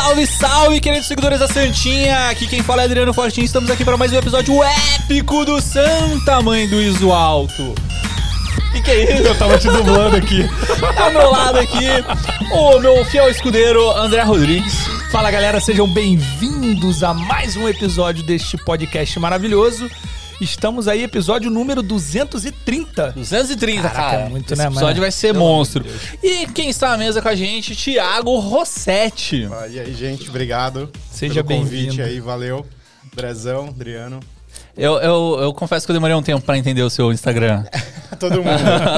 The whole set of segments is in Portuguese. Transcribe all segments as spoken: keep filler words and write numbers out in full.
Salve, salve, queridos seguidores da Santinha! Aqui quem fala é Adriano Fortinho. Estamos aqui para mais um episódio épico do Santa Mãe do Iso Alto. Que que é isso? Eu tava te dublando aqui. Ao meu lado aqui, o meu fiel escudeiro, André Rodrigues. Fala, galera, sejam bem-vindos a mais um episódio deste podcast maravilhoso. Estamos aí, episódio número duzentos e trinta. duzentos e trinta, Caraca, cara. muito, Esse né, episódio mano? vai ser Pelo monstro. amor de Deus. E quem está na mesa com a gente, Thiago Rossetti. Ah, e aí, gente, obrigado Seja pelo convite bem-vindo. aí, valeu. Brezão, Adriano, Eu, eu, eu confesso que eu demorei um tempo pra entender o seu Instagram. todo mundo.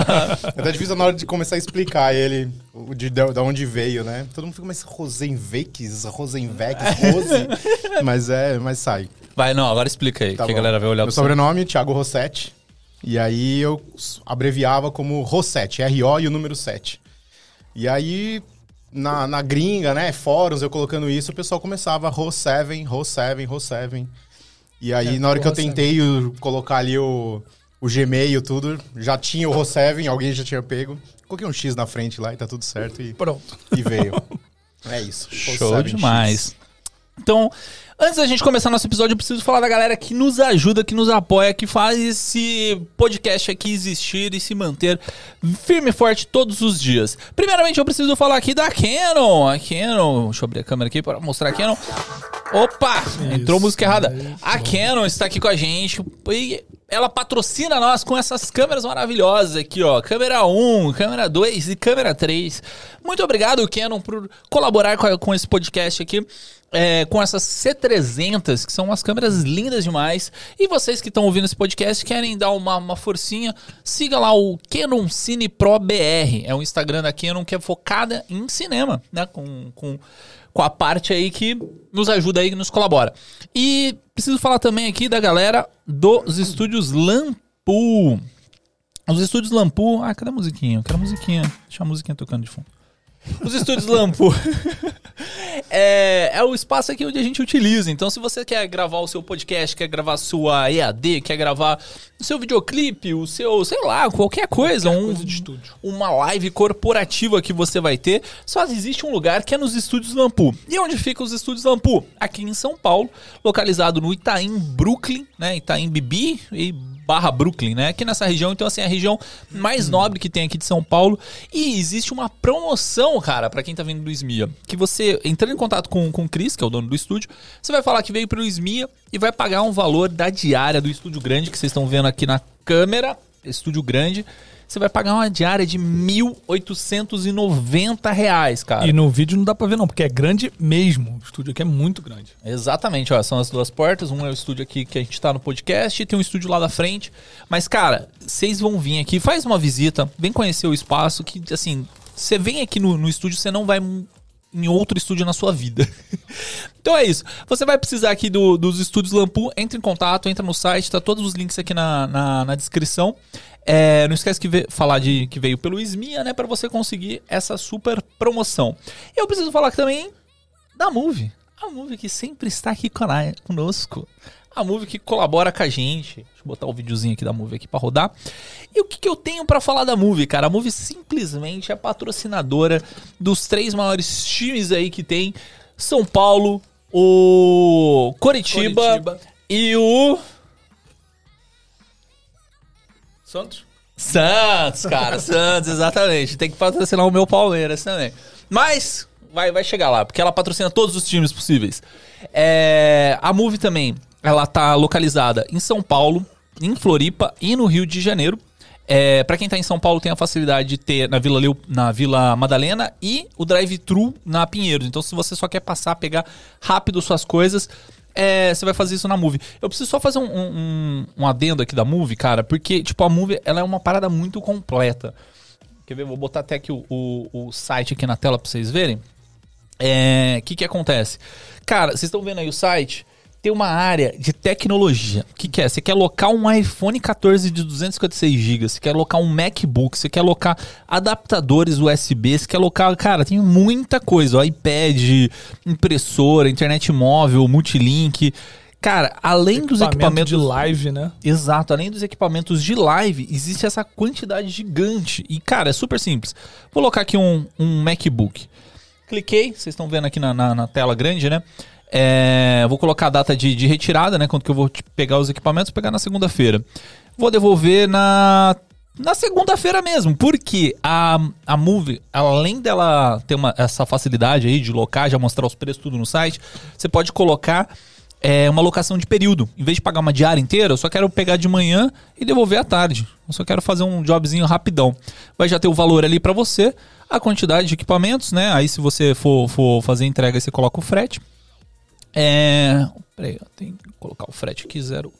É até difícil na hora de começar a explicar ele, o de, de, de onde veio, né? Todo mundo fica, mas Rosenvex, Rosenvex, Rose, mas é, mas sai. Vai, não, agora explica aí, Tá que bom. a galera vai olhar Meu pro sobrenome, Thiago Rossetti, e aí eu abreviava como Rossetti, R O e o número sete. E aí, na, na gringa, né, fóruns, eu colocando isso, o pessoal começava Ro sete, Ro sete, Ro sete. E aí, É, na hora que eu Ro sete. tentei o- colocar ali o, o Gmail, tudo, já tinha o Ro sete, alguém já tinha pego. Coloquei um X na frente lá e tá tudo certo e, Pronto. e veio. É isso. Ro Show sete X. demais. Então, antes da gente começar nosso episódio, eu preciso falar da galera que nos ajuda, que nos apoia, que faz esse podcast aqui existir e se manter firme e forte todos os dias. Primeiramente, eu preciso falar aqui da Canon. A Canon, deixa eu abrir a câmera aqui para mostrar a Canon. Opa, entrou música errada. A Canon está aqui com a gente e ela patrocina nós com essas câmeras maravilhosas aqui, ó. Câmera um, câmera dois e câmera três. Muito obrigado, Canon, por colaborar com, a- com esse podcast aqui. É, com essas C trezentos, que são umas câmeras lindas demais. E vocês que estão ouvindo esse podcast querem dar uma, uma forcinha, siga lá o Canon Cine Pro B R. É o Instagram da Canon que é focada em cinema, né? Com, com, com a parte aí que nos ajuda aí, que nos colabora. E preciso falar também aqui da galera dos estúdios Lampu. Os estúdios Lampu... Ah, cadê a musiquinha? Eu quero a musiquinha. Deixa a musiquinha tocando de fundo. Os estúdios Lampu é, é o espaço aqui onde a gente utiliza. Então, se você quer gravar o seu podcast, quer gravar sua E A D, quer gravar o seu videoclipe, o seu, sei lá, qualquer coisa, Qualquer um, coisa de estúdio. uma live corporativa que você vai ter, só existe um lugar que é nos estúdios Lampu. E onde ficam os estúdios Lampu? Aqui em São Paulo, localizado no Itaim, Brooklyn, né? Itaim Bibi e barra Brooklyn, né? Aqui nessa região, então assim, é a região mais nobre que tem aqui de São Paulo. E existe uma promoção, cara, pra quem tá vindo do Esmia, que você, entrando em contato com, com o Cris, que é o dono do estúdio, você vai falar que veio pelo Esmia e vai pagar um valor da diária do estúdio grande, que vocês estão vendo aqui na câmera, estúdio grande. Você vai pagar uma diária de mil oitocentos e noventa reais, cara. E no vídeo não dá pra ver não, porque é grande mesmo. O estúdio aqui é muito grande. Exatamente, ó, são as duas portas. Um é o estúdio aqui que a gente tá no podcast e tem um estúdio lá da frente. Mas, cara, vocês vão vir aqui, faz uma visita, vem conhecer o espaço, que, assim, você vem aqui no, no estúdio, você não vai em outro estúdio na sua vida. Então é isso. Você vai precisar aqui do, dos estúdios Lampu, entre em contato, entra no site, tá todos os links aqui na, na, na descrição. É, não esquece de ve- falar de que veio pelo Esmia, né, pra você conseguir essa super promoção. Eu preciso falar aqui também da Move. A Move que sempre está aqui cona- conosco. A Move que colabora com a gente. Deixa eu botar o videozinho aqui da Move aqui pra rodar. E o que, que eu tenho pra falar da Move, cara? A Move simplesmente é patrocinadora dos três maiores times aí que tem. São Paulo, o Coritiba, Coritiba. e o... Santos? Santos, cara, Santos, exatamente. Tem que patrocinar o meu Palmeiras também. Mas vai, vai chegar lá, porque ela patrocina todos os times possíveis. É, a Move também, ela tá localizada em São Paulo, em Floripa e no Rio de Janeiro. É, para quem tá em São Paulo, tem a facilidade de ter na Vila, Leo, na Vila Madalena e o drive-thru na Pinheiros. Então, se você só quer passar, pegar rápido suas coisas, é, você vai fazer isso na Move. Eu preciso só fazer um, um, um adendo aqui da Move, cara, porque, tipo, a Move, ela é uma parada muito completa. Quer ver? Vou botar até aqui o, o, o site aqui na tela pra vocês verem. O é, que que acontece? Cara, vocês estão vendo aí o site? Tem uma área de tecnologia. O que que é? Você quer alocar um iPhone quatorze de duzentos e cinquenta e seis gigas, você quer alocar um MacBook, você quer alocar adaptadores U S B, você quer alocar... Cara, tem muita coisa. Ó, iPad, impressora, internet móvel, multilink... Cara, além dos equipamentos de live, né? Exato, além dos equipamentos de live, existe essa quantidade gigante. E, cara, é super simples. Vou colocar aqui um, um MacBook. Cliquei, vocês estão vendo aqui na, na, na tela grande, né? É, vou colocar a data de, de retirada, né? Quando que eu vou pegar os equipamentos, pegar na segunda-feira. Vou devolver na, na segunda-feira mesmo, porque a, a Move, além dela ter uma, essa facilidade aí de locar, já mostrar os preços tudo no site, você pode colocar é, uma locação de período. Em vez de pagar uma diária inteira, eu só quero pegar de manhã e devolver à tarde. Eu só quero fazer um jobzinho rapidão. Vai já ter o valor ali pra você, a quantidade de equipamentos, né? Aí se você for, for fazer entrega, você coloca o frete. É... Peraí, eu tenho que colocar o frete aqui, zero.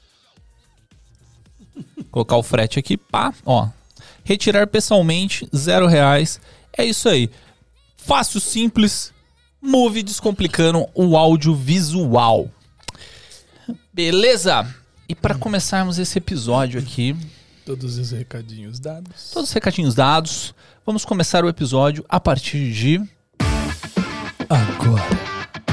Colocar o frete aqui, pá, ó. Retirar pessoalmente, zero reais. É isso aí. Fácil, simples. Move descomplicando o audiovisual. Beleza? E para começarmos esse episódio aqui... Todos os recadinhos dados. Todos os recadinhos dados. Vamos começar o episódio a partir de... Agora.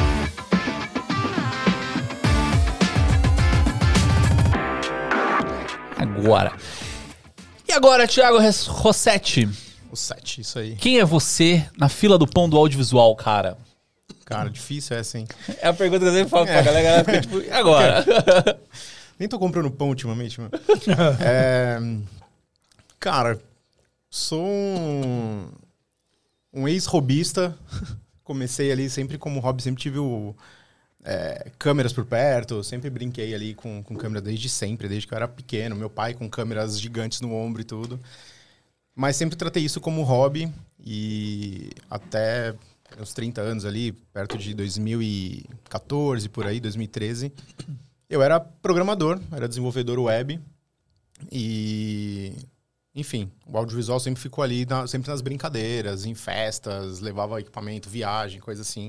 Agora. E agora, Thiago Rossetti? O sete, isso aí. Quem é você na fila do pão do audiovisual, cara? Cara, difícil essa, hein? É a pergunta que eu sempre falo pra galera, fica tipo, e agora? Nem tô comprando pão ultimamente, mano. é, cara, sou um, um ex-robista. Comecei ali sempre como hobby, sempre tive o... É, câmeras por perto, sempre brinquei ali com, com câmera desde sempre, desde que eu era pequeno. Meu pai com câmeras gigantes no ombro e tudo. Mas sempre tratei isso como hobby e até uns trinta anos ali, perto de dois mil e quatorze, por aí, dois mil e treze, eu era programador, era desenvolvedor web e... Enfim, o audiovisual sempre ficou ali, na, sempre nas brincadeiras, em festas, levava equipamento, viagem, coisa assim.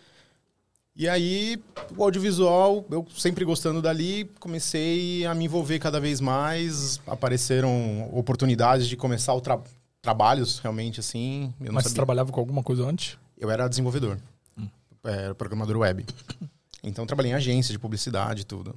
E aí, o audiovisual, eu sempre gostando dali, comecei a me envolver cada vez mais. Apareceram oportunidades de começar o tra- trabalhos, realmente, assim. Eu não Mas sabia. você trabalhava com alguma coisa antes? Eu era desenvolvedor, Hum. era programador web. Então, trabalhei em agência de publicidade e tudo.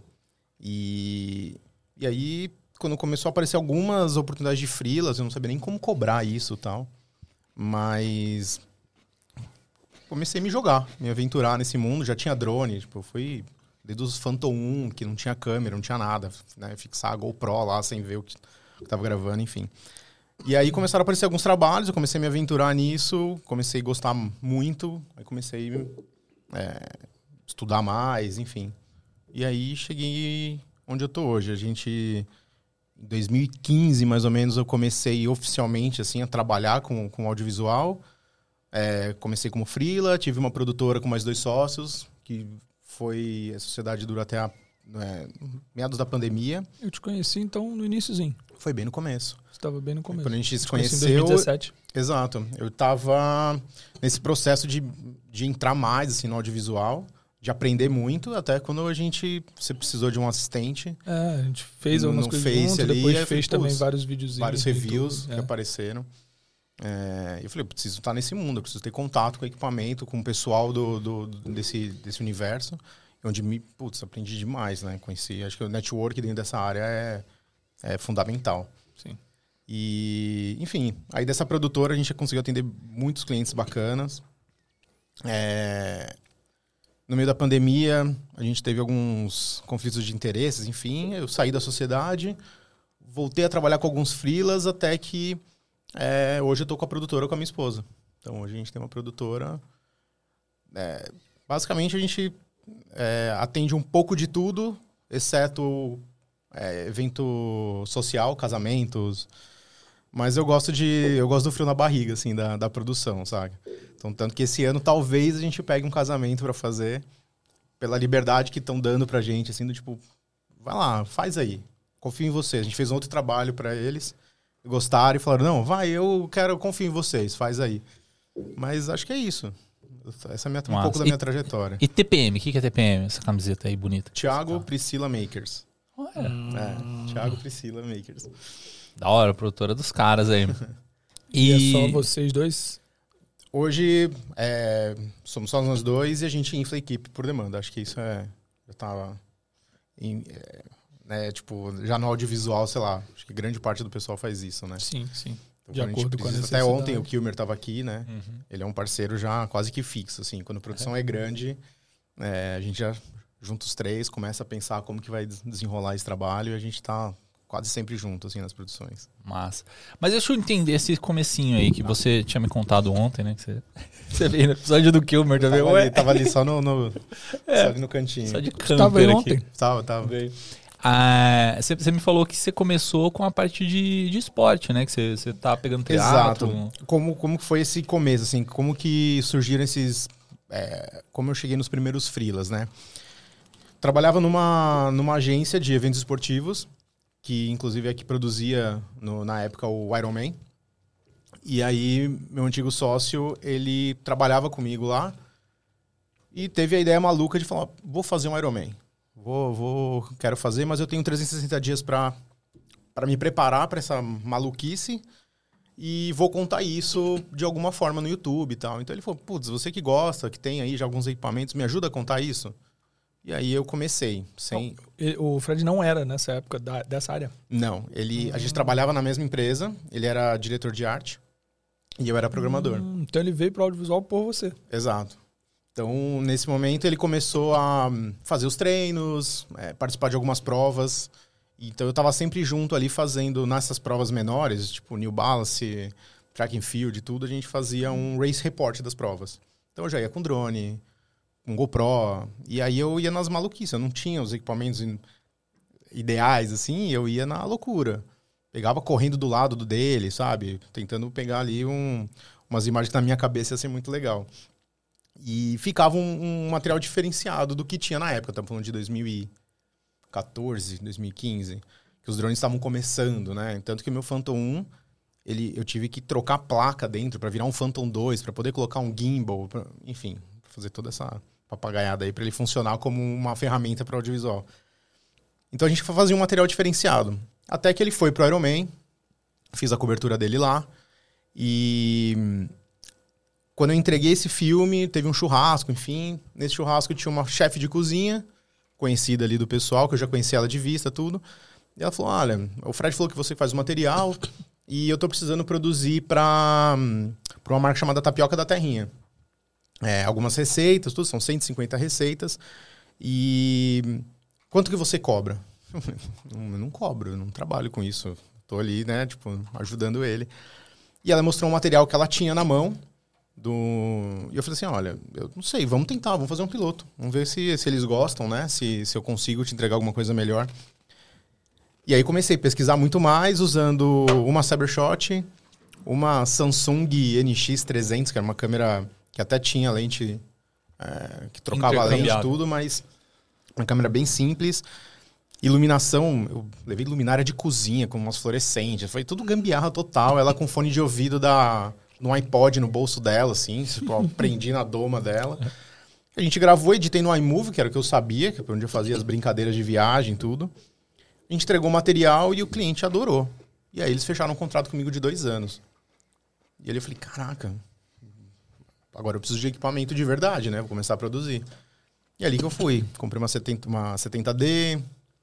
E, e aí, quando começou a aparecer algumas oportunidades de freelas, eu não sabia nem como cobrar isso e tal. Mas... comecei a me jogar, me aventurar nesse mundo. Já tinha drone, tipo, eu fui desde os Phantom um, que não tinha câmera, não tinha nada, né? Fixar a GoPro lá sem ver o que eu tava gravando, enfim. E aí começaram a aparecer alguns trabalhos, eu comecei a me aventurar nisso, comecei a gostar muito, aí comecei a é, estudar mais, enfim. E aí cheguei onde eu tô hoje. A gente, em dois mil e quinze, mais ou menos, eu comecei oficialmente, assim, a trabalhar com, com audiovisual. É, comecei como freela, tive uma produtora com mais dois sócios, que foi... A sociedade durou até a, é, meados da pandemia. Eu te conheci, então, no iniciozinho. Foi bem no começo. Você estava bem no começo. Quando a gente se Te conheci conheceu... em dois mil e dezessete. Exato. Eu estava nesse processo de, de entrar mais assim, no audiovisual, de aprender muito, até quando a gente... Você precisou de um assistente. É, a gente fez No- algumas no coisas Face junto, ali, depois aí fez falei, também putz, vários videozinhos. Vários no reviews YouTube, que é. apareceram. É, eu falei, eu preciso estar nesse mundo, eu preciso ter contato com o equipamento, com o pessoal do, do, desse, desse universo, onde me, putz, aprendi demais, né? Conheci, acho que o network dentro dessa área é, é fundamental. Sim. E, enfim, aí dessa produtora a gente conseguiu atender muitos clientes bacanas. É, no meio da pandemia, a gente teve alguns conflitos de interesses, enfim, eu saí da sociedade, voltei a trabalhar com alguns freelas até que É, hoje eu tô com a produtora com a minha esposa. Então hoje a gente tem uma produtora. É, basicamente a gente é, atende um pouco de tudo, exceto é, evento social, casamentos. Mas eu gosto de. Eu gosto do frio na barriga, assim, da, da produção, sabe? Então, tanto que esse ano talvez a gente pegue um casamento pra fazer, pela liberdade que estão dando pra gente, assim, do tipo, vai lá, faz aí. Confio em vocês. A gente fez um outro trabalho pra eles. Gostaram e falaram, não, vai, eu quero, eu confio em vocês, faz aí. Mas acho que é isso. Essa é a minha, um Massa. pouco da E- minha trajetória. E T P M, o que que é T P M? Essa camiseta aí bonita. Thiago Priscila Makers. Olha, É, Thiago Priscila Makers. da hora, produtora dos caras aí. E, E, é só vocês dois? Hoje, é, somos só nós dois e a gente infla a equipe por demanda. Acho que isso é... Eu tava... Em, é, né, tipo, já no audiovisual, sei lá, acho que grande parte do pessoal faz isso, né? Sim, sim. Então, De quando a gente acordo com a precisa- Até necessidade. ontem o Kilmer estava aqui, né? Uhum. Ele é um parceiro já quase que fixo, assim. Quando a produção é, grande, é, a gente já junta os três, começa a pensar como que vai des- desenrolar esse trabalho e a gente tá quase sempre junto, assim, nas produções. Massa. Mas deixa eu entender esse comecinho aí que você tinha me contado ontem, né? Que você, você veio no episódio do Kilmer também. Tava Ué, ali, tava ali só no, no, só ali no cantinho. só de Você tava aí camper ontem? aqui. Tava, tava. Ah, você, você me falou que você começou com a parte de, de esporte, né? Que você, você tá pegando teatro. Exato. Como, como que foi esse começo, assim? Como que surgiram esses... é, como eu cheguei nos primeiros freelas, né? Trabalhava numa, numa agência de eventos esportivos, que inclusive é que produzia, no, na época, o Ironman. E aí, meu antigo sócio, ele trabalhava comigo lá e teve a ideia maluca de falar, vou fazer um Ironman. Vou, vou, quero fazer, mas eu tenho trezentos e sessenta dias para para me preparar para essa maluquice e vou contar isso de alguma forma no YouTube e tal. Então ele falou, putz, você que gosta, que tem aí já alguns equipamentos, me ajuda a contar isso? E aí eu comecei, sem... Ele- O Fred não era nessa época da- dessa área. Não, ele, a gente trabalhava na mesma empresa, ele era diretor de arte e eu era programador. Hum, então ele veio pro audiovisual por você. Exato. Então, nesse momento, ele começou a hum, fazer os treinos, é, participar de algumas provas. Então, eu estava sempre junto ali fazendo, nessas provas menores, tipo New Balance, Track and Field e tudo, a gente fazia um race report das provas. Então, eu já ia com drone, com GoPro, e aí eu ia nas maluquices. Eu não tinha os equipamentos in- ideais, assim, eu ia na loucura. Pegava correndo do lado do dele, sabe? Tentando pegar ali um, umas imagens que na minha cabeça ia ser muito legal. E ficava um, um material diferenciado do que tinha na época. Estamos falando de dois mil e quatorze, dois mil e quinze, que os drones estavam começando, né? Tanto que o meu Phantom um, ele, eu tive que trocar a placa dentro para virar um Phantom dois, para poder colocar um gimbal, pra, enfim, pra fazer toda essa papagaiada aí para ele funcionar como uma ferramenta para audiovisual. Então a gente fazia um material diferenciado. Até que ele foi pro Ironman, fiz a cobertura dele lá e... Quando eu entreguei esse filme, teve um churrasco, enfim. Nesse churrasco tinha uma chefe de cozinha, conhecida ali do pessoal, que eu já conhecia ela de vista, tudo. E ela falou, olha, o Fred falou que você faz o material e eu tô precisando produzir para uma marca chamada Tapioca da Terrinha. É, algumas receitas, tudo, são cento e cinquenta receitas. E quanto que você cobra? Eu não cobro, eu não trabalho com isso. Tô ali, né, tipo, ajudando ele. E ela mostrou um material que ela tinha na mão, Do... E eu falei assim, olha, eu não sei, vamos tentar, vamos fazer um piloto. Vamos ver se, se eles gostam, né? Se, se eu consigo te entregar alguma coisa melhor. E aí comecei a pesquisar muito mais, usando uma Cybershot, uma Samsung N X trezentos, que era uma câmera que até tinha lente, é, que trocava a lente e tudo, mas uma câmera bem simples. Iluminação, eu levei luminária de cozinha com umas fluorescentes, foi tudo gambiarra total. Ela com fone de ouvido da... no iPod no bolso dela, assim, tipo, eu prendi na doma dela. A gente gravou, editei no iMovie, que era o que eu sabia, que é onde eu fazia as brincadeiras de viagem e tudo. A gente entregou o material e o cliente adorou. E aí eles fecharam um contrato comigo de dois anos. E aí eu falei, caraca, agora eu preciso de equipamento de verdade, né? Vou começar a produzir. E é ali que eu fui. Comprei uma setenta, uma setenta D,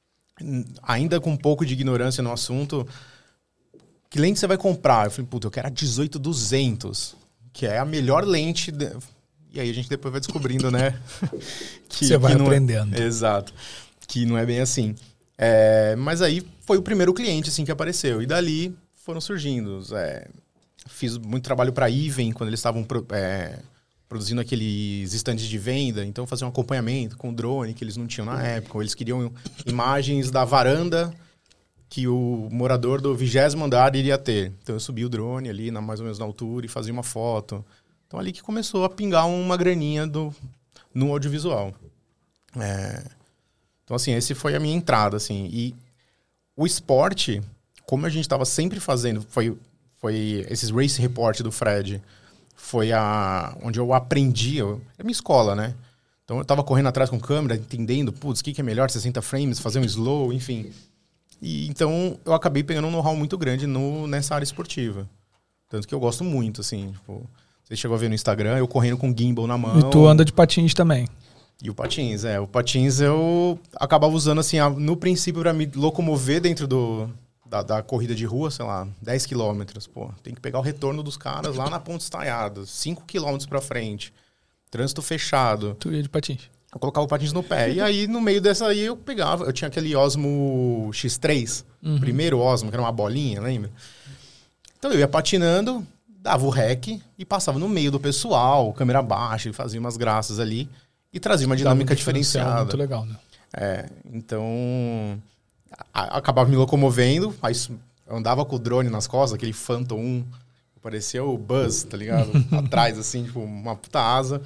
ainda com um pouco de ignorância no assunto. Que lente você vai comprar? Eu falei, puta, eu quero a dezoito duzentos, que é a melhor lente. De... E aí a gente depois vai descobrindo, né? que, você vai que não aprendendo. É... Exato. Que não é bem assim. É... Mas aí foi o primeiro cliente, assim, que apareceu. E dali foram surgindo. É... Fiz muito trabalho para a Even, quando eles estavam pro... é... produzindo aqueles estandes de venda. Então, fazer um acompanhamento com o drone, que eles não tinham na época. Eles queriam imagens da varanda que o morador do vigésimo andar iria ter. Então, eu subi o drone ali, na, mais ou menos na altura, e fazia uma foto. Então, ali que começou a pingar uma graninha do, no audiovisual. É... Então, assim, esse foi a minha entrada, assim. E o esporte, como a gente estava sempre fazendo, foi, foi esses race report do Fred, foi a, onde eu aprendi, eu, é a minha escola, né? Então, eu estava correndo atrás com câmera, entendendo, putz, o que, que é melhor, sessenta frames, fazer um slow, enfim... E, então, eu acabei pegando um know-how muito grande no, nessa área esportiva. Tanto que eu gosto muito, assim. Tipo, você chegou a ver no Instagram, eu correndo com gimbal na mão. E tu anda de patins também. E o patins, é. O patins eu acabava usando, assim, a, no princípio, para me locomover dentro do, da, da corrida de rua, sei lá, dez quilômetros. Pô, tem que pegar o retorno dos caras lá na Ponte Estaiada, cinco quilômetros pra frente. Trânsito fechado. Tu ia de patins. Eu colocava o patins no pé. E aí, no meio dessa aí, eu pegava... Eu tinha aquele Osmo X três. Uhum. Primeiro Osmo, que era uma bolinha, lembra? Então, eu ia patinando, dava o rec e passava no meio do pessoal, câmera baixa, e fazia umas graças ali. E trazia uma dinâmica diferenciada. Muito legal, né? É, então... A, acabava me locomovendo, aí eu andava com o drone nas costas, aquele Phantom um. Parecia o Buzz, tá ligado? Atrás, assim, tipo, uma puta asa.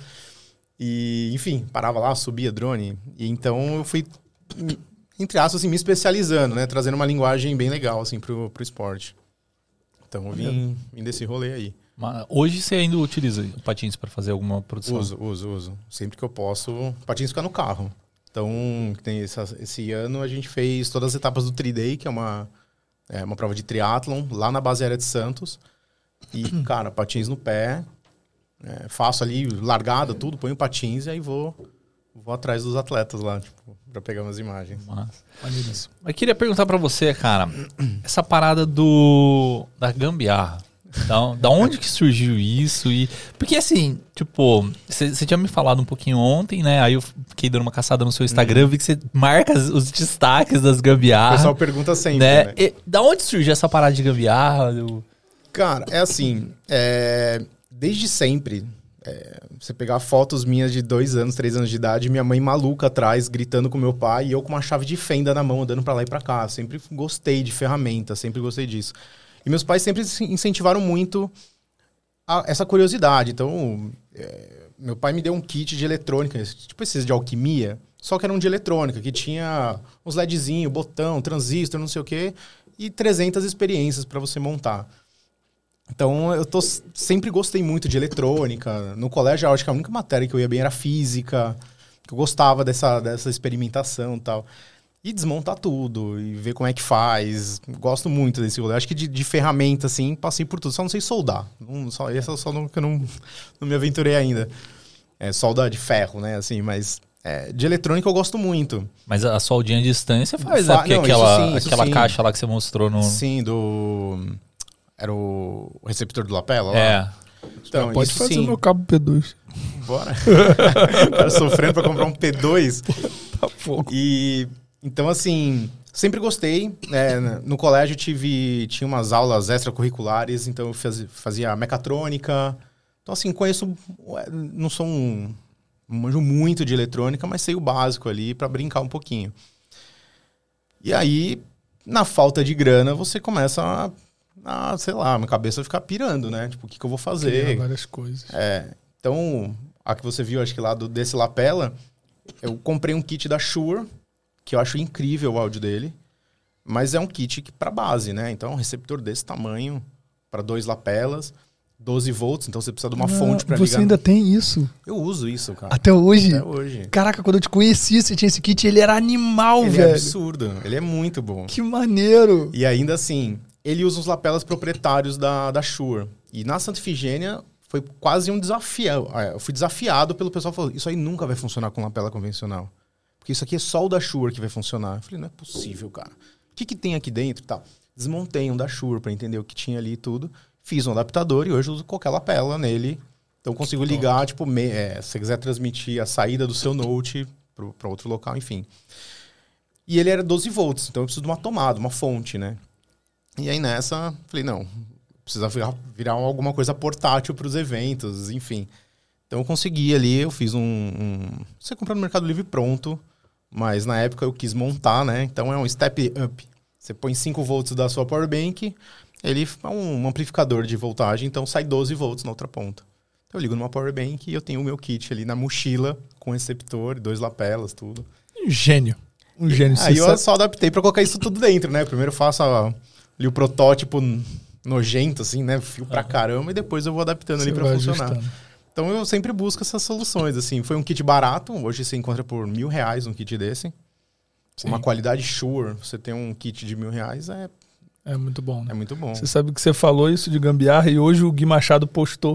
E, enfim, parava lá, subia drone. E então eu fui, entre aspas, assim, me especializando, né? Trazendo uma linguagem bem legal, assim, pro, pro esporte. Então eu vim, vim desse rolê aí. Mas hoje você ainda utiliza o patins para fazer alguma produção? Uso, uso, uso. Sempre que eu posso, o patins fica no carro. Então, tem essa, esse ano a gente fez todas as etapas do Tri-Day, que é uma, é uma prova de triatlon, lá na base aérea de Santos. E, cara, patins no pé, é, faço ali largada, tudo, ponho patins e aí vou, vou atrás dos atletas lá, tipo, pra pegar umas imagens. Mas eu queria perguntar pra você, cara, essa parada do da gambiarra, da, da onde que surgiu isso? E porque assim, tipo, você tinha me falado um pouquinho ontem, né? Aí eu fiquei dando uma caçada no seu Instagram, hum. vi que você marca os destaques das gambiarras. O pessoal pergunta sempre, né? né? E, da onde surgiu essa parada de gambiarra? Eu... Cara, é assim, é, desde sempre, é, você pegar fotos minhas de dois anos, três anos de idade, minha mãe maluca atrás, gritando com meu pai, e eu com uma chave de fenda na mão, andando pra lá e pra cá. Sempre gostei de ferramenta, sempre gostei disso. E meus pais sempre incentivaram muito a, essa curiosidade. Então, é, meu pai me deu um kit de eletrônica, tipo esses de alquimia, só que era um de eletrônica, que tinha uns LEDzinhos, botão, transistor, não sei o quê, e trezentas experiências pra você montar. Então, eu tô, sempre gostei muito de eletrônica. No colégio, eu acho que a única matéria que eu ia bem era física, que eu gostava dessa, dessa experimentação e tal. E desmontar tudo, e ver como é que faz. Gosto muito desse rolê. Acho que de, de ferramenta, assim, passei por tudo. Só não sei soldar. Não, só, essa é só não, que eu não, não me aventurei ainda. É, solda de ferro, né, assim, mas... É, de eletrônica eu gosto muito. Mas a soldinha de distância faz, Fa- né? Porque não, aquela, isso sim, aquela isso caixa lá que você mostrou no... Sim, do... Era o receptor do lapela lá? É. Então, Pode isso fazer sim. meu cabo P dois. Bora. O cara sofrendo pra comprar um P dois. Tá pouco. E... Então, assim... Sempre gostei. Né? No colégio tive... Tinha umas aulas extracurriculares. Então, eu fazia, fazia mecatrônica. Então, assim, conheço... Não sou um... Não manjo muito de eletrônica, mas sei o básico ali pra brincar um pouquinho. E aí, na falta de grana, você começa a... Ah, sei lá, minha cabeça fica pirando, né? Tipo, o que, que eu vou fazer? Criar várias coisas. É, então, a que você viu, acho que lá do, desse lapela, eu comprei um kit da Shure, que eu acho incrível o áudio dele, mas é um kit que para base, né? Então, um receptor desse tamanho, para dois lapelas, doze volts, então você precisa de uma ah, fonte para ligar. Você ainda tem isso? Eu uso isso, cara. Até hoje? Até hoje. Caraca, quando eu te conheci, você tinha esse kit, ele era animal, ele velho. Ele é absurdo, ele é muito bom. Que maneiro. E ainda assim... Ele usa os lapelas proprietários da, da Shure. E na Santa Ifigênia foi quase um desafio. Eu fui desafiado pelo pessoal que falou, isso aí nunca vai funcionar com lapela convencional. Porque isso aqui é só o da Shure que vai funcionar. Eu falei, não é possível, cara. O que, que tem aqui dentro e tal? Desmontei um da Shure para entender o que tinha ali e tudo. Fiz um adaptador e hoje eu uso qualquer lapela nele. Então eu consigo ligar, tipo, me, é, se você quiser transmitir a saída do seu Note para outro local, enfim. E ele era doze volts, então eu preciso de uma tomada, uma fonte, né? E aí nessa, falei, não, precisa virar, virar alguma coisa portátil para os eventos, enfim. Então eu consegui ali, eu fiz um, um... Você compra no Mercado Livre pronto, mas na época eu quis montar, né? Então é um step up. Você põe cinco volts da sua powerbank, ele é um amplificador de voltagem, então sai doze volts na outra ponta. Então eu ligo numa powerbank e eu tenho o meu kit ali na mochila, com receptor, dois lapelas, tudo. Gênio. Um gênio. Aí eu sabe? só adaptei para colocar isso tudo dentro, né? Primeiro eu faço a... ali o protótipo nojento, assim, né? Fio pra caramba, e depois eu vou adaptando você ali pra funcionar. Ajustando. Então eu sempre busco essas soluções, assim. Foi um kit barato, hoje você encontra por mil reais um kit desse. Sim. Uma qualidade Shure, você tem um kit de mil reais, é... É muito bom, né? É muito bom. Você sabe que você falou isso de gambiarra e hoje o Gui Machado postou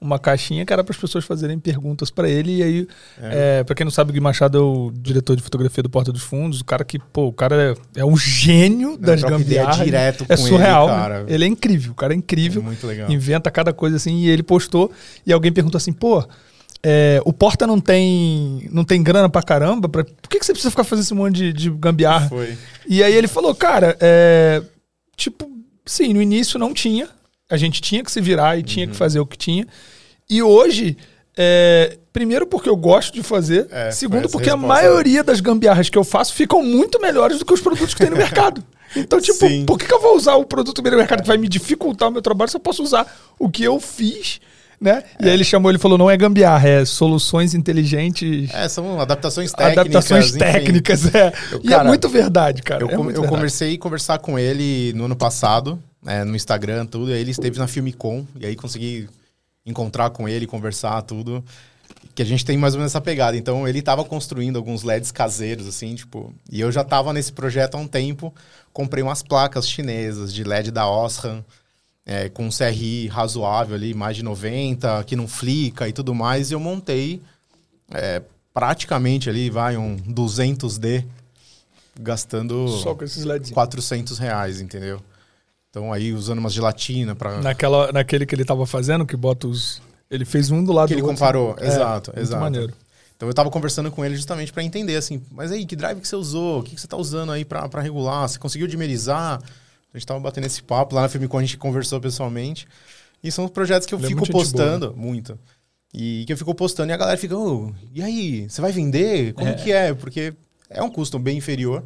uma caixinha que era para as pessoas fazerem perguntas para ele. E aí, é. É, para quem não sabe, o Gui Machado é o diretor de fotografia do Porta dos Fundos. O cara que, pô, o cara é, é um gênio das gambiarras. Direto é com surreal. Ele, cara. Ele é incrível, o cara é incrível. É muito legal. Inventa cada coisa assim. E ele postou. E alguém perguntou assim, pô, é, o Porta não tem, não tem grana pra caramba? Pra, por que, que você precisa ficar fazendo esse monte de, de gambiarra? Foi. E aí ele falou, cara, é, tipo, sim, no início não tinha. A gente tinha que se virar e tinha uhum. que fazer o que tinha. E hoje, é, primeiro porque eu gosto de fazer, é, segundo porque a maioria das gambiarras que eu faço ficam muito melhores do que os produtos que tem no mercado. Então, tipo, Sim. por que, que eu vou usar o produto do mercado que vai me dificultar o meu trabalho se eu posso usar o que eu fiz, né? E é. aí ele chamou, ele falou, não é gambiarra, é soluções inteligentes. É, são adaptações técnicas. Adaptações técnicas, é. Eu, e cara, é muito verdade, cara. Eu, é com, muito eu verdade. conversei conversar com ele no ano passado, é, no Instagram, tudo, e aí ele esteve na Filmicon, e aí consegui encontrar com ele, conversar, tudo, que a gente tem mais ou menos essa pegada. Então, ele estava construindo alguns L E Ds caseiros, assim, tipo, e eu já estava nesse projeto há um tempo, comprei umas placas chinesas de L E D da Osram, é, com um C R I razoável ali, mais de noventa, que não flica e tudo mais, e eu montei é, praticamente ali, vai, um duzentos D, gastando só com esses L E Ds. quatrocentos reais, entendeu? Então, aí, usando umas gelatina para... Naquela, naquele que ele tava fazendo, que bota os... Ele fez um do lado que do ele outro. comparou, é, exato, muito exato. maneiro. Então, eu tava conversando com ele justamente para entender, assim, mas aí, que drive que você usou? O que, que você tá usando aí para regular? Você conseguiu dimerizar? A gente tava batendo esse papo, lá na Filmicon a gente conversou pessoalmente. E são os projetos que eu ele fico é muito postando, boa, né? muito. E que eu fico postando e a galera fica, oh, e aí, você vai vender? Como é. que é? Porque é um custo bem inferior.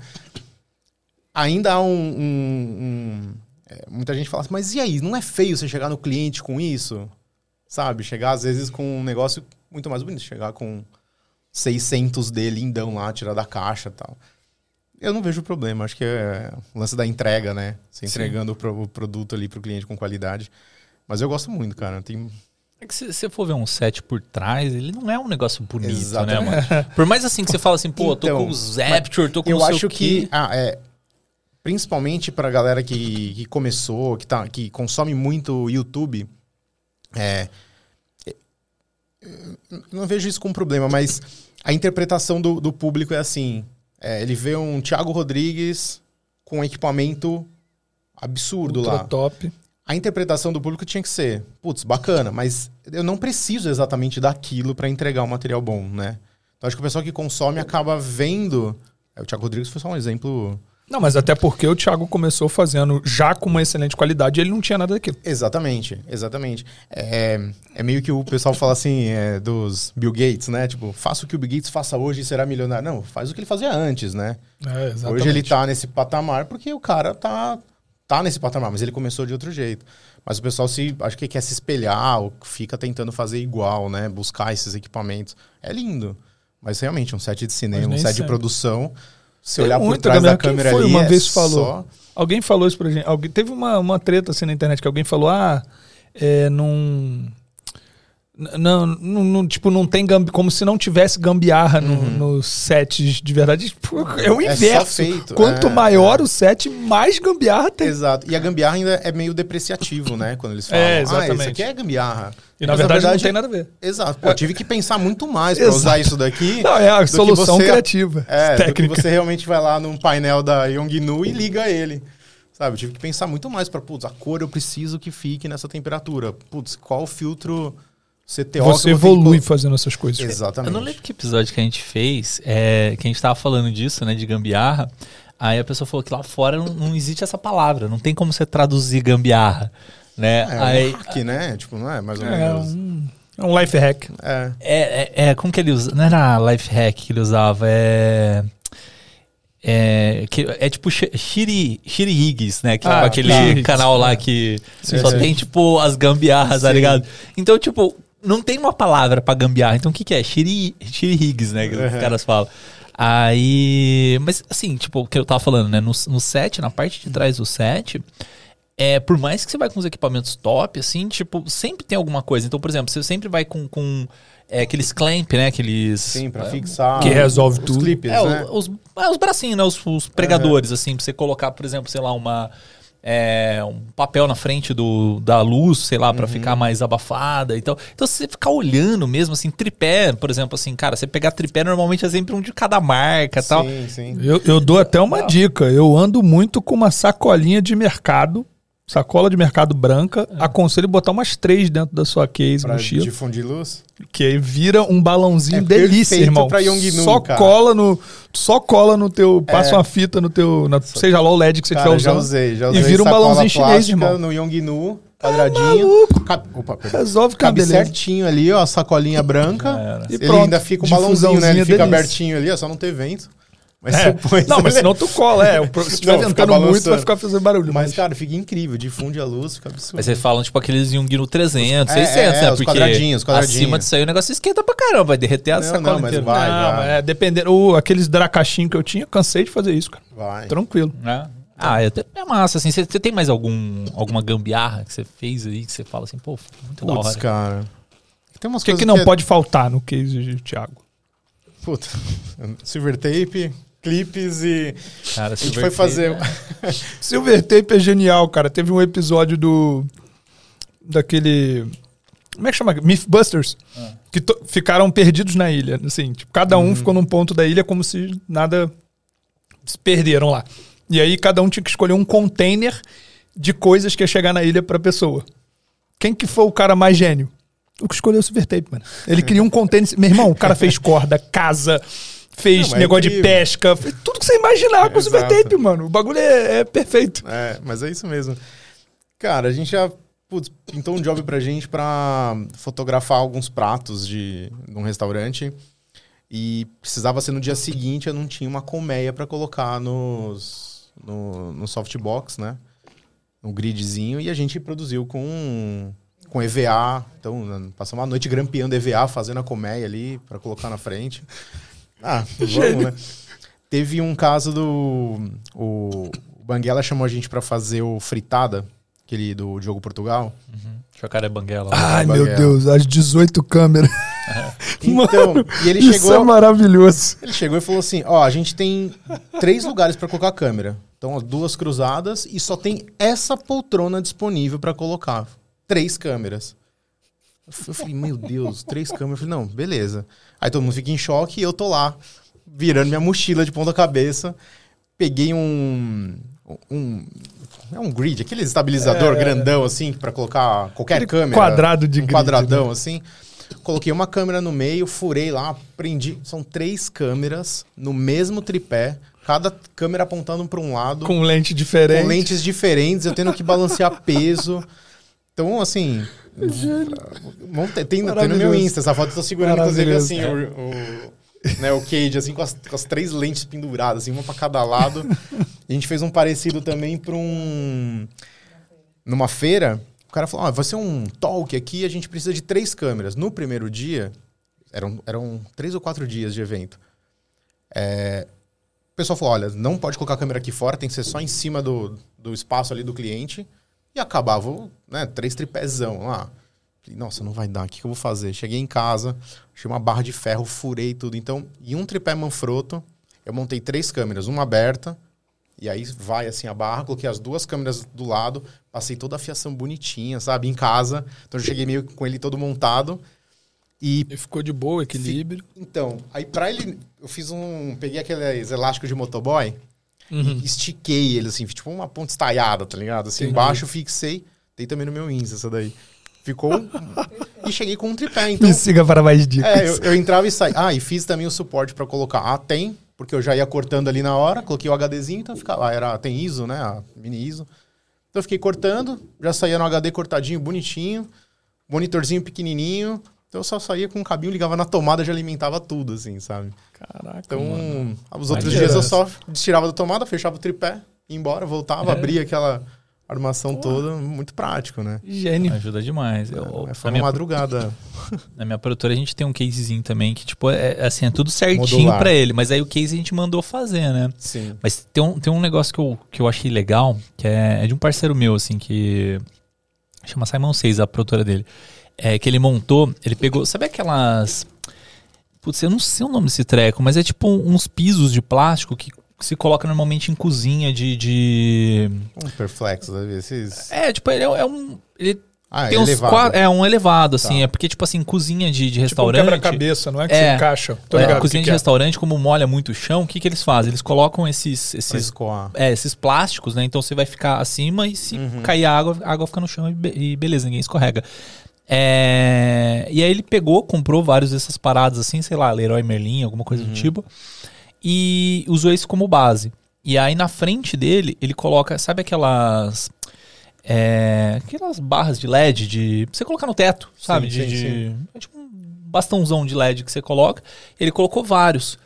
Ainda há um... um, um É, muita gente fala assim, mas e aí? Não é feio você chegar no cliente com isso? Sabe? Chegar, às vezes, com um negócio muito mais bonito. Chegar com seiscentos D lindão lá, tirar da caixa e tal. Eu não vejo problema. Acho que é o lance da entrega, né? Você entregando o, pro, o produto ali pro cliente com qualidade. Mas eu gosto muito, cara. Tem... É que se você for ver um set por trás, ele não é um negócio bonito, Exatamente. né, mano? Por mais assim que você fala assim, pô, então, tô com o Zapture, tô com eu não sei acho o que... que... Ah, é... Principalmente pra galera que, que começou, que, tá, que consome muito YouTube, é, eu não vejo isso como problema, mas a interpretação do, do público é assim, é, ele vê um Thiago Rodrigues com um equipamento absurdo Ultra lá. top. A interpretação do público tinha que ser, putz, bacana, mas eu não preciso exatamente daquilo para entregar um material bom, né? Então acho que o pessoal que consome acaba vendo... É, o Thiago Rodrigues foi só um exemplo... Não, mas até porque o Thiago começou fazendo já com uma excelente qualidade e ele não tinha nada daquilo. Exatamente, exatamente. É, é meio que o pessoal fala assim, é, dos Bill Gates, né? Tipo, faça o que o Bill Gates faça hoje e será milionário. Não, faz o que ele fazia antes, né? É, exatamente. Hoje ele tá nesse patamar porque o cara tá, tá nesse patamar, mas ele começou de outro jeito. Mas o pessoal se, acho que quer se espelhar ou fica tentando fazer igual, né? Buscar esses equipamentos. É lindo. Mas realmente, um set de cinema, um set de produção... Se olhar por trás da câmera ali, uma é vez falou. Só... Alguém falou isso pra gente. Alguém, teve uma, uma treta assim na internet que alguém falou, ah, é, não... Não, não, não, tipo, não tem gambi, como se não tivesse gambiarra no, uhum. nos sets de verdade. Tipo, é o inverso. É só feito. Quanto é, maior é. o set, mais gambiarra tem. Exato. E a gambiarra ainda é meio depreciativo, né? Quando eles falam, é, exatamente. ah, isso aqui é gambiarra. E na verdade, na verdade não tem nada a ver. Exato. Pô, tive que pensar muito mais pra usar isso daqui. Não, é a solução você, criativa. É, técnica. Do que você realmente vai lá num painel da Yongnuo e liga ele. Sabe, eu tive que pensar muito mais pra, putz, a cor eu preciso que fique nessa temperatura. Putz, qual o filtro... C T O Você evolui que... fazendo essas coisas. Exatamente. Eu não lembro que episódio que a gente fez, é, que a gente tava falando disso, né, de gambiarra. Aí a pessoa falou que lá fora não, não existe essa palavra, não tem como você traduzir gambiarra, né? É, Aí, um hack, né? Tipo, não é mais ou é menos... Um, é um life hack. É. É, é, é, como que ele usa? Não era life hack que ele usava, é... É, que, é tipo Shiri, Shiri Higgs, né? Que ah, é aquele tá. canal lá que sim, só sim. tem, tipo, as gambiarras, sim. tá ligado? Então, tipo... Não tem uma palavra pra gambiarra. Então o que que é? Shiri, Shiri Higgs, né? Que uhum. os caras falam. Aí... Mas assim, tipo, o que eu tava falando, né? No, no set, na parte de trás do set... É, por mais que você vai com os equipamentos top, assim, tipo, sempre tem alguma coisa. Então, por exemplo, você sempre vai com... com é, aqueles clamp, né? Aqueles... Sim, pra é, fixar. Que resolve os tudo. Clipes, é, né? os, é, os bracinhos, né? Os, os pregadores, uhum. assim, pra você colocar, por exemplo, sei lá, uma... é, um papel na frente do, da luz, sei lá, pra Uhum. ficar mais abafada e tal. Então, se você ficar olhando mesmo, assim, tripé, por exemplo, assim, cara, você pegar tripé, normalmente é sempre um de cada marca e tal. Sim, sim. Eu, eu dou até uma dica. Eu ando muito com uma sacolinha de mercado, sacola de mercado branca. Aconselho botar umas três dentro da sua case, Pra mochila. difundir luz. Que aí vira um balãozinho É delícia, perfeito irmão. pra Yongnu, só cara. cola no, só cola no teu, passa uma fita no teu, na- seja lá o L E D que você Cara, estiver já usando. usei, já E usei vira um sacola balãozinho chinês, plástica irmão. no Yongnu, quadradinho. maluco. Cabe, opa, perdão. Resolve com a Cabe beleza. certinho ali, ó, a sacolinha branca. Era. E Ele pronto, ainda fica um balãozinho, né? Ele difusãozinha fica delícia. abertinho ali, ó, só não ter vento. Mas É. você põe Não, mas ali. senão tu cola, é. O pro- Se estiver Não, fica ventando muito, balançando. vai ficar fazendo barulho. Mas, cara, fica incrível, difunde a luz, fica absurdo. Mas vocês falam, tipo, aqueles Yongnu trezentos, É, seiscentos, é, né? os Porque quadradinhos, os quadradinhos. acima disso aí o negócio esquenta pra caramba, vai derreter a Não, sacola não, mas inteira. vai. Não, é, dependendo. O, aqueles dracachinhos que eu tinha, cansei de fazer isso, cara. Vai. Tranquilo. É. Ah, é, até- é massa, assim. Você você tem mais algum, alguma gambiarra que você fez aí, que você fala assim, pô, muito da Putz, hora. cara. Tem umas O que, coisas que não é- pode faltar no case de Thiago? Puta. Silver tape, clipes e... Cara, A gente foi fazer... Silver Tape é genial, cara. Teve um episódio do. Daquele. Como é que chama? Mythbusters. Ah. Que to- ficaram perdidos na ilha. Assim, tipo, cada Uhum. um ficou num ponto da ilha como se nada. Se perderam lá. E aí cada um tinha que escolher um container de coisas que ia chegar na ilha pra pessoa. Quem que foi o cara mais gênio? O que escolheu o Silver Tape, mano. Ele queria um container. Meu irmão, o cara fez corda, casa, fez Não, mas é negócio de incrível. pesca, fez tudo que você imaginar com o Silver Exato. Tape, mano. O bagulho é, é perfeito. É, mas é isso mesmo. Cara, a gente já putz, pintou um job pra gente pra fotografar alguns pratos de, de um restaurante e precisava ser no dia seguinte, eu não tinha uma colmeia pra colocar nos, no, no softbox, né? No gridzinho, e a gente produziu com, com E V A. Então, passamos uma noite grampeando E V A, fazendo a colmeia ali pra colocar na frente. Ah, vamos, né? Teve um caso do... O, o Banguela chamou a gente pra fazer o Fritada, aquele do Diogo Portugal. Chocaré Banguela. Ai, Banguela. meu Deus, as dezoito câmeras. Então, e ele Isso chegou... é maravilhoso. Ele chegou e falou assim, ó, a gente tem três lugares pra colocar a câmera. Então, as duas cruzadas e só tem essa poltrona disponível pra colocar. Três câmeras. Eu falei, meu Deus, três câmeras. Eu falei, não, beleza. Aí todo mundo fica em choque e eu tô lá, virando minha mochila de ponta cabeça. Peguei um... um é um grid, aquele estabilizador É. grandão, assim, pra colocar qualquer Aquele câmera. quadrado de um grid, quadradão, assim. Coloquei uma câmera no meio, furei lá, prendi. São três câmeras no mesmo tripé, cada câmera apontando para um lado, com, Com lente diferente. lentes diferentes, eu tendo que balancear peso. Então, assim. Vamos ter- Tem, tem no meu Maravilhoso. Insta, essa foto eu tô segurando, inclusive, Maravilhoso. assim, o, o, né, o cage, assim, com as, com as três lentes penduradas, assim, uma para cada lado. A gente fez um parecido também para um. Numa feira. O cara falou, ah, vai ser um talk aqui, a gente precisa de três câmeras. No primeiro dia, eram, eram três ou quatro dias de evento. É, o pessoal falou, olha, não pode colocar a câmera aqui fora, tem que ser só em cima do, do espaço ali do cliente. E acabava, né, três tripézão lá. Falei, nossa, não vai dar, o que, que eu vou fazer? Cheguei em casa, achei uma barra de ferro, furei tudo. Então, em um tripé Manfrotto, eu montei três câmeras, uma aberta, e aí vai assim a barra, coloquei as duas câmeras do lado, passei toda a fiação bonitinha, sabe, em casa. Então eu cheguei meio com ele todo montado. E E ficou de boa, equilíbrio. então, aí pra ele, eu fiz um, peguei aqueles elásticos de motoboy Uhum. e estiquei ele assim, tipo uma ponte estaiada, tá ligado? Assim, Entendi. embaixo fixei, dei também no meu Insta essa daí. Ficou e cheguei com um tripé, então Me siga para mais dicas. é, eu, eu entrava e saía. Ah, e fiz também o suporte pra colocar. Ah, tem, porque eu já ia cortando ali na hora, coloquei o HDzinho, então ficava. Ah, era, tem I S O, né? A mini I S O. Então eu fiquei cortando, já saía no H D cortadinho, bonitinho, monitorzinho pequenininho. Então eu só saía com o cabinho, ligava na tomada, já alimentava tudo, assim, sabe? Caraca. Então, mano. os outros Maneiro dias eu essa. só tirava da tomada, fechava o tripé, ia embora, voltava, abria aquela armação toda, muito prático, né? Gênio. Ajuda demais. Eu, É, na, foi uma minha, madrugada. na minha produtora a gente tem um casezinho também que, tipo, é, assim, é tudo certinho Modular. pra ele. Mas aí o case a gente mandou fazer, né? Sim. Mas tem um, tem um negócio que eu, que eu achei legal, que é, é de um parceiro meu, assim, que chama Simon seis, a produtora dele. É que ele montou, ele pegou, sabe aquelas... Putz, eu não sei o nome desse treco, mas é tipo uns pisos de plástico que que se coloca normalmente em cozinha de... de... Um Perflex, esses... É, tipo, ele é, é um... Ele Ah, tem é uns elevado. quatro, é um elevado, assim. Tá. É porque, tipo assim, cozinha de, de Tipo um restaurante... quebra-cabeça, não é que É. você encaixa. Tô É, ligado, cozinha que de que é? restaurante, como molha muito o chão, o que, que eles fazem? Eles colocam esses... Pra esses escoar. É, esses plásticos, né? Então você vai ficar acima e se Uhum. cair a água, a água fica no chão e, be- e beleza, ninguém escorrega. É, e aí ele pegou, comprou vários dessas paradas assim, sei lá, Leroy Merlin, alguma coisa Uhum. do tipo, e usou isso como base. E aí na frente dele, ele coloca, sabe aquelas... é, aquelas barras de L E D de pra você colocar no teto, sabe? Sim, de, sim, de- é tipo um bastãozão de L E D que você coloca. Ele colocou vários.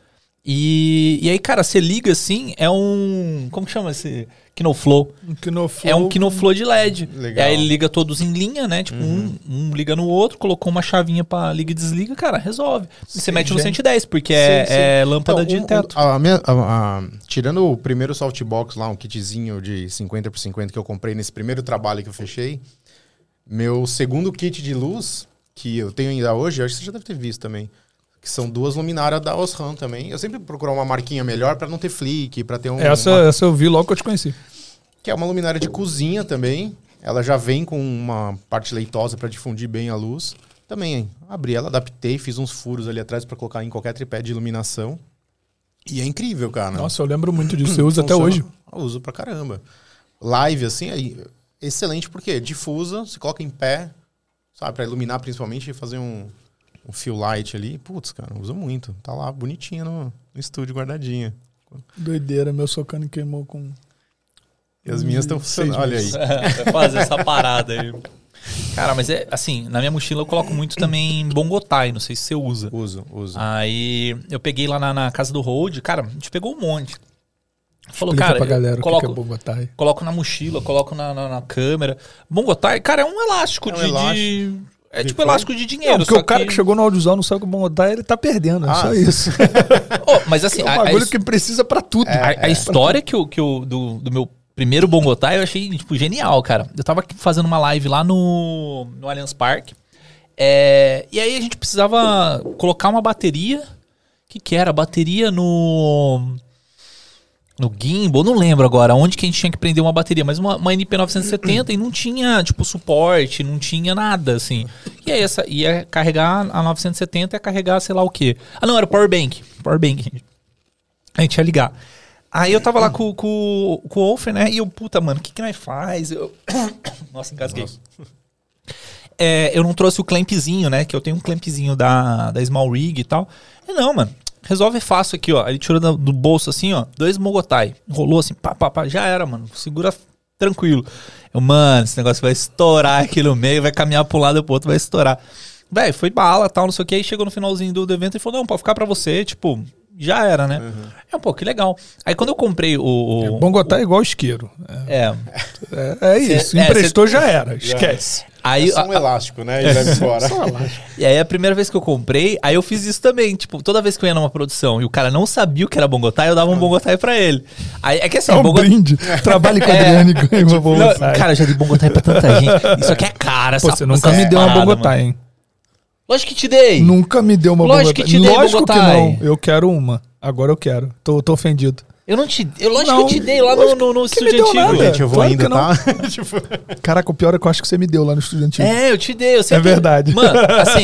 E, e aí, cara, você liga assim, é um... Como que chama esse? Kinoflow. Um Kinoflow. É um Kinoflow de L E D. Legal. E aí ele liga todos em linha, né? Tipo, um, um liga no outro, colocou uma chavinha pra liga e desliga, cara, resolve. E você Sim, mete no gente. cento e dez, porque é, Sim, sim. é lâmpada Então, de um- teto. um- a minha- a- a- tirando o primeiro softbox lá, um kitzinho de cinquenta por cinquenta que eu comprei nesse primeiro trabalho que eu fechei, meu segundo kit de luz, que eu tenho ainda hoje, acho que você já deve ter visto também, que são duas luminárias da Osram também. Eu sempre procuro uma marquinha melhor pra não ter flick, pra ter um... Essa, uma- essa eu vi logo que eu te conheci. que é uma luminária de cozinha também. Ela já vem com uma parte leitosa pra difundir bem a luz. Também abri ela, adaptei, fiz uns furos ali atrás pra colocar em qualquer tripé de iluminação. E é incrível, cara. Nossa, eu lembro muito disso. Você usa até Funciona- hoje. Eu uso pra caramba. Live, assim, aí, excelente porque difusa, se coloca em pé, sabe, pra iluminar principalmente e fazer um, um fill light ali. Putz, cara, usa muito. Tá lá bonitinha no, no estúdio, guardadinha. Doideira, meu socano queimou com... E as minhas estão funcionando. Olha aí. Vai fazer essa parada aí. Cara, mas é assim, na minha mochila eu coloco muito também Bongotai, não sei se você usa. Uso, uso. Aí eu peguei lá na, na casa do Road, cara, a gente pegou um monte. Falou, Explica cara, pra galera eu o coloco, que que é Bogotai. coloco na mochila, coloco na, na, na câmera. Bongotai, cara, é um elástico É um de... de- elástico. É tipo Vitor? elástico de dinheiro. Não, porque só o cara que... chegou no audiovisual não sabe o que o Bogotai, ele tá perdendo. É Ah, só isso. Oh, mas assim, É um a, a, bagulho his- que precisa pra tudo. a- a história que eu, que eu, do, do meu primeiro Bongotai eu achei, tipo, genial, cara. Eu tava aqui fazendo uma live lá no, no Allianz Parque. É, e aí a gente precisava colocar uma bateria. O que que era? Bateria no... No gimbal, não lembro agora onde que a gente tinha que prender uma bateria, mas uma, uma N P novecentos e setenta e não tinha, tipo, suporte, não tinha nada, assim. E aí essa, ia carregar a novecentos e setenta, ia carregar sei lá o quê. Ah, não, era o Power Bank. Power Bank. A gente ia ligar. Aí eu tava lá com, com, com o Wolfer, né? E eu, puta, mano, o que que nós faz? Eu... Nossa, engasguei. Nossa. É, eu não trouxe o clampzinho, né? Que eu tenho um clampzinho da, da Small Rig e tal. E não, mano. Resolve fácil aqui, ó. Ele tirou do, do bolso assim, ó. Dois Mogotai. Enrolou assim, pá, pá, pá. Já era, mano. Segura tranquilo. Eu, mano, esse negócio vai estourar aqui no meio. Vai caminhar pra um lado e pro outro, vai estourar. Véi, foi bala, tal, não sei o que. Aí chegou no finalzinho do, do evento e falou, não, pode ficar pra você. Tipo, já era, né? Uhum. É um pouco que legal. Aí quando eu comprei o... o Bogotai é igual isqueiro. é, É, é isso. Cê- é, Emprestou, já era. Esquece. aí... É só um a- elástico, né? E vai embora. E aí a primeira vez que eu comprei, aí eu fiz isso também. Tipo, toda vez que eu ia numa produção e o cara não sabia o que era Bongotai, eu dava um Bongotai pra ele. Aí, é que assim, É um Bongo- brinde. Trabalhe com a É. Adriane e ganhe uma Não, Bogotai. cara, eu já dei Bongotai pra tanta gente. Isso aqui é cara, Pô, essa você nunca essas me deu uma paradas, Bogotai, mano. hein? Lógico que te dei. Nunca me deu uma Lógico Bogotai. que te dei, Lógico que Bogotai. não. Eu quero uma. Agora eu quero. Tô, tô ofendido. Eu não te... Eu, lógico Não, que eu te dei lá no, lógico no, no que estúdio me deu antigo. nada. Gente, eu vou Claro ainda, que não. tá? Tipo, Caraca, o pior é que eu acho que você me deu lá no estúdio antigo. É, eu te dei. Eu sempre... É verdade. Mano, assim,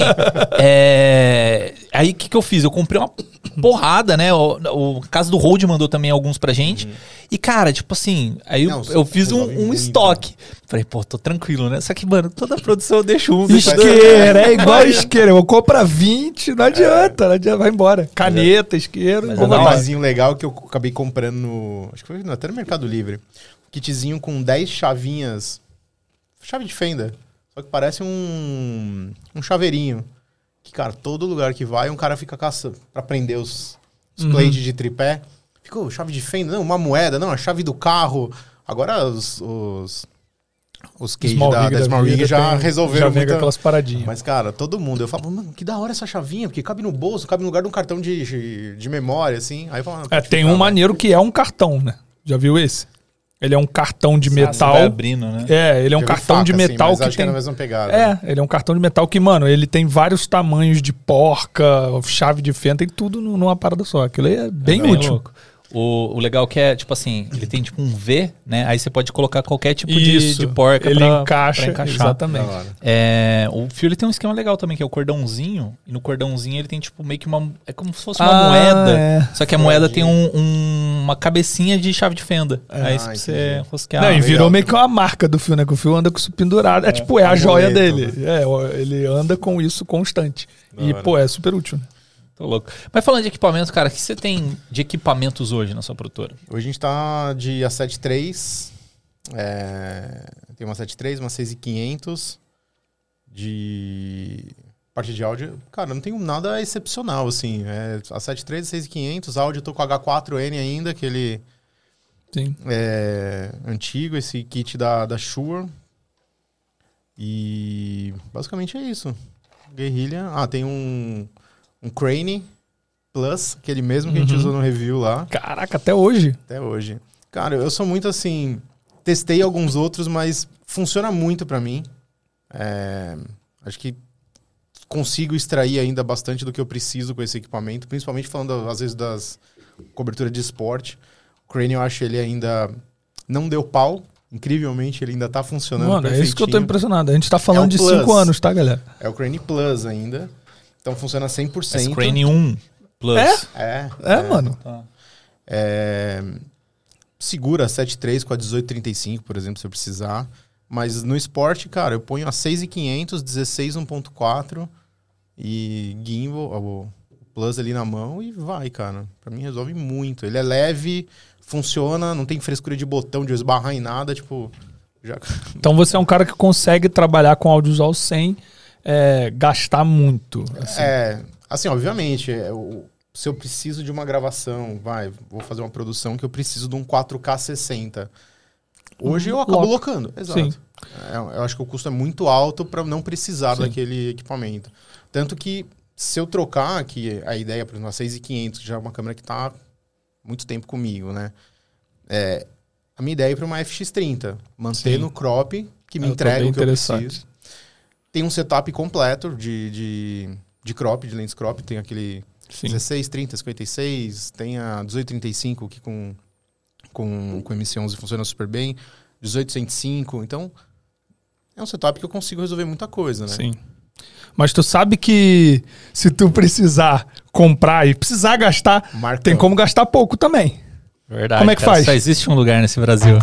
é... Aí o que, que eu fiz? Eu comprei uma porrada, né? O, o caso do Road mandou também alguns pra gente. E, cara, tipo assim, aí eu, Não, eu fiz um, resolve um muito. estoque. Falei, pô, tô tranquilo, né? Só que, mano, toda a produção eu deixo um. deixo dois. Isqueiro, é igual isqueiro. Eu compro vinte, não adianta, não adianta, vai embora. Caneta, isqueiro, Mas vamos é da um hora. embora. kitzinho legal que eu acabei comprando no... Acho que foi no- até no Mercado Livre. Um kitzinho com dez chavinhas. Chave de fenda. Só que parece um... Um chaveirinho. Que, cara, todo lugar que vai, um cara fica caçando pra prender os, os Uhum. plates de tripé. Ficou chave de fenda, não, uma moeda, não, a chave do carro. Agora os... os os cages Small da, rig da da Small Rig vida já tem- resolveram já vem com muita- aquelas paradinhas. Mas, cara, todo mundo. Eu falo, mano, que da hora essa chavinha, porque cabe no bolso, cabe no lugar de um cartão de, de, de memória, assim. Aí eu falo, É, tem um maneiro que é um cartão, né? Já viu esse? Ele é um cartão de Ah, você metal. vai abrindo, né? É, ele é um Já vi cartão de faca, assim, metal mas que acho que é tem. na mesma pegada. É, ele é um cartão de metal que, mano, ele tem vários tamanhos de porca, chave de fenda, tem tudo nu- numa parada só. Aquilo aí é bem Bem útil. louco. O, o legal que é, tipo assim, ele tem tipo um V, né? Aí você pode colocar qualquer tipo de, Isso, de porca ele pra, encaixa, pra encaixar. exatamente. É, o fio ele tem um esquema legal também, que é o cordãozinho. E no cordãozinho ele tem tipo meio que uma... É como se fosse uma Ah, moeda. é. Só que a moeda tem um, um- uma cabecinha de chave de fenda. Aí Ah, se você entendi. rosquear... Não, e legal. virou meio que uma marca do fio, né? Que o fio anda com isso pendurado. É, tipo, é a joia amuleto, dele. É, ó, ele anda com isso constante. Da E, hora. pô, é super útil, né? Tô louco. Mas falando de equipamento, cara, o que você tem de equipamentos hoje na sua produtora? Hoje a gente tá de A sete três. É... Tem uma A sete três, uma seis mil e quinhentos. De parte de áudio. Cara, não tenho nada excepcional, assim. É A sete três, seis mil e quinhentos. Áudio eu tô com H quatro N ainda, aquele Sim. é, antigo, esse kit da, da Shure. E basicamente é isso. Guerrilha. Ah, tem um, um Crane Plus, aquele mesmo que a gente Uhum. usou no review lá. Caraca, até hoje. Até hoje. Cara, eu sou muito assim... Testei alguns outros, mas funciona muito pra mim. É, acho que consigo extrair ainda bastante do que eu preciso com esse equipamento. Principalmente falando, às vezes, das coberturas de esporte. O Crane, eu acho ele ainda... Não deu pau. Incrivelmente, ele ainda tá funcionando Mano, é isso que eu tô perfeitinho. impressionado. A gente tá falando É o de Plus. cinco anos, tá, galera? É o Crane Plus ainda. Então funciona cem por cento. Esse Crane um Plus. É? É, É, mano. Tá. É, segura sete três com a dezoito trinta e cinco, por exemplo, se eu precisar. Mas no esporte, cara, eu ponho a seis mil e quinhentos, dezesseis um ponto quatro e gimbal, o Plus ali na mão e vai, cara. Pra mim resolve muito. Ele é leve, funciona, não tem frescura de botão, de esbarrar em nada, tipo... Já... Então você é um cara que consegue trabalhar com audiovisual sem é, gastar muito. Assim. É, assim, obviamente, é, o- se eu preciso de uma gravação, vai, vou fazer uma produção que eu preciso de um quatro K sessenta. Hoje eu acabo Loco. locando, exato. Sim. É, eu acho que o custo é muito alto para não precisar Sim. daquele equipamento. Tanto que se eu trocar, que a ideia, por exemplo, a seis mil e quinhentos, que já é uma câmera que está muito tempo comigo, né? É, a minha ideia é para uma F X trinta, manter Sim. no crop, que me Eu tô entrega bem o que eu interessado. preciso. Tem um setup completo de, de, de crop, de lens crop, tem aquele Sim. dezesseis, trinta, cinquenta e seis, tem a dezoito trinta e cinco que com, com, com M C onze funciona super bem, dezoito cento e cinco, então é um setup que eu consigo resolver muita coisa, né? Sim. Mas tu sabe que se tu precisar comprar e precisar gastar, Marcão. tem como gastar pouco também. Verdade. Como é que cara, faz? Só existe um lugar nesse Brasil.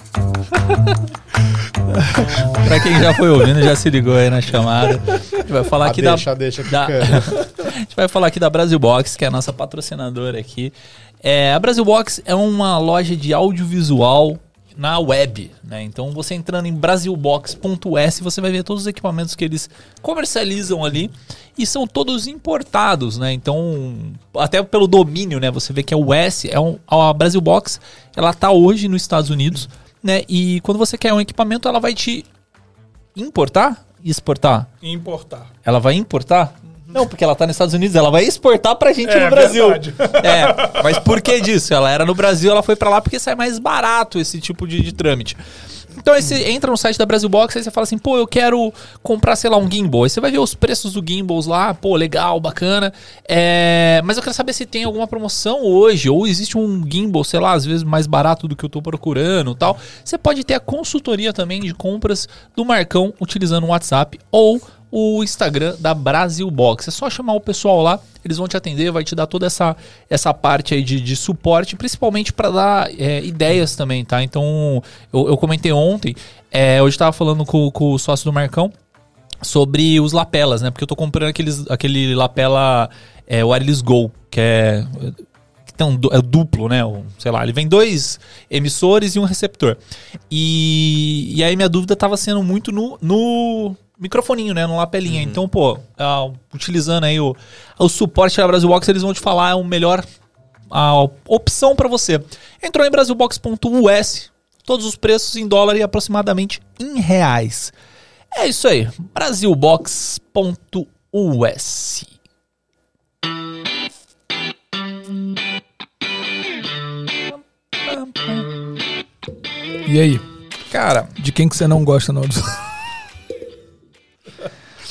Pra quem já foi ouvindo, já se ligou aí na chamada. A gente vai falar Ah, aqui deixa, da, deixa da- quicando. a gente vai falar aqui da Brasil Box, que é a nossa patrocinadora aqui. É, a Brasil Box é uma loja de audiovisual na web, né? Então você entrando em brasilbox ponto s, você vai ver todos os equipamentos que eles comercializam ali e são todos importados, né? Então, até pelo domínio, né? Você vê que é o S, é um, a Brasil Box, ela tá hoje nos Estados Unidos, né? E quando você quer um equipamento, ela vai te importar e exportar. Importar. Ela vai importar? Não, porque ela tá nos Estados Unidos, ela vai exportar pra gente É, no Brasil. verdade. É, mas por que disso? Ela era no Brasil, ela foi pra lá porque sai mais barato esse tipo de, de trâmite. Então aí você entra no site da Brasil Box, aí você fala assim, pô, eu quero comprar, sei lá, um gimbal. Aí você vai ver os preços do gimbals lá, pô, legal, bacana. É, mas eu quero saber se tem alguma promoção hoje, ou existe um gimbal, sei lá, às vezes mais barato do que eu tô procurando e tal. Você pode ter a consultoria também de compras do Marcão utilizando o WhatsApp ou o Instagram da Brasil Box. É só chamar o pessoal lá, eles vão te atender, vai te dar toda essa, essa parte aí de, de suporte, principalmente para dar é, ideias também, tá? Então, eu, eu comentei ontem, é, hoje eu tava falando com, com o sócio do Marcão sobre os lapelas, né? Porque eu tô comprando aqueles, aquele lapela é, Wireless Go, que é... que tem um, du- é duplo, né? Um, sei lá, ele vem dois emissores e um receptor. E, e aí minha dúvida tava sendo muito no... no microfoninho, né? No lapelinha. Então, pô, ah, utilizando aí o, o suporte da Brasil Box, eles vão te falar o melhor a opção para você. Entrou em brasilbox ponto u s, todos os preços em dólar e aproximadamente em reais. É isso aí, brasilbox ponto u s. E aí? Cara, De quem que você não gosta no audiovisual?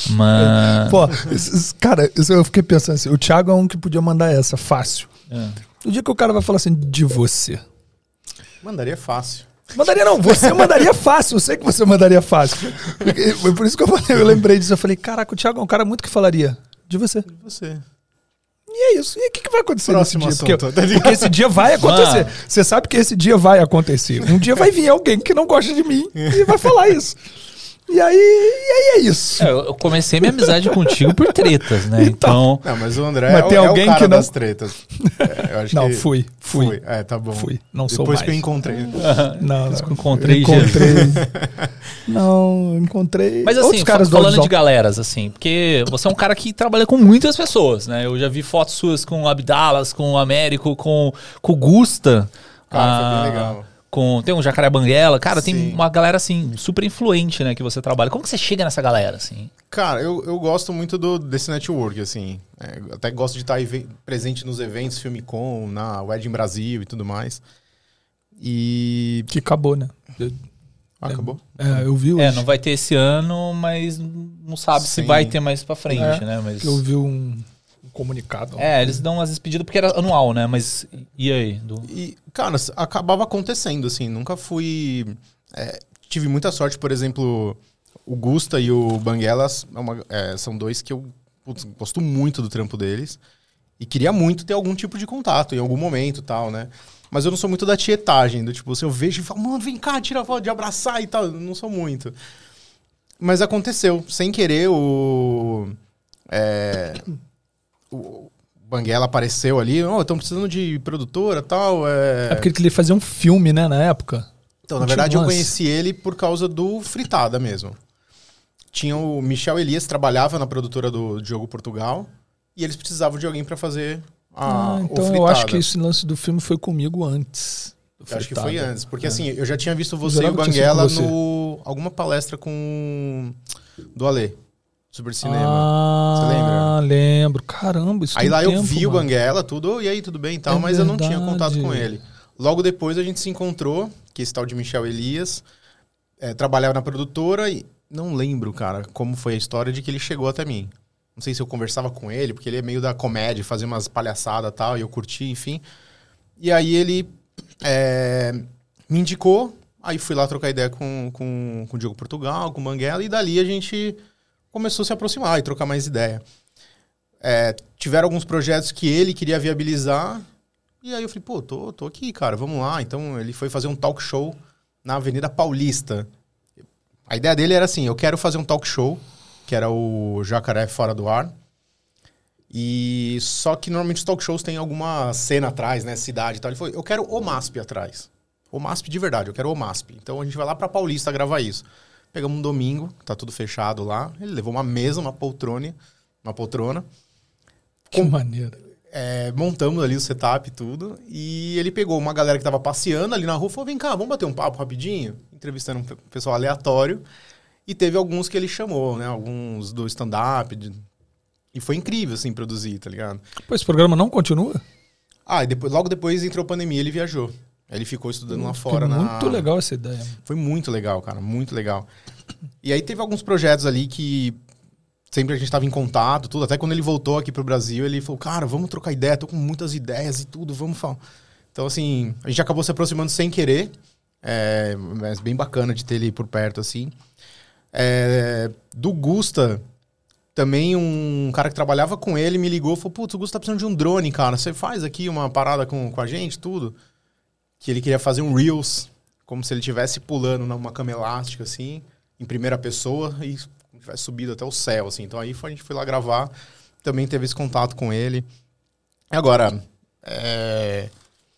mano... Pô, isso- isso- cara, isso eu fiquei pensando assim, o Thiago é um que podia mandar essa, fácil. É. O dia que o cara vai falar assim, de você. Mandaria fácil. Mandaria não, você mandaria fácil. Eu sei que você mandaria fácil. Porque, foi por isso que eu falei, eu lembrei disso. Eu falei, caraca, o Thiago é um cara muito que falaria. De você. De você. E é isso. E o que, que vai acontecer Próximo nesse dia? assunto, Porque, tá porque esse dia vai acontecer. Você sabe que esse dia vai acontecer. Um dia vai vir alguém que não gosta de mim e vai falar isso. E aí, e aí é isso. É, eu comecei minha amizade contigo por tretas, né? Então. Não, mas o André Mas é, tem o- alguém é o cara que não- das tretas. É, eu acho Não, que... fui, fui. Fui. É, tá bom. Fui. Não sou Depois mais. que eu encontrei. Não, não. encontrei encontrei. Não, encontrei. Mas assim, outros caras fa- do falando audiovisual. de galeras, assim, porque você é um cara que trabalha com muitas pessoas, né? Eu já vi fotos suas com o Abdalas, com o Américo, com, com o Gusta. Cara, foi bem ah, legal. Com, tem um Jacaré Banguela. Cara, tem Sim. uma galera, assim, super influente, né? Que você trabalha. Como que você chega nessa galera, assim? Cara, eu, eu gosto muito do, desse network, assim. É, eu até gosto de estar even- presente nos eventos, Filmicon, na Wedding Brasil e tudo mais. E... Que acabou, né? Eu- Ah, acabou? É, eu vi hoje. É, não vai ter esse ano, mas não sabe se Sim. vai ter mais pra frente, É, né? Mas... Eu vi um, um comunicado. É, eles dão umas despedidas porque era anual, né? Mas e aí? Do... E, cara, s- acabava acontecendo, assim. Nunca fui... é, tive muita sorte, por exemplo, o Gusta e o Banguelas é uma- é, são dois que eu putz, gosto muito do trampo deles. E queria muito ter algum tipo de contato em algum momento e tal, né? Mas eu não sou muito da tietagem, do tipo, se eu vejo e falo, mano, vem cá, tira a foto de abraçar e tal. Eu não sou muito. Mas aconteceu, sem querer, o... É, o Banguela apareceu ali, oh, estão precisando de produtora e tal. É... É porque ele queria fazer um filme, né, na época. Então, na Tinha verdade, eu umas- conheci ele por causa do Fritada mesmo. Tinha o Michel Elias, trabalhava na produtora do Diogo Portugal, e eles precisavam de alguém pra fazer a, Ah, o então Fritada. eu acho que esse lance do filme foi comigo antes. do Eu acho que Fritada. foi antes, porque É. assim, eu já tinha visto você e jurava o que tinha sido Banguela você. no alguma palestra com do Ale, Super Cinema. Ah, Você lembra? lembro. Caramba, isso Aí tem lá eu tempo, vi o mano. Banguela, tudo, "Oh, e aí, tudo bem e tal", É mas eu não tinha verdade. contato com ele. Logo depois a gente se encontrou, que esse tal de Michel Elias é, trabalhava na produtora e não lembro, cara, como foi a história de que ele chegou até mim. Não sei se eu conversava com ele, porque ele é meio da comédia, fazia umas palhaçadas e tal, e eu curti, enfim. E aí ele é, me indicou, aí fui lá trocar ideia com, com, com o Diogo Portugal, com o Banguela, e dali a gente começou a se aproximar e trocar mais ideia. É, tiveram alguns projetos que ele queria viabilizar, e aí eu falei, pô, tô, tô aqui, cara, vamos lá. Então ele foi fazer um talk show na Avenida Paulista. A ideia dele era assim, eu quero fazer um talk show, que era o Jacaré Fora do Ar. E só que normalmente os talk shows têm alguma cena atrás, né, cidade e tal. Ele falou, eu quero o MASP atrás. O MASP de verdade, eu quero o MASP. Então a gente vai lá pra Paulista gravar isso. Pegamos um domingo, tá tudo fechado lá. Ele levou uma mesa, uma poltrona, uma poltrona. Que maneiro. É, montamos ali o setup e tudo. E ele pegou uma galera que tava passeando ali na rua e falou, vem cá, vamos bater um papo rapidinho? Entrevistando um pe- pessoal aleatório. E teve alguns que ele chamou, né? Alguns do stand-up. de- E foi incrível, assim, produzir, tá ligado? Pô, esse programa não continua? Ah, e depois, logo depois entrou a pandemia, ele viajou. Aí ele ficou estudando lá fora. Foi na... muito legal essa ideia. Foi muito legal, cara, muito legal. E aí teve alguns projetos ali que sempre a gente tava em contato, tudo. Até quando ele voltou aqui pro Brasil, ele falou, cara, vamos trocar ideia, tô com muitas ideias e tudo, vamos falar. Então, assim, a gente acabou se aproximando sem querer. É, mas bem bacana de ter ele por perto, assim. É, do Gusta, também um cara que trabalhava com ele me ligou e falou, putz, o Gusta tá precisando de um drone, cara. Você faz aqui uma parada com, com a gente, tudo? Que ele queria fazer um Reels, como se ele estivesse pulando numa cama elástica, assim, em primeira pessoa, e tivesse subido até o céu, assim. Então aí foi, a gente foi lá gravar, também teve esse contato com ele. Agora, é,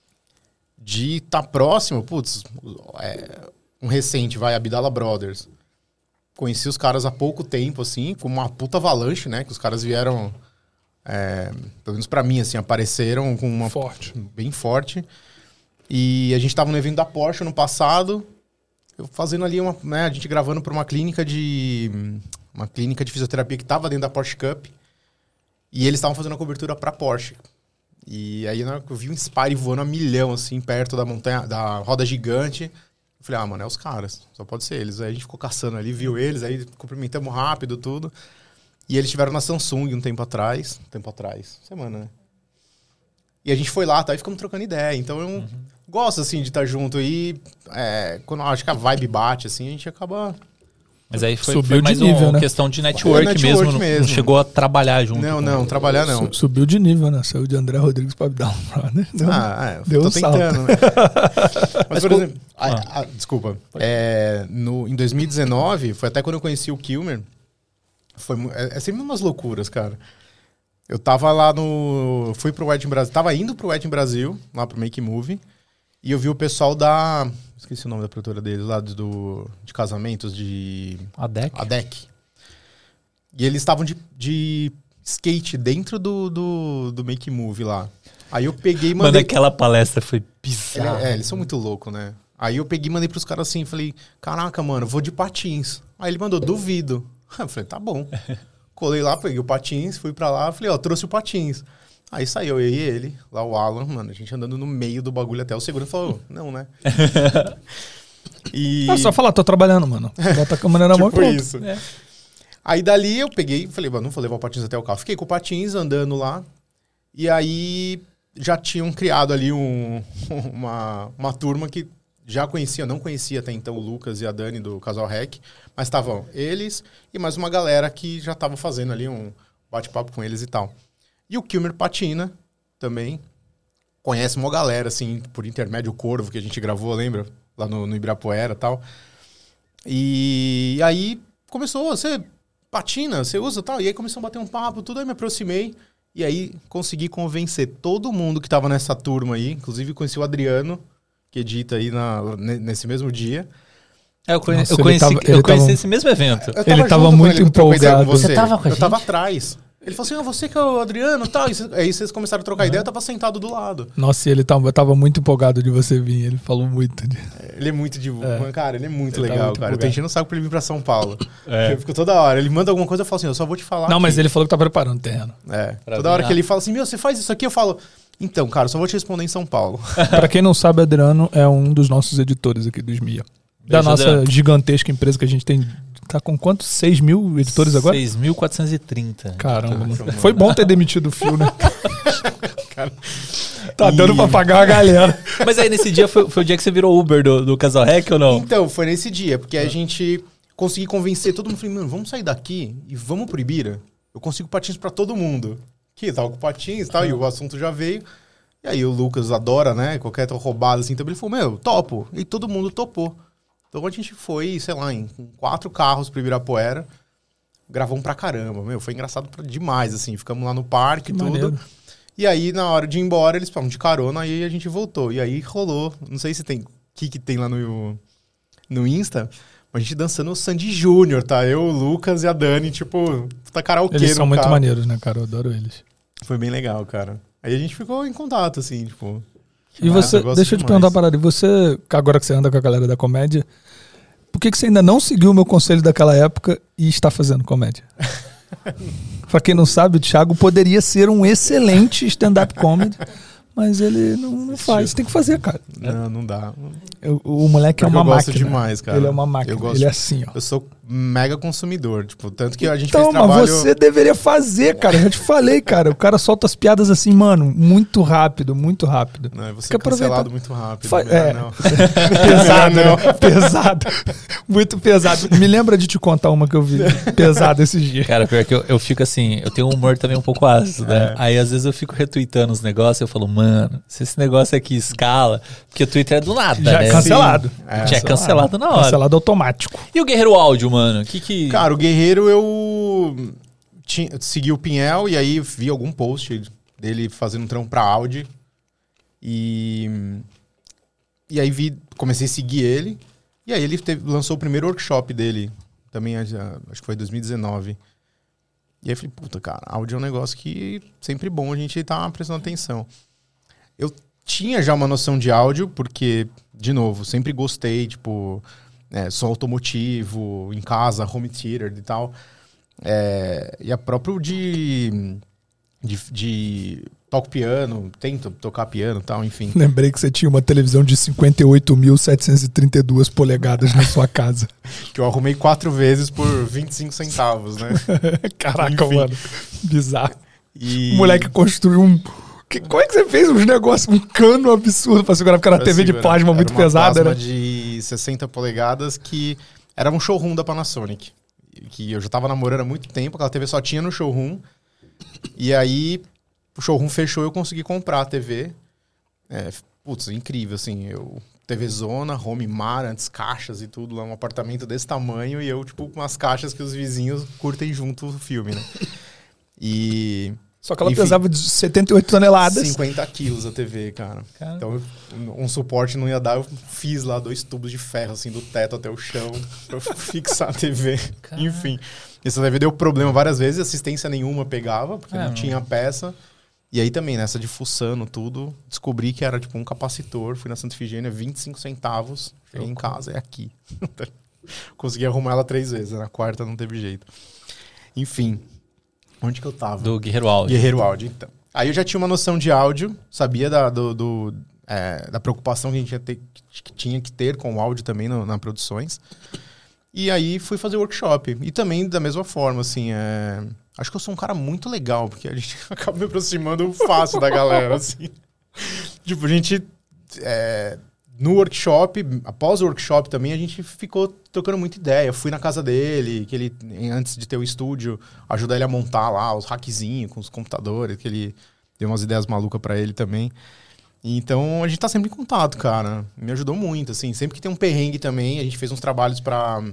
de estar tá próximo, putz, é, um recente, vai, Abdala Brothers. Conheci os caras há pouco tempo, assim, com uma puta avalanche, né? Que os caras vieram, é, pelo menos pra mim, assim, apareceram com uma... Forte. Bem forte. E a gente tava no evento da Porsche no passado, eu fazendo ali uma, né, a gente gravando para uma clínica de uma clínica de fisioterapia que tava dentro da Porsche Cup, e eles estavam fazendo a cobertura para Porsche. E aí na hora que eu vi um Inspire voando a milhão assim perto da montanha, da roda gigante, eu falei: "Ah, mano, é os caras, só pode ser eles". Aí a gente ficou caçando ali, viu eles, aí cumprimentamos rápido tudo. E eles estiveram na Samsung um tempo atrás, um tempo atrás, semana, né? E a gente foi lá, tá, e ficamos trocando ideia. Então eu uhum. gosto, assim, de estar junto. E é, quando eu acho que a vibe bate, assim, a gente acaba... Mas aí foi, foi mais nível, uma né? questão de network, é, network mesmo, mesmo. Não chegou a trabalhar junto. Não, não, trabalhar não. Subiu de nível, né? Saiu de André Rodrigues para Abdal Brothers. Deu, ah, é, deu tô um tentando, salto. né? Mas, por exemplo, ah. a, a, desculpa. É, no, em dois mil e dezenove, foi até quando eu conheci o Kilmer. Foi, é, é sempre umas loucuras, cara. Eu tava lá no... Fui pro Wedding Brasil. Tava indo pro Wedding Brasil, lá pro Make Movie. E eu vi o pessoal da... Esqueci o nome da produtora deles, lá do, de casamentos, de... A D E C? A D E C. E eles estavam de, de skate dentro do, do, do Make Movie lá. Aí eu peguei e mandei... Mano, aquela palestra foi bizarra. É, é, eles são muito loucos, né? Aí eu peguei e mandei pros caras assim, falei, caraca, mano, vou de patins. Aí ele mandou, duvido. Aí eu falei, tá bom. Colei lá, peguei o patins, fui pra lá, falei, ó, trouxe o patins. Aí saiu eu e ele, lá o Alan, mano, a gente andando no meio do bagulho até o segurança falou, não, né? E... É só falar, tô trabalhando, mano. Bota a câmera na mão e tipo pronto. isso. É. Aí dali eu peguei, falei, mano, não vou levar o patins até o carro. Fiquei com o patins andando lá, e aí já tinham criado ali um, uma, uma turma que já conhecia, não conhecia até então o Lucas e a Dani do Casal Rec, mas estavam eles e mais uma galera que já tava fazendo ali um bate-papo com eles e tal. E o Kilmer patina também. Conhece uma galera, assim, por intermédio o Corvo, que a gente gravou, lembra? Lá no, no Ibirapuera e tal. E aí começou, você patina, você usa e tal. E aí começou a bater um papo, tudo. Aí me aproximei. E aí consegui convencer todo mundo que tava nessa turma aí. Inclusive conheci o Adriano, que edita aí na, nesse mesmo dia. É, eu conheci, Nossa, eu conheci, ele tava, eu ele conheci tava, esse mesmo evento. Eu tava ele tava muito ele, empolgado. Você. Você tava com a Eu gente? tava atrás. Ele falou assim, ah, você que é o Adriano e tal. E cês, aí vocês começaram a trocar uhum. ideia, eu tava sentado do lado. Nossa, e ele tava, tava muito empolgado de você vir. Ele falou muito. De... Ele é muito de... É. Cara, ele é muito ele legal, muito cara. empolgado. Eu tô enchendo o saco pra ele vir pra São Paulo. É. Eu fico toda hora. Ele manda alguma coisa, eu falo assim, eu só vou te falar Não, aqui. mas ele falou que tá preparando o terreno. É. Pra toda hora vir, que ele fala assim, meu, você faz isso aqui, eu falo... Então, cara, eu só vou te responder em São Paulo. Pra quem não sabe, Adriano é um dos nossos editores aqui do Esmia. Da Beijo, nossa Adriano. Gigantesca empresa que a gente tem... Tá com quantos? seis mil editores agora? seis mil quatrocentos e trinta. Caramba, Nossa, mano. Foi bom ter demitido o Fio, né? Cara, tá e... dando pra pagar a galera. Mas aí nesse dia foi, foi o dia que você virou Uber do, do Casal Rec ou não? Então, foi nesse dia, porque a gente conseguiu convencer todo mundo. Falei, mano, vamos sair daqui e vamos pro Ibira. Eu consigo patins pra todo mundo. Que tava com patins e tal, e o assunto já veio. E aí o Lucas adora, né? Qualquer roubada assim também. Ele falou, meu, topo. E todo mundo topou. Então a gente foi, sei lá, em quatro carros pro Ibirapuera. Gravamos pra caramba, meu. Foi engraçado pra demais, assim. Ficamos lá no parque e tudo. Maneiro. E aí, na hora de ir embora, eles falaram de carona, aí a gente voltou. E aí rolou. Não sei se tem... O que que tem lá no, no Insta? A gente dançando o Sandy Júnior, tá? Eu, o Lucas e a Dani, tipo... Tá karaokê Eles são no muito carro. maneiros, né, cara? Eu adoro eles. Foi bem legal, cara. Aí a gente ficou em contato, assim, tipo... E você... Eu deixa eu te perguntar uma parada. E você, agora que você anda com a galera da comédia... Por que, que você ainda não seguiu o meu conselho daquela época e está fazendo comédia? Pra quem não sabe, o Thiago poderia ser um excelente stand-up comedy, mas ele não, não faz. Tem que fazer, cara. Não, não dá. Eu, o moleque Porque é uma eu gosto máquina. demais, cara. Ele é uma máquina. Eu gosto- Ele é assim, ó. Eu sou mega consumidor, tipo, tanto que a gente Então, fez mas trabalho... você deveria fazer, cara. Eu já te falei, cara. O cara solta as piadas assim, mano, muito rápido, muito rápido. Não, você Fica é cancelado aproveitando. muito rápido. Fa- melhor é. não. Pesado, Não. né? Pesado. Muito pesado. Me lembra de te contar uma que eu vi pesada esses dias. Cara, pior que eu, eu fico assim, eu tenho um humor também um pouco ácido, né? É. Aí às vezes eu fico retweetando os negócios e eu falo, mano, se esse negócio aqui escala, porque o Twitter é do nada, Já né? cancelado. É. Já é cancelado na hora. Cancelado automático. E o Guerreiro Áudio, mano? Que que... Cara, o Guerreiro eu tinha, segui o Pinhel e aí vi algum post dele fazendo um trampo pra Audi. E, e aí vi, comecei a seguir ele. E aí ele teve- lançou o primeiro workshop dele, também acho que foi em dois mil e dezenove. E aí eu falei, puta, cara, áudio é um negócio que sempre bom a gente tá prestando atenção. Eu tinha já uma noção de áudio, porque, de novo, sempre gostei, tipo, é, som automotivo, em casa, home theater e tal. É, e a próprio de, de, de toco piano, tento tocar piano e tal, enfim. Lembrei que você tinha uma televisão de cinquenta e oito mil setecentos e trinta e duas polegadas na sua casa. Que eu arrumei quatro vezes por vinte e cinco centavos, né? Caraca, Enfim. mano. Bizarro. E... O moleque construiu um, Que, como é que você fez uns negócios, um cano absurdo pra segurar? Porque era uma T V de plasma muito pesada, era uma né? plasma de sessenta polegadas que era um showroom da Panasonic. Que eu já tava namorando há muito tempo, aquela T V só tinha no showroom. E aí, o showroom fechou e eu consegui comprar a T V. É, putz, incrível, assim. Eu, T V Zona, home mar, antes caixas e tudo, lá um apartamento desse tamanho. E eu, tipo, com umas caixas que os vizinhos curtem junto o filme, né? E... Só que ela Enfim, pesava de setenta e oito toneladas. cinquenta quilos a T V, cara. Cara. Então, um suporte não ia dar. Eu fiz lá dois tubos de ferro, assim, do teto até o chão, pra fixar a T V. Cara. Enfim. Essa T V deu problema várias vezes, assistência nenhuma pegava, porque É, não não. tinha peça. E aí também, nessa de fuçando tudo, descobri que era tipo um capacitor. Fui na Santa Efigênia, vinte e cinco centavos. Cheguei em casa, é aqui. Consegui arrumar ela três vezes, na quarta não teve jeito. Enfim. Onde que eu tava? Do Guerreiro Áudio. Guerreiro Áudio, então. Aí eu já tinha uma noção de áudio, sabia da, do, do, é, da preocupação que a gente ia ter, que tinha que ter com o áudio também no, na produções. E aí fui fazer workshop. E também da mesma forma, assim, é... acho que eu sou um cara muito legal, porque a gente acaba me aproximando fácil da galera, assim. Tipo, a gente... É... No workshop, após o workshop também, a gente ficou trocando muita ideia. Eu fui na casa dele, que ele, antes de ter o estúdio, ajudar ele a montar lá os hackzinhos com os computadores, que ele deu umas ideias malucas pra ele também. Então, a gente tá sempre em contato, cara. Me ajudou muito, assim. Sempre que tem um perrengue também, a gente fez uns trabalhos pra...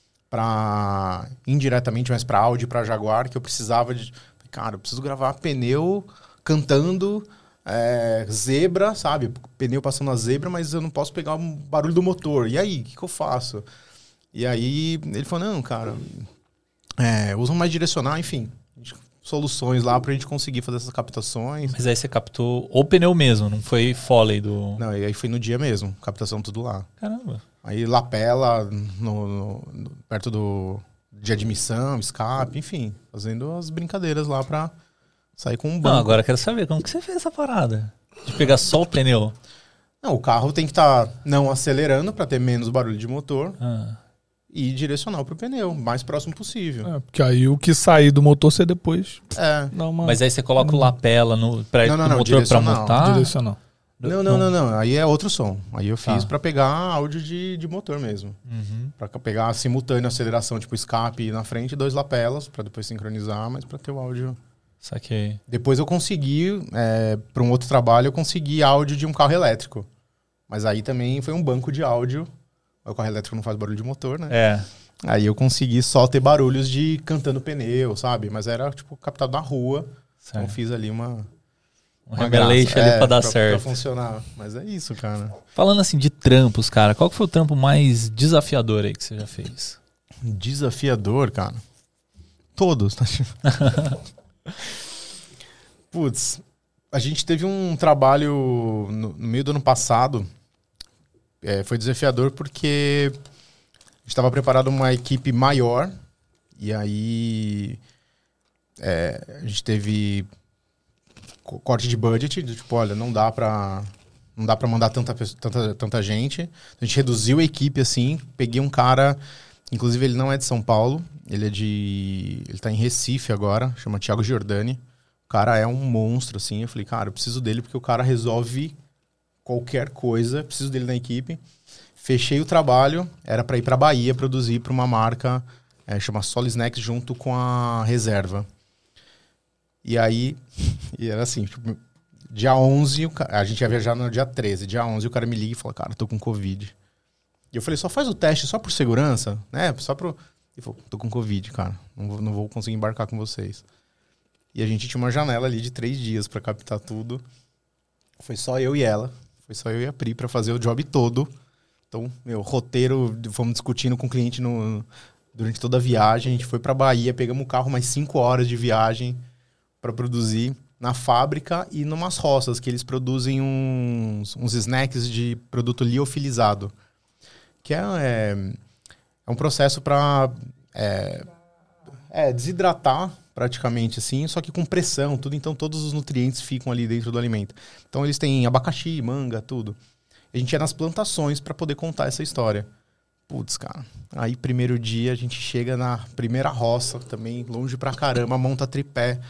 pra indiretamente, mas pra áudio, pra Jaguar, que eu precisava de... Cara, eu preciso gravar pneu cantando... É, zebra, sabe? Pneu passando a zebra, mas eu não posso pegar o barulho do motor. E aí, o que, que eu faço? E aí, ele falou, não, cara, é, usam mais direcional, enfim. Soluções lá pra gente conseguir fazer essas captações. Mas aí você captou o pneu mesmo, não foi Foley do... Não, e aí foi no dia mesmo, captação tudo lá. Caramba. Aí lapela, no, no, no, perto do de admissão, escape, enfim. Fazendo as brincadeiras lá pra... Saí com um banco. Não, agora eu quero saber, como que você fez essa parada? De pegar só o pneu? Não, o carro tem que estar tá não acelerando para ter menos barulho de motor Ah. e direcional pro pneu, o mais próximo possível. É, porque aí o que sair do motor, você depois É. dá uma... Mas aí você coloca o lapela no, pra, Não, não, no não, motor pra direcional. montar? direcional. Não, não, não, não. Aí é outro som. Aí eu fiz Tá. para pegar áudio de, de motor mesmo. Uhum. Para pegar simultâneo aceleração, tipo escape na frente e dois lapelas, para depois sincronizar, mas para ter o áudio... Saquei. Depois eu consegui, é, para um outro trabalho, eu consegui áudio de um carro elétrico. Mas aí também foi um banco de áudio. O carro elétrico não faz barulho de motor, né? É. Aí eu consegui só ter barulhos de cantando pneu, sabe? Mas era, tipo, captado na rua. Então eu Certo. fiz ali uma... Um uma revelation graça. ali É, pra dar pra, certo. Pra funcionar. Mas é isso, cara. Falando assim de trampos, cara, qual que foi o trampo mais desafiador aí que você já fez? Desafiador, cara. Todos. Putz, a gente teve um trabalho no, no meio do ano passado. É, foi desafiador porque a gente estava preparado uma equipe maior. E aí é, a gente teve co- corte de budget. de, Tipo, olha, não dá pra, não dá pra mandar tanta, pe- tanta, tanta gente. A gente reduziu a equipe assim. Peguei um cara... Inclusive, ele não é de São Paulo. Ele é de... Ele tá em Recife agora. Chama Thiago Giordani. O cara é um monstro, assim. Eu falei, cara, eu preciso dele porque o cara resolve qualquer coisa. Preciso dele na equipe. Fechei o trabalho. Era pra ir pra Bahia produzir pra uma marca... É, chama Sol Snacks junto com a Reserva. E aí... E era assim, tipo... Dia onze... O ca... A gente ia viajar no dia treze. Dia onze o cara me liga e fala, cara, tô com Covid. E eu falei, só faz o teste só por segurança, né? Só pro... Ele falou, tô com Covid, cara. Não vou, não vou conseguir embarcar com vocês. E a gente tinha uma janela ali de três dias pra captar tudo. Foi só eu e ela. Foi só eu e a Pri pra fazer o job todo. Então, meu, roteiro... Fomos discutindo com o cliente no, durante toda a viagem. A gente foi pra Bahia, pegamos o carro mais cinco horas de viagem pra produzir na fábrica e numas roças, que eles produzem uns, uns snacks de produto liofilizado. Que é, é, é um processo para é, é, desidratar praticamente assim, só que com pressão, tudo. Então todos os nutrientes ficam ali dentro do alimento. Então eles têm abacaxi, manga, tudo. A gente ia nas plantações para poder contar essa história. Putz, cara. Aí primeiro dia a gente chega na primeira roça também, longe pra caramba, monta tripé.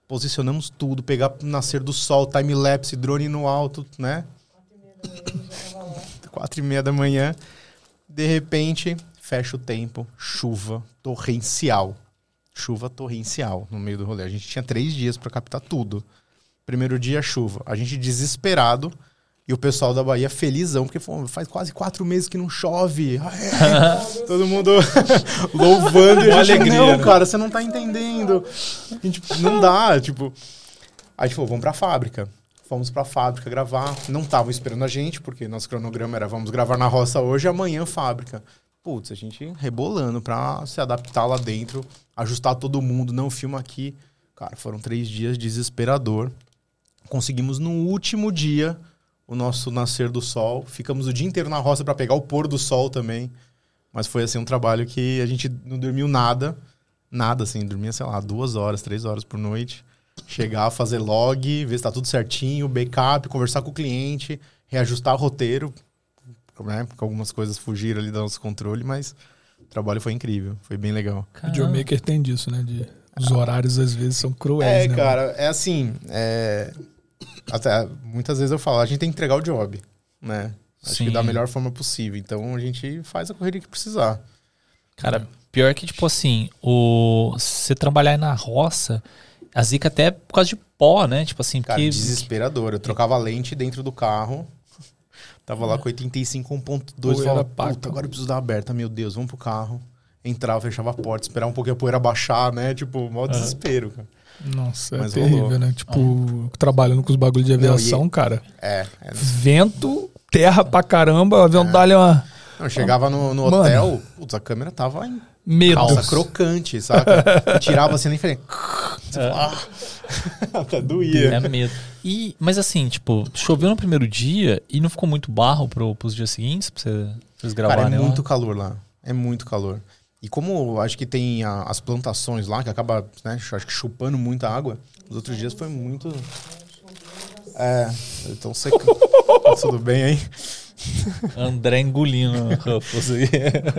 posicionamos tudo, pegar o nascer do sol, time-lapse, drone no alto, né? Quatro e meia da manhã. De repente, fecha o tempo, chuva torrencial. Chuva torrencial no meio do rolê. A gente tinha três dias para captar tudo. Primeiro dia, chuva. A gente desesperado e o pessoal da Bahia felizão, porque faz quase quatro meses que não chove. É. Todo mundo louvando. E a gente, alegria, não, né? Cara, você não tá entendendo. A gente, não dá, tipo... Aí a gente falou, vamos pra fábrica. Fomos pra fábrica gravar. Não estavam esperando a gente, porque nosso cronograma era vamos gravar na roça hoje, amanhã fábrica. Putz, a gente rebolando pra se adaptar lá dentro, ajustar todo mundo, não filma aqui. Cara, foram três dias desesperador. Conseguimos no último dia o nosso nascer do sol. Ficamos o dia inteiro na roça pra pegar o pôr do sol também. Mas foi assim um trabalho que a gente não dormiu nada. Nada, assim, dormia, sei lá, duas horas, três horas por noite. Chegar, fazer log, ver se tá tudo certinho, backup, conversar com o cliente, reajustar o roteiro, né? Porque algumas coisas fugiram ali do nosso controle, mas o trabalho foi incrível, foi bem legal. O videomaker tem disso, né? De, os horários às vezes são cruéis, é, né? É, cara, é assim, é, até, muitas vezes eu falo, a gente tem que entregar o job, né? Acho Sim. que da melhor forma possível, então a gente faz a correria que precisar. Cara, pior que, tipo assim, o... você trabalhar aí na roça... A zica até por causa de pó, né? Tipo assim, cara, porque... desesperador. Eu trocava lente dentro do carro. Tava lá com oitenta e cinco um ponto dois. Falava, puta, agora eu preciso dar aberta. Meu Deus, vamos pro carro. Entrava, fechava a porta, esperar um pouquinho a poeira baixar, né? Tipo, maior desespero, cara. Nossa, Mas é terrível, rolou. né? Tipo, ah. trabalhando com os bagulhos de aviação, Não, e... cara. É, é. Vento, terra pra caramba, o avião é. dá-lhe uma... Eu chegava no, no hotel, putz, a câmera tava em Medo. calça crocante, saca? Eu tirava assim nem falei. Até doía. É medo. E, mas assim, tipo, choveu no primeiro dia e não ficou muito barro pro, pros dias seguintes pra, você, pra vocês gravarem? Cara, é lá? muito calor lá. É muito calor. E como acho que tem a, as plantações lá, que acaba, né, acho que chupando muita água, os outros dias foi muito... É, então secando. Tudo bem aí? André engolindo Ruffles aí.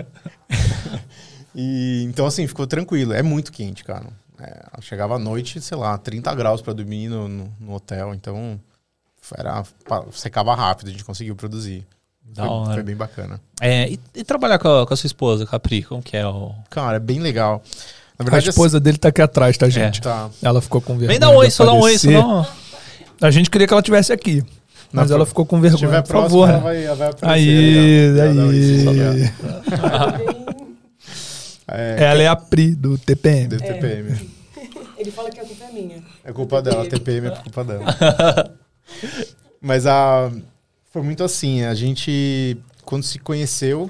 E, então, assim, ficou tranquilo. É muito quente, cara. É, chegava à noite, sei lá, trinta graus pra dormir no, no, no hotel. Então, era, secava rápido, a gente conseguiu produzir. Da foi, hora. foi bem bacana. É, e, e trabalhar com a, com a sua esposa, Capri, como que é? O... Cara, é bem legal. Na verdade, a esposa assim, dele tá aqui atrás, tá, gente? É, tá. Ela ficou com vergonha. Vem dar um oi, só dá um oi, só dá um... A gente queria que ela estivesse aqui. Mas Na ela ficou com vergonha, se tiver por próximo, favor. Ela vai, ela vai aparecer. Aí, aí. É, ela é a Pri, do T P M. Do T P M. Ele fala que a culpa é minha. É culpa dela, T P M é culpa dela. Mas a, foi muito assim, a gente, quando se conheceu,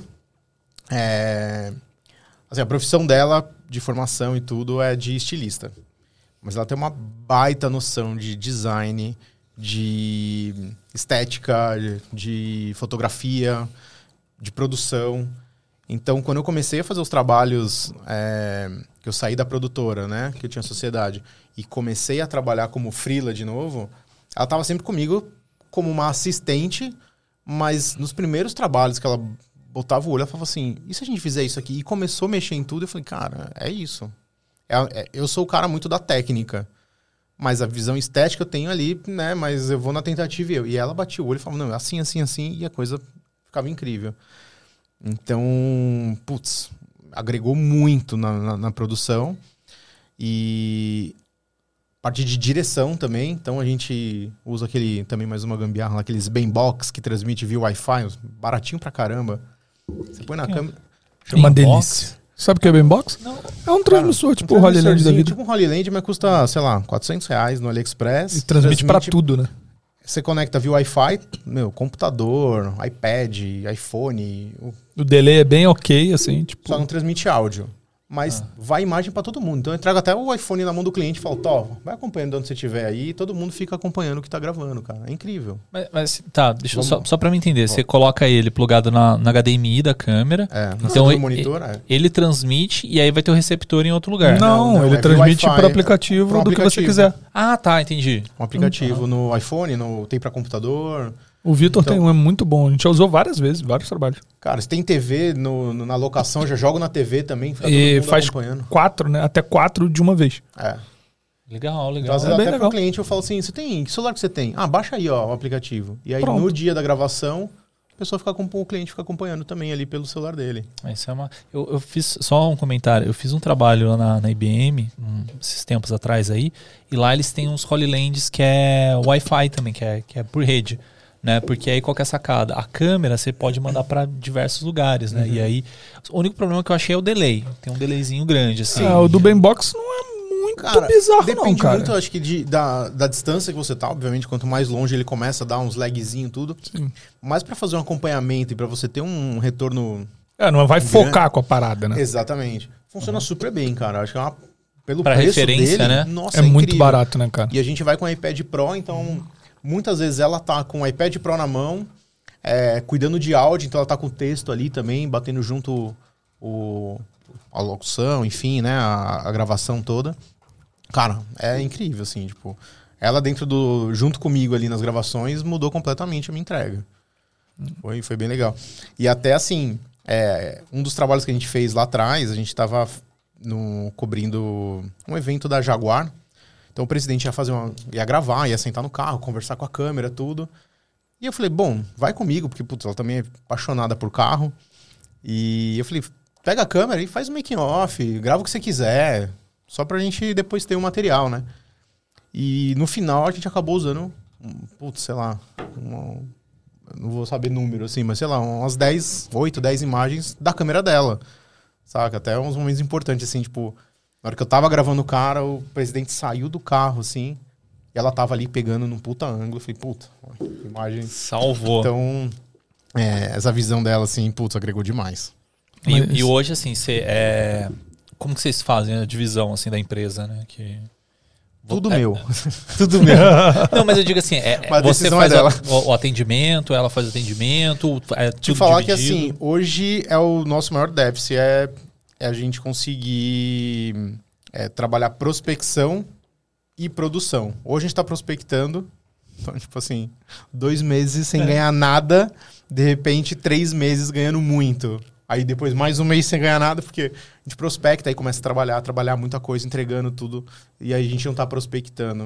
é, assim, a profissão dela, de formação e tudo, é de estilista. Mas ela tem uma baita noção de design, de estética, de fotografia, de produção. Então, quando eu comecei a fazer os trabalhos, é, que eu saí da produtora, né, que eu tinha sociedade, e comecei a trabalhar como freela de novo, ela estava sempre comigo como uma assistente, mas nos primeiros trabalhos que ela botava o olho, ela falava assim, e se a gente fizer isso aqui? E começou a mexer em tudo, eu falei, cara, é isso. É, é, eu sou o cara muito da técnica. Mas a visão estética eu tenho ali, né? Mas eu vou na tentativa e eu. E ela batia o olho e falava, não, assim, assim, assim. E a coisa ficava incrível. Então, putz, agregou muito na, na, na produção. E a parte de direção também. Então, a gente usa aquele, também mais uma gambiarra lá, aqueles Bembox que transmite via Wi-Fi. Baratinho pra caramba. Você põe na que câmera... É uma delícia. Sabe o que é Bembox? Não. É um transmissor, cara, tipo um o Holy Land da vida. Tipo um Holy Land, mas custa, sei lá, quatrocentos reais no AliExpress. E transmite, transmite pra tudo, né? Você conecta via Wi-Fi, meu, computador, iPad, iPhone. O, o delay é bem ok, assim, tipo... Só não transmite áudio. Mas ah. vai imagem pra todo mundo. Então eu trago até o iPhone na mão do cliente e falo, Tó, vai acompanhando de onde você estiver aí e todo mundo fica acompanhando o que tá gravando, cara. É incrível. Mas, mas tá, deixa eu só, só pra me entender. Vamos. Você coloca ele plugado na, na H D M I da câmera. É, então ele, monitor, é. ele transmite e aí vai ter o receptor em outro lugar. Não, não, não ele é transmite por aplicativo do aplicativo. Que você quiser. Ah, tá, entendi. Um aplicativo uhum. no iPhone, no, tem pra computador... O Vitor então, tem um, é muito bom. A gente já usou várias vezes, vários trabalhos. Cara, se tem T V no, no, na locação, já jogo na T V também, fica e todo mundo faz acompanhando. Quatro, né? Até quatro de uma vez. É. Legal, legal. Então, às vezes, É bem até legal. pro cliente eu falo assim, você tem, que celular que você tem? Ah, baixa aí, ó, o aplicativo. E aí, Pronto. no dia da gravação, a pessoa fica com o cliente fica acompanhando também ali pelo celular dele. Isso é uma... eu, eu fiz, só um comentário, eu fiz um trabalho lá na, na I B M, um, esses tempos atrás aí, e lá eles têm uns Holylands que é Wi-Fi também, que é, que é por rede, né? Porque aí qual que é a sacada? A câmera você pode mandar para diversos lugares, né? Uhum. E aí, o único problema que eu achei é o delay, tem um delayzinho grande, assim. Ah, o do Bembox não é muito Cara, bizarro depende não, cara. muito, eu acho que de, da, da distância que você tá, obviamente, quanto mais longe ele começa a dar uns lagzinho e tudo. Sim. Mas pra fazer um acompanhamento e pra você ter um retorno... É, não vai Grande. focar com a parada, né? Exatamente. Funciona super bem, cara. Acho que é uma... Pelo Pra preço referência, dele, né? nossa, É, é muito incrível. barato, né, cara? E a gente vai com o iPad Pro, então muitas vezes ela tá com o iPad Pro na mão, é, cuidando de áudio, então ela tá com o texto ali também, batendo junto o, a locução, enfim, né, a, a gravação toda. Cara, é incrível, assim, tipo, ela dentro do, junto comigo ali nas gravações, mudou completamente a minha entrega. Foi, foi bem legal. E até assim, é, um dos trabalhos que a gente fez lá atrás, a gente tava no, cobrindo um evento da Jaguar. Então o presidente ia fazer uma, ia gravar, ia sentar no carro, conversar com a câmera, tudo. E eu falei, bom, vai comigo, porque putz, ela também é apaixonada por carro. E eu falei, pega a câmera e faz um making off, grava o que você quiser, só pra gente depois ter o material, né? E no final a gente acabou usando, putz, sei lá, um, não vou saber número assim, mas sei lá, umas dez, oito, dez imagens da câmera dela, saca? Até uns momentos importantes, assim, tipo, na hora que eu tava gravando o cara, o presidente saiu do carro, assim, e ela tava ali pegando num puta ângulo. Eu falei, puta, imagem. Salvou. Então, é, essa visão dela, assim, putz, agregou demais. E, Mas- e hoje, assim, você é... como que vocês fazem a divisão, assim, da empresa, né? Que... Tudo é, meu. Tudo meu. Não, mas eu digo assim, é, Mas a você decisão faz é dela. o, o atendimento, ela faz o atendimento, é Te tudo falar que, dividido. assim, hoje é o nosso maior déficit, é, é a gente conseguir é, trabalhar prospecção e produção. Hoje a gente tá prospectando, então, tipo assim, dois meses sem ganhar nada, de repente, três meses ganhando muito. Aí depois mais um mês sem ganhar nada, porque a gente prospecta, aí começa a trabalhar, trabalhar muita coisa, entregando tudo, e aí a gente não tá prospectando.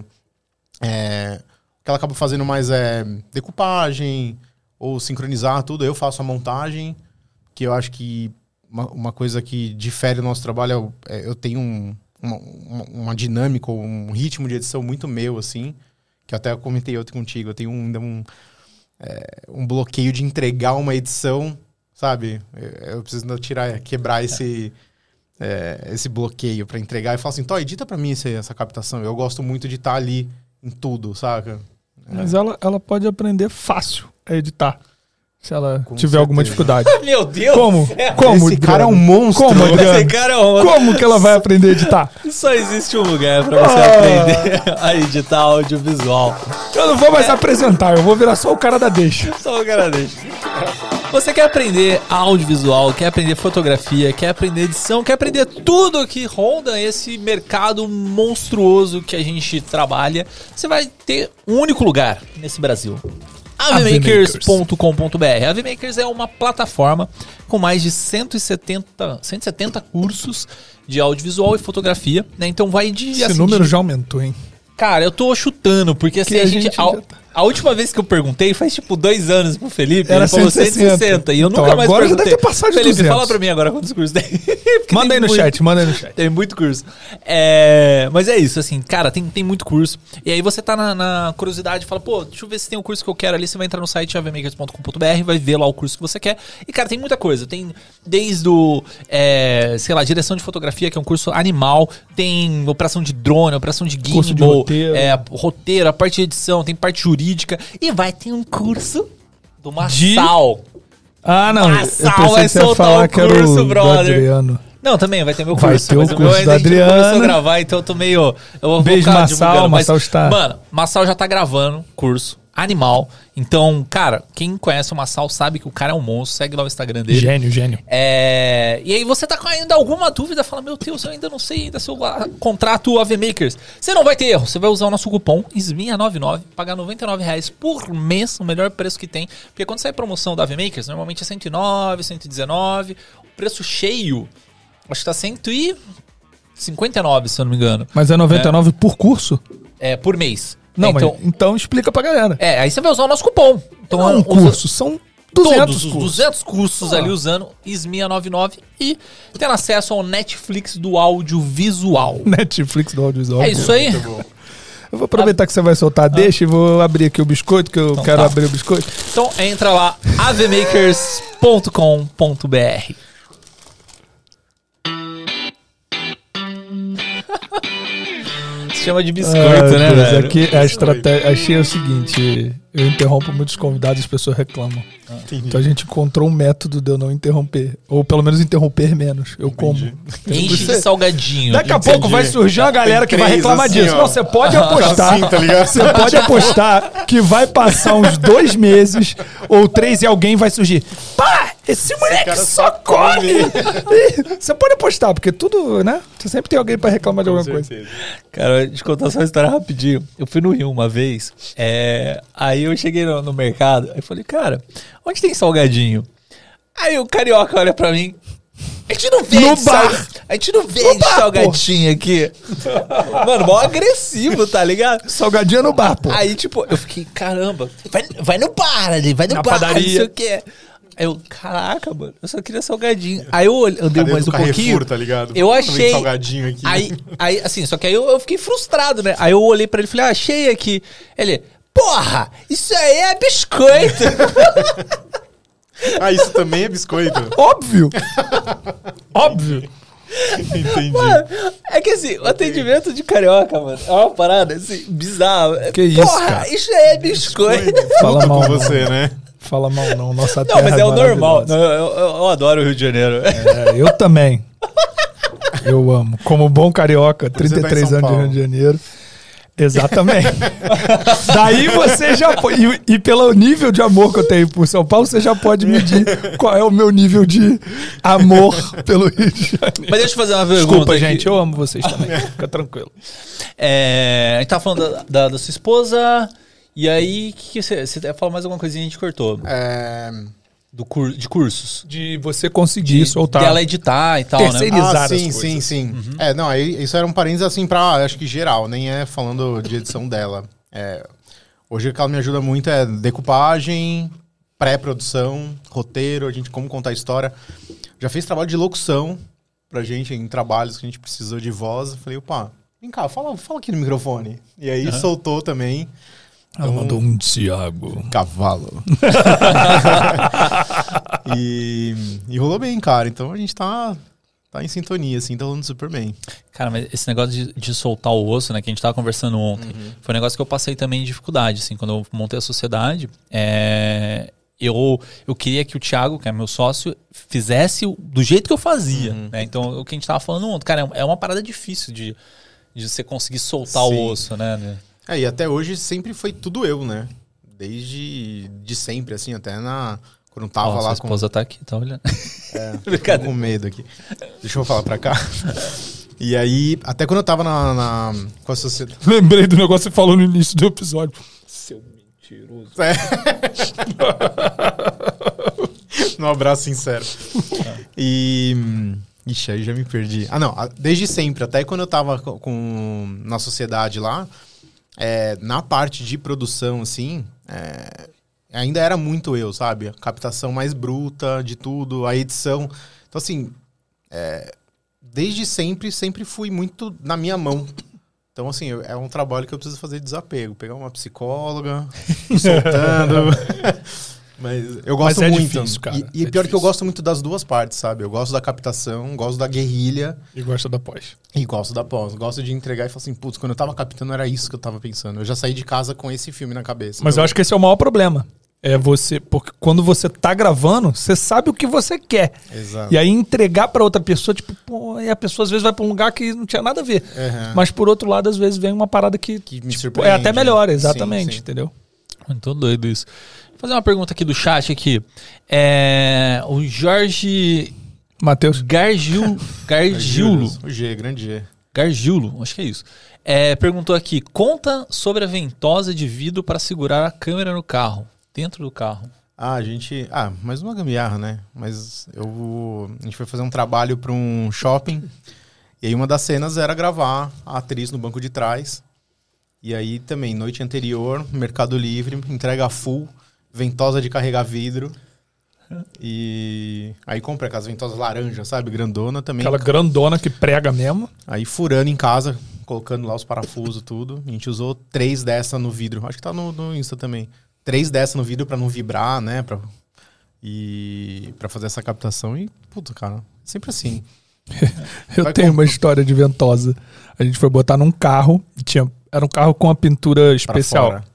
É, o que ela acaba fazendo mais é decupagem, ou sincronizar tudo. Eu faço a montagem, que eu acho que uma, uma coisa que difere o nosso trabalho é, é eu tenho um, uma, uma, uma dinâmica, um ritmo de edição muito meu, assim, que até eu comentei outro contigo. Eu tenho um, ainda um, é, um bloqueio de entregar uma edição, sabe? Eu, eu preciso tirar, quebrar esse, é, esse bloqueio para entregar e falar assim, Tó, edita para mim esse, essa captação. Eu gosto muito de estar ali em tudo, saca? Mas ela, ela pode aprender fácil a editar. Se ela Com tiver alguma certeza. dificuldade. Meu Deus! Como? Como, Esse cara é um Adriano? monstro. Como, Adriano? Esse cara é um... Como que ela vai aprender a editar? Só existe um lugar pra você Ah. aprender a editar audiovisual. Eu não vou mais apresentar, eu vou virar só o cara da deixa. Só o cara deixa. Você quer aprender audiovisual, quer aprender fotografia, quer aprender edição, quer aprender tudo que ronda esse mercado monstruoso que a gente trabalha, você vai ter um único lugar nesse Brasil. avemakers ponto com ponto b r. A AVMakers é uma plataforma com mais de cento e setenta, cento e setenta cursos de audiovisual e fotografia, né? Então vai de... Esse assim, número de- já aumentou, hein? Cara, eu tô chutando, porque assim, Que a a gente... gente a, já tá- a última vez que eu perguntei faz tipo dois anos pro Felipe, Era ele falou cento e cento e sessenta, sessenta. e eu Então, nunca mais agora já perguntei. deve ter passado de Felipe, duzentos. fala pra mim agora quantos cursos tem. Porque Manda tem aí no muito- chat, manda aí no chat. Tem muito curso. É, mas é isso, assim, cara, tem, tem muito curso. E aí você tá na, na curiosidade e fala, pô, deixa eu ver se tem um curso que eu quero ali. Você vai entrar no site avemakers ponto com ponto b r, vai ver lá o curso que você quer. E, cara, tem muita coisa. Tem desde o, é, sei lá, direção de fotografia, que é um curso animal. Tem operação de drone, operação de gimbal. Curso de roteiro. É, roteiro, a parte de edição, tem parte jurídica. E vai ter um curso do De- Massal. Ah, não. Massal eu pensei vai que você ia soltar falar o que era o curso, do brother. Adriano. Não, também vai ter meu Vai curso. ter o mas meu curso ainda da a gente não começou a Adriana. gravar, então eu tô meio... Eu vou Beijo, ficar Massal, divulgando, mas, Massal está- Mano, Massal já tá gravando curso animal. Então, cara, quem conhece o Massal sabe que o cara é um monstro. Segue lá o Instagram dele. Gênio, gênio. É, e aí você tá com ainda alguma dúvida, fala, meu Deus, eu ainda não sei ainda se eu ah, contrato A V Makers. Você não vai ter erro, você vai usar o nosso cupom S M I A noventa e nove, pagar noventa e nove reais por mês, o melhor preço que tem. Porque quando sai promoção da A V Makers, normalmente é cento e nove, cento e dezenove. O preço cheio, acho que tá cento e cinquenta e nove, se eu não me engano. Mas é noventa e nove por curso? É, por mês. Não, então, mas então explica pra galera. É, aí você vai usar o nosso cupom. Então, Não é um usa curso, são duzentos todos os cursos. duzentos cursos Ah. ali usando I S M I A noventa e nove e tendo acesso ao Netflix do audiovisual. Netflix do audiovisual. É isso aí. Eu vou aproveitar que você vai soltar, deixa e vou abrir aqui o biscoito, que eu Então quero tá. abrir o biscoito. Então entra lá, avemakers ponto com ponto b r. Se chama de biscoito, Ah, né, Deus, velho? aqui a estratégia. Achei o seguinte: eu interrompo muitos convidados e as pessoas reclamam. Então a gente encontrou um método de eu não interromper. Ou pelo menos interromper menos. Eu como. Enche de Você- salgadinho. Daqui a Entendi. pouco vai surgir uma galera que vai três reclamar assim, disso. ó. Não, você pode apostar. Assim, tá ligado? Você pode apostar que vai passar uns dois meses ou três e alguém vai surgir. Pá, esse moleque cara só só come. come. Você pode apostar, porque tudo, né? Você sempre tem alguém pra reclamar de alguma coisa. Cara, deixa eu contar só uma história rapidinho. Eu fui no Rio uma vez, é, aí eu cheguei no, no mercado, aí falei, cara, onde tem salgadinho? Aí o carioca olha pra mim, a gente não vende, No bar. sal- a gente não vende bar, salgadinho aqui. Mano, mó agressivo, tá ligado? Salgadinho no bar, pô. Aí, tipo, eu fiquei, caramba, vai, vai no bar ali, vai no Na bar, padaria. não sei o quê. Aí eu, caraca, mano, eu só queria salgadinho. Aí eu olhei- andei Cadê mais do um Carrefour, pouquinho. tá ligado? Eu Também achei. salgadinho aqui. Aí, aí, assim, só que aí eu, eu fiquei frustrado, né? Aí eu olhei pra ele e falei, ah, achei aqui. Ele, porra, isso aí é biscoito. Ah, isso também é biscoito? Óbvio. Óbvio. Entendi. Mano, é que assim, o atendimento de carioca, mano, é uma parada assim, bizarra. Que isso, Porra, cara? isso aí é biscoito. Fala Puto mal, com não. você, né? Fala mal, não. Nossa Não, terra mas é o normal. maravilhosa. Não, eu, eu- eu adoro o Rio de Janeiro. É, eu também. Eu amo. Como bom carioca, trinta e três São anos de Paulo. Rio de Janeiro. Exatamente. Daí você já pode. E, e pelo nível de amor que eu tenho por São Paulo, você já pode medir qual é o meu nível de amor pelo Rio de Janeiro. Mas deixa eu fazer uma pergunta. Desculpa, aqui. gente, eu amo vocês também. Fica tranquilo. É, a gente tava falando da, da- da sua esposa. E aí, que que você, você ia falar mais alguma coisinha, a gente cortou. É... Do cur, de cursos. De você conseguir soltar. Dela editar e tal, Terceiro- né? Utilizar Ah, as sim, coisas. sim, sim. É, não, aí isso era um parênteses assim pra, acho que geral, nem é falando de edição dela. É, hoje o que ela me ajuda muito é decupagem, pré-produção, roteiro, a gente como contar a história. Já fez trabalho de locução pra gente em trabalhos que a gente precisou de voz. Eu falei, opa, vem cá, fala, fala aqui no microfone. E aí soltou também. Ela mandou um Thiago. Cavalo. e, e rolou bem, cara. Então a gente tá, tá em sintonia, assim, tá rolando super bem. Cara, mas esse negócio de, de soltar o osso, né, que a gente tava conversando ontem, foi um negócio que eu passei também de dificuldade, assim, quando eu montei a sociedade, é, eu, eu queria que o Thiago, que é meu sócio, fizesse o- do jeito que eu fazia, né, então o que a gente tava falando ontem, cara, é uma parada difícil de, de você conseguir soltar Sim. o osso, né, né? É, e até hoje sempre foi tudo eu, né? Desde de sempre, assim, até na... Quando tava Ó, sua lá com... esposa tá aqui, tá olhando. É, tô Brincadeira. com medo aqui. Deixa eu falar pra cá. E aí, até quando eu tava na, na- com a sociedade... Lembrei do negócio que você falou no início do episódio. Seu mentiroso. É. No abraço sincero. E... Ixi, aí já me perdi. Ah, não. a- Desde sempre. Até quando eu tava co- com, na sociedade lá, é, na parte de produção, assim, é, ainda era muito eu, sabe? A captação mais bruta de tudo, a edição. Então, assim, é, desde sempre, sempre fui muito na minha mão. Então, assim, eu- é um trabalho que eu preciso fazer de desapego. Pegar uma psicóloga, ir soltando... Mas eu gosto Mas é muito. difícil, cara. E, e É pior que difícil. eu gosto muito das duas partes, sabe? Eu gosto da captação, gosto da guerrilha E gosta da pós. e gosto da pós. Gosto de entregar e falar assim, putz, quando eu tava captando era isso que eu tava pensando. Eu já saí de casa com esse filme na cabeça. Mas Então, eu acho que esse é o maior problema. É você, porque quando você tá gravando, você sabe o que você quer. Exato. E aí entregar pra outra pessoa, tipo, pô, e a pessoa às vezes vai pra um lugar que não tinha nada a ver. Aham. Mas por outro lado, às vezes vem uma parada que, Que me tipo, surpreende. é até melhor, Sim, exatamente, sim. entendeu? Muito doido isso. Vou fazer uma pergunta aqui do chat aqui. É, o Jorge Matheus, Gargil, Gargiulo, O G, grande G. Gargiulo, acho que é isso. É, perguntou aqui, conta sobre a ventosa de vidro para segurar a câmera no carro, dentro do carro. Ah, a gente... Ah, mais uma gambiarra, né? Mas eu... A gente foi fazer um trabalho pra um shopping E aí uma das cenas era gravar a atriz no banco de trás. E aí também, noite anterior, Mercado Livre, entrega full, ventosa de carregar vidro. E aí comprei aquelas ventosas laranja, sabe? Grandona também. Aquela grandona que prega mesmo. Aí furando em casa, colocando lá os parafusos, tudo. A gente usou três dessa no vidro. Acho que tá no, no Insta também. Três dessa no vidro pra não vibrar, né? Pra, e pra fazer essa captação. E, puta, cara, sempre assim. Eu Vai tenho com- uma história de ventosa. A gente foi botar num carro. E tinha, era um carro com uma pintura Pra especial. fora.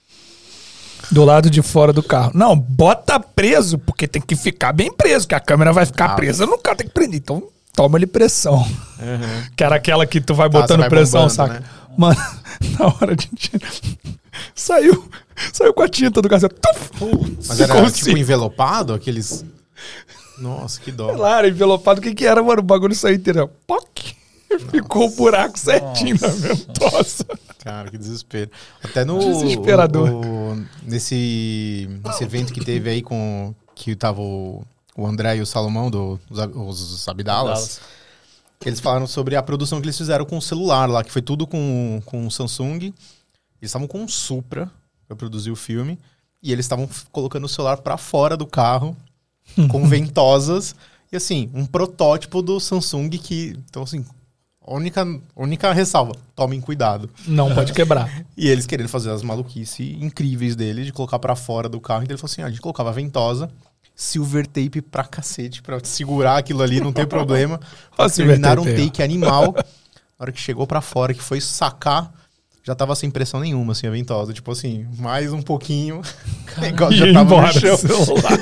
Do lado de fora do carro. Não, bota preso, porque tem que ficar bem preso, que a câmera vai ficar Ah. presa no carro, tem que prender. Então, toma-lhe pressão. Uhum. Que era aquela que tu vai Tá, botando você vai pressão, bombando, saca? né? Mano, na hora de tirar, saiu, saiu com a tinta do carro. Mas era tipo envelopado, aqueles... Nossa, que dó. Claro, envelopado. O que que era, mano? O bagulho saiu inteiro. Poc! Ficou o buraco certinho na ventosa. Cara, que desespero. Até no... Desesperador. o- o- nesse, nesse evento que teve aí com... Que tava o, o André e o Salomão, do, os, Ab- os Abdalas. Eles falaram sobre a produção que eles fizeram com o celular lá, que foi tudo com, com o Samsung. Eles estavam com um Supra pra produzir o filme. E eles estavam f- colocando o celular pra fora do carro, com ventosas. E assim, um protótipo do Samsung que... Então assim, a única, única ressalva, tomem cuidado. Não pode quebrar. E eles querendo fazer as maluquices incríveis deles, de colocar pra fora do carro. Então ele falou assim, ah, a gente colocava ventosa, silver tape pra cacete, pra segurar aquilo ali, não ter problema. Olha o silver Terminaram um tape aí, ó. take animal. Na hora que chegou pra fora, que foi sacar, já tava sem pressão nenhuma, assim, a ventosa. Tipo assim, mais um pouquinho, o negócio E já tava embora, no chão. celular.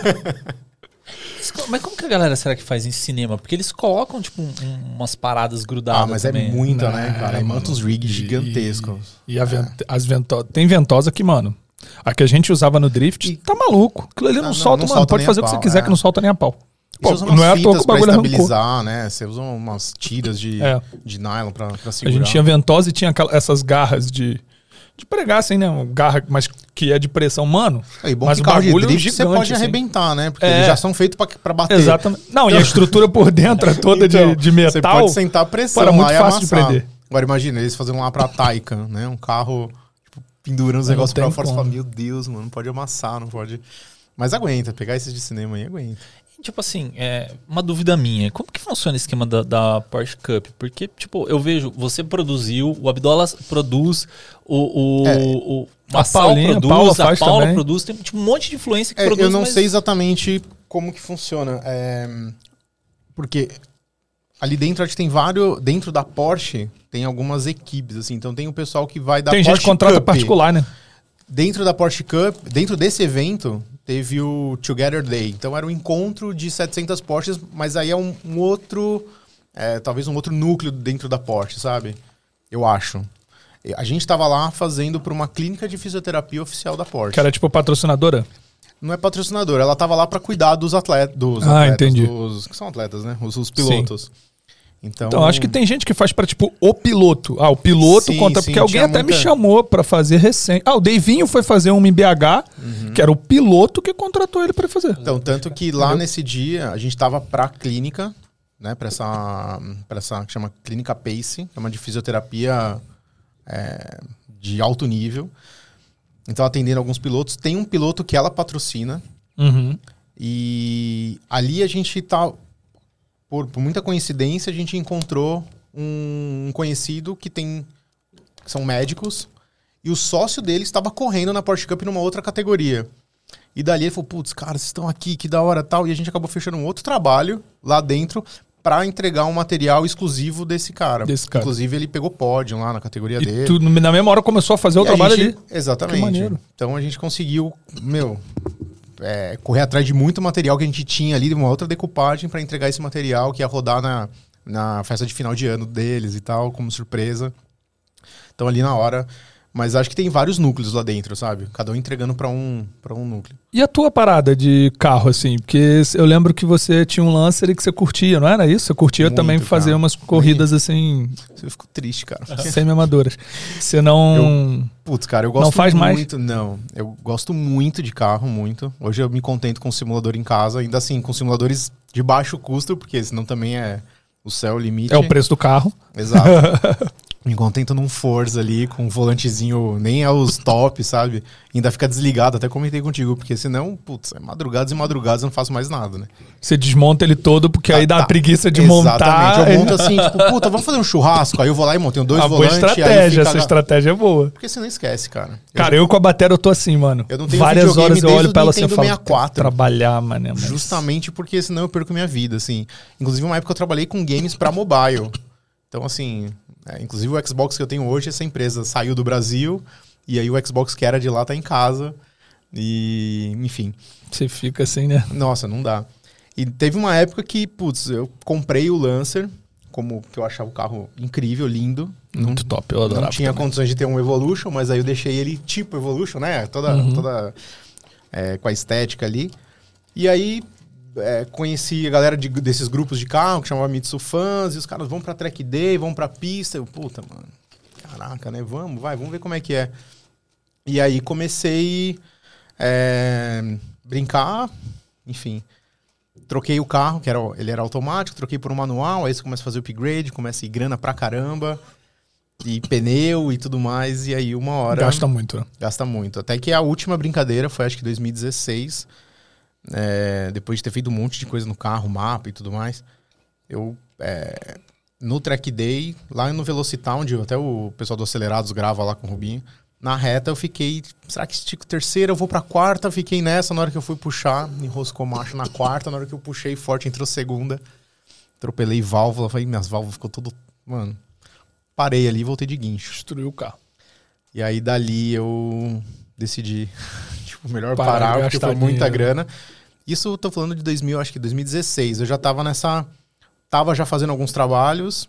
Mas como que a galera será que faz em cinema? Porque eles colocam, tipo, um- umas paradas grudadas Ah, mas também. é muita, Não, né, cara? Aí mano. monta uns rigs E- gigantescos. E a vent- as ventosas. Tem ventosa que, mano. A que a gente usava no drift, E- tá maluco. Aquilo ali não, Não, não, solta, não mano. solta Pode nem fazer a o que você pau, quiser, é. que não solta nem a pau. E Pô, você usa umas não é à toa que fitas o pra bagulho arrancou. estabilizar, né? Você usa umas tiras de, É. de nylon pra, pra A segurar. gente tinha ventosa e tinha aquela- essas garras de, de pregar, assim, né? Uma garra, mas que é de pressão, mano. É, e bom mas que o carro de bagulho drift você gigante, pode assim. arrebentar, né? Porque É. eles já são feitos pra, pra bater. Exatamente. Não, e a estrutura por dentro é toda Então, de, de Você metal. pode sentar a pressão Para lá muito e fácil de amassar. prender. Agora imagina, eles fazendo lá pra Taycan, né? Um carro tipo, pendurando os Não negócios pra tem fora. Você como. fala, meu Deus, mano, não pode amassar, não pode... Mas aguenta, pegar esses de cinema aí, aguenta. Tipo assim, é uma dúvida minha. Como que funciona o esquema da, da Porsche Cup? Porque, tipo, eu vejo, você produziu, o Abdolas produz, o, o, É. o A Massal Paulinha, a produz, Paula a faz Paula também. produz, tem tipo, um monte de influência que É, produz. eu não mas- sei exatamente como que funciona. é, Porque ali dentro acho que tem vários... Dentro da Porsche tem algumas equipes, assim. Então tem o pessoal que vai da Tem Porsche gente que contrata Cup. particular, né? Dentro da Porsche Cup, dentro desse evento, teve o Together Day. Então era um encontro de setecentas Porsches, mas aí é um, um outro... é, talvez um outro núcleo dentro da Porsche, sabe? Eu acho. E a gente tava lá fazendo para uma clínica de fisioterapia oficial da Porsche. Que era tipo patrocinadora. Não é patrocinadora, ela tava lá para cuidar dos atletas. Dos Ah, atletas, entendi. Dos, que são atletas, né? Os, os pilotos. Então, Então, acho que tem gente que faz pra, tipo, o piloto. Ah, o piloto Sim, conta, sim, porque alguém tinha até me muita- chamou pra fazer recente. Ah, o Davinho foi fazer uma em B H, Uhum. que era o piloto que contratou ele pra fazer. Então, tanto que lá nesse dia a gente tava pra clínica, né? Pra essa, pra essa que chama Clínica Pace, que é uma de fisioterapia é, de alto nível. Então, atendendo alguns pilotos. Tem um piloto que ela patrocina. Uhum. E ali a gente tá... Por, por muita coincidência, a gente encontrou um, um conhecido que tem... Que são médicos. E o sócio dele estava correndo na Porsche Cup numa outra categoria. E dali ele falou, putz, cara, vocês estão aqui, que da hora tal. E a gente acabou fechando um outro trabalho lá dentro para entregar um material exclusivo desse cara. Desse cara. Inclusive, ele pegou pódio lá na categoria E dele. tu, na mesma hora, começou a fazer o E a trabalho gente- ali. Exatamente. Que maneiro. Então a gente conseguiu, meu, é, correr atrás de muito material que a gente tinha ali, de uma outra decupagem para entregar esse material que ia rodar na, na festa de final de ano deles e tal, como surpresa. Então ali na hora... Mas acho que tem vários núcleos lá dentro, sabe? Cada um entregando para um, pra um núcleo. E a tua parada de carro, assim? Porque eu lembro que você tinha um Lancer e que você curtia, não era isso? Você curtia Muito, também fazer cara. umas corridas, assim, Eu fico triste, cara. semi-amadoras. Você não... Putz, cara, eu gosto Não faz mais? muito. Não, eu gosto muito de carro, muito. Hoje eu me contento com simulador em casa, ainda assim, com simuladores de baixo custo, porque senão também é O céu é o limite. É o preço do carro. Exato. Me contento num Forza ali, com um volantezinho nem aos top, sabe? Ainda fica desligado, até comentei contigo, porque senão, putz, é madrugadas e madrugadas eu não faço mais nada, né? Você desmonta ele todo, porque Tá, aí dá tá. a preguiça de Exatamente. montar. Eu monto assim, tipo, puta, vamos fazer um churrasco? Aí eu vou lá e monto, tenho dois Uma boa volantes. aí estratégia, fica... essa estratégia é boa. Porque você não esquece, cara. Cara, eu com a bateria eu tô assim, mano. Eu não tenho Várias videogame horas eu desde olho o pra ela assim e Nintendo falo, sessenta e quatro. trabalhar, mano. Mas... Justamente porque senão eu perco minha vida, assim. Inclusive, uma época eu trabalhei com games pra mobile. Então, assim, é, inclusive o Xbox que eu tenho hoje, essa empresa saiu do Brasil, e aí o Xbox que era de lá tá em casa. E, enfim. Você fica assim, né? Nossa, não dá. E teve uma época que, putz, eu comprei o Lancer, como que eu achava o carro incrível, lindo. Muito não, top, eu adorava. Não tinha também. condições de ter um Evolution, mas aí eu deixei ele tipo Evolution, né? Toda, Uhum. toda é, com a estética ali. E aí é, conheci a galera de, desses grupos de carro que chamava Mitsu Fans, e os caras vão pra track day, vão pra pista. Eu, puta, mano, caraca, né? Vamos, vai, vamos ver como é que é. E aí comecei é, brincar, enfim. Troquei o carro, que era, ele era automático, troquei por um manual, aí você começa a fazer o upgrade, começa a ir grana pra caramba, e pneu e tudo mais, e aí uma hora... Gasta muito, né? Gasta muito. Até que a última brincadeira foi, acho que dois mil e dezesseis, é, depois de ter feito um monte de coisa no carro, mapa e tudo mais, eu, é, no track day, lá no Velocitar, onde até o pessoal do Acelerados grava lá com o Rubinho, na reta eu fiquei, será que estico terceira, eu vou pra quarta, fiquei nessa, na hora que eu fui puxar, enroscou macho na quarta, na hora que eu puxei forte, entrou segunda, atropelei válvula, falei, minhas válvulas ficou tudo, mano, parei ali e voltei de guincho. Destruiu o carro. E aí dali eu decidi, tipo, melhor Parar de parar, porque gastar foi muita dinheiro. grana. Isso eu tô falando de dois mil, acho que dois mil e dezesseis, eu já tava nessa, tava já fazendo alguns trabalhos,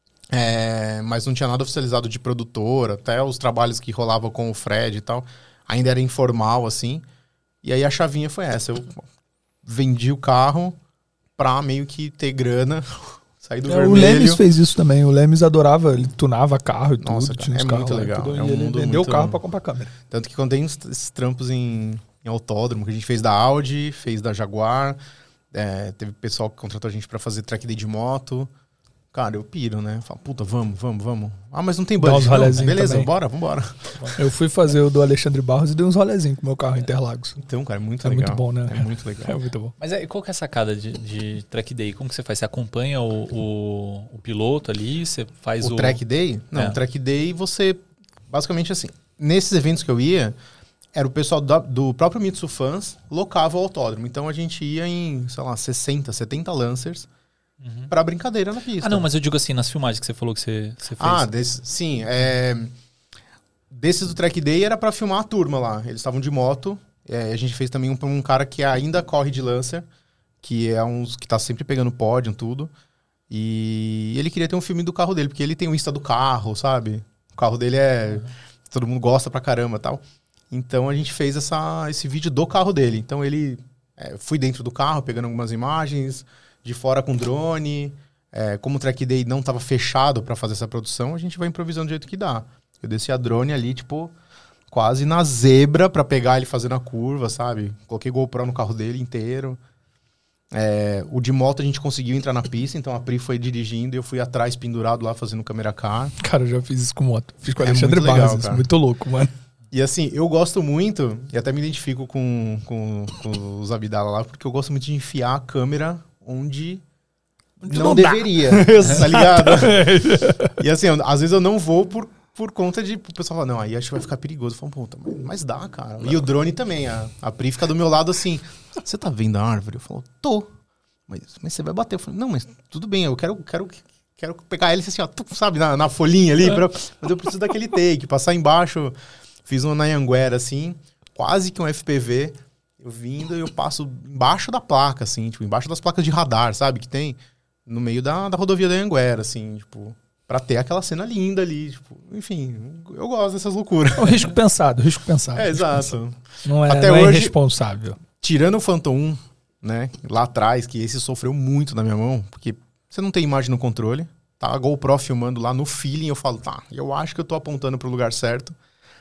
É, mas não tinha nada oficializado de produtora, até os trabalhos que rolavam com o Fred e tal, ainda era informal, assim. E aí a chavinha foi essa, eu vendi o carro pra meio que ter grana, sair do É, vermelho. o Lemes fez isso também. O Lemes adorava, ele tunava carro e tudo. Nossa, tinha cara, uns é carros muito lá e legal, tudo, é um e ele mundo vendeu muito- o carro pra comprar câmera. Tanto que quando tem uns- esses trampos em, em autódromo, que a gente fez da Audi, fez da Jaguar, é, teve pessoal que contratou a gente pra fazer track day de moto. Cara, eu piro, né? Falo, puta, vamos, vamos, vamos. Ah, mas não tem Dá uns budget. Não, rolezinhos beleza, também. bora, vambora. Eu fui fazer o do Alexandre Barros e dei uns rolezinhos com o meu carro Interlagos. Então, cara, é muito É legal. muito bom, né? É muito legal. É muito bom. Mas aí, qual que é a sacada de, de track day? Como que você faz? Você acompanha o, o, o piloto ali? Você faz o... O track day? Não, É. o track day você... Basicamente assim, nesses eventos que eu ia, era o pessoal da- do próprio Mitsu Fans locava o autódromo. Então a gente ia em, sei lá, sessenta, setenta Lancers Uhum. pra brincadeira na pista. Ah, não, mas eu digo assim, nas filmagens que você falou que você, você fez. Ah, desse, sim. É, desses do track day era pra filmar a turma lá. Eles estavam de moto. É, a gente fez também um pra um cara que ainda corre de Lancer, que é uns que tá sempre pegando pódio, tudo. E ele queria ter um filme do carro dele, porque ele tem o Insta do carro, sabe? O carro dele é... Todo mundo gosta pra caramba e tal. Então a gente fez essa, esse vídeo do carro dele. Então ele... É, fui dentro do carro, pegando algumas imagens, de fora com drone. É, como o track day não estava fechado para fazer essa produção, a gente vai improvisando do jeito que dá. Eu desci a drone ali, tipo, quase na zebra para pegar ele fazendo a curva, sabe? Coloquei GoPro no carro dele inteiro. É, o de moto a gente conseguiu entrar na pista, então a Pri foi dirigindo e eu fui atrás, pendurado lá, fazendo câmera car. Cara, eu já fiz isso com moto. Fiz com o É Alexandre muito legal, Barros, isso. cara. Muito louco, mano. E assim, eu gosto muito, e até me identifico com, com, com os Abdala lá, porque eu gosto muito de enfiar a câmera onde... Não, não dá. deveria, tá ligado? E assim, eu- às vezes eu não vou por, por conta de... O pessoal fala, não, aí acho que vai ficar perigoso. Eu falo, puta, mas, mas dá, cara. E o drone também, a, a Pri fica do meu lado assim, você tá vendo a árvore? Eu falo, tô. Mas, mas você vai bater. Eu falo, não, mas tudo bem, eu quero, quero, quero pegar ele assim, ó, tu, sabe, na, na folhinha ali, pra, mas eu preciso daquele take, passar embaixo. Fiz um na Anhanguera, assim, quase que um F P V. Eu vindo e eu passo embaixo da placa, assim, tipo, embaixo das placas de radar, sabe, que tem... No meio da, da rodovia da Anhanguera, assim, tipo... Pra ter aquela cena linda ali, tipo... Enfim, eu gosto dessas loucuras. É um risco pensado, risco pensado. É, risco exato. pensado. Não é, Até não é hoje- irresponsável. Tirando o Phantom um, né? Lá atrás, que esse sofreu muito na minha mão. Porque você não tem imagem no controle. Tá a GoPro filmando lá no feeling. Eu falo, tá, eu acho que eu tô apontando pro lugar certo.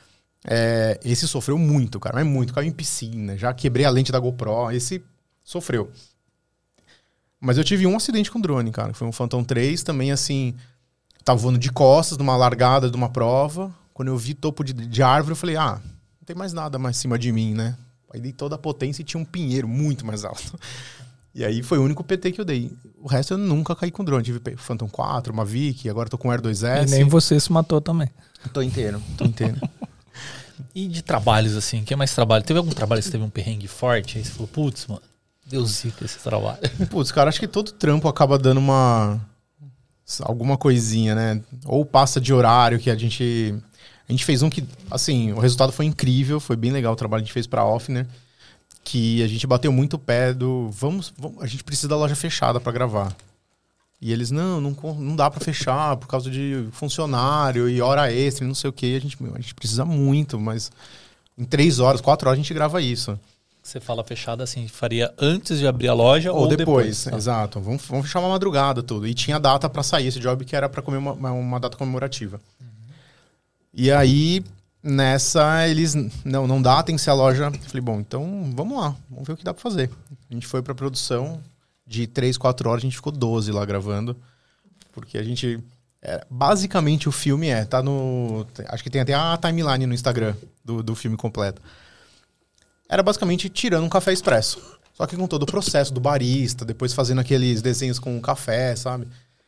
É, esse sofreu muito, cara. Mas muito. Caiu em piscina. Já quebrei a lente da GoPro. Esse sofreu. Mas eu tive um acidente com drone, cara. Foi um Phantom três, também assim... Tava voando de costas, numa largada de uma prova. Quando eu vi topo de, de árvore, eu falei, ah, não tem mais nada mais acima de mim, né? Aí dei toda a potência e tinha um pinheiro muito mais alto. E aí foi o único P T que eu dei. O resto eu nunca caí com drone. Tive Phantom quatro, Mavic, agora tô com o Air dois S. E nem você se matou também. Tô inteiro, tô inteiro. E de trabalhos, assim, que é mais trabalho? Teve algum trabalho que você teve um perrengue forte? Aí você falou, putz, mano, deu zica esse trabalho. Putz, cara, acho que todo trampo acaba dando uma... alguma coisinha, né? Ou passa de horário que a gente... A gente fez um que, assim, o resultado foi incrível, foi bem legal o trabalho que a gente fez pra Offner, que a gente bateu muito o pé do... Vamos, vamos a gente precisa da loja fechada pra gravar. E eles, não, não, não dá pra fechar por causa de funcionário e hora extra, não sei o quê. A gente, a gente precisa muito, mas em três horas, quatro horas a gente grava isso. Você fala fechada assim, faria antes de abrir a loja ou, ou depois? depois, tá? Exato. Vamos, vamos fechar uma madrugada tudo. E tinha data pra sair esse job que era pra comer uma, uma data comemorativa. Uhum. E aí, nessa, eles... Não, não dá, tem que ser a loja. Eu falei, bom, então vamos lá. Vamos ver o que dá pra fazer. A gente foi pra produção. De três, quatro horas, a gente ficou doze lá gravando. Porque a gente... É, basicamente, o filme é... Tá no... Acho que tem até a timeline no Instagram do, do filme completo. Era basicamente tirando um café expresso. Só que com todo o processo do barista, depois fazendo aqueles desenhos com o café, sabe?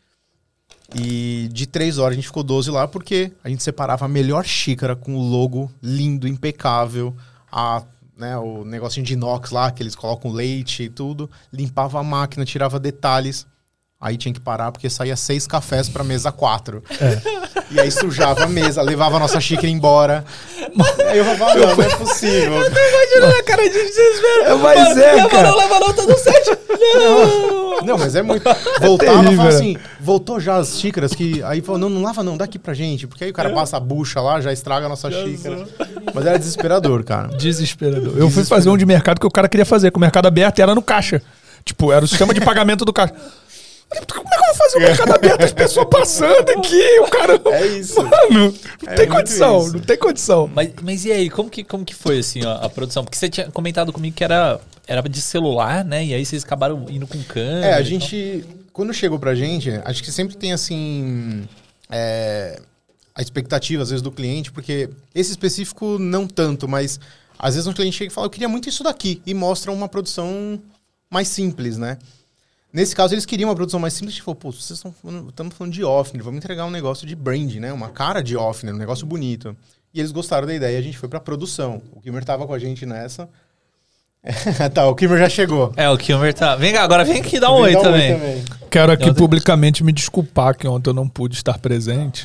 E de três horas a gente ficou doze lá porque a gente separava a melhor xícara com o logo lindo, impecável, a, né, o negocinho de inox lá, que eles colocam leite e tudo, limpava a máquina, tirava detalhes. Aí tinha que parar porque saía seis cafés pra mesa quatro. É. E aí sujava a mesa, levava a nossa xícara embora. Aí eu falava, não, não é possível. Eu tô imaginando a cara de desespero. É, mas Mano, é, leva cara. não, leva não, tudo certo. Não. Não, mas é muito... Voltava e terrível, falava né? assim, voltou já as xícaras que... Aí falou, não, não lava não, dá aqui pra gente. Porque aí o cara passa a bucha lá, já estraga a nossa xícara. Mas era desesperador, cara. Desesperador. Eu fui fazer um de mercado que o cara queria fazer, com o mercado aberto e era no caixa. Tipo, era o sistema de pagamento do caixa. Como é que eu vou fazer o mercado aberto? As pessoas passando aqui, o cara... É isso. Mano, não É tem muito condição, isso. não tem condição. Mas, mas e aí, como que, como que foi assim ó, a produção? Porque você tinha comentado comigo que era, era de celular, né? E aí vocês acabaram indo com câmera. É, a e gente... Quando chegou pra gente, acho que sempre tem, assim... É, a expectativa, às vezes, do cliente, porque esse específico não tanto, mas às vezes um cliente chega e fala, eu queria muito isso daqui, e mostra uma produção mais simples, né? Nesse caso, eles queriam uma produção mais simples. A gente falou, pô, vocês estão falando, estamos falando de Offner, vamos entregar um negócio de brand, né? Uma cara de Offner, um negócio bonito. E eles gostaram da ideia, a gente foi pra produção. O Kilmer tava com a gente nessa. Tá, o Kilmer já chegou. É, o Kilmer tá... Vem cá, agora vem aqui dar um oi Dá um também. também. Quero aqui Eu- publicamente me desculpar que ontem eu não pude estar presente.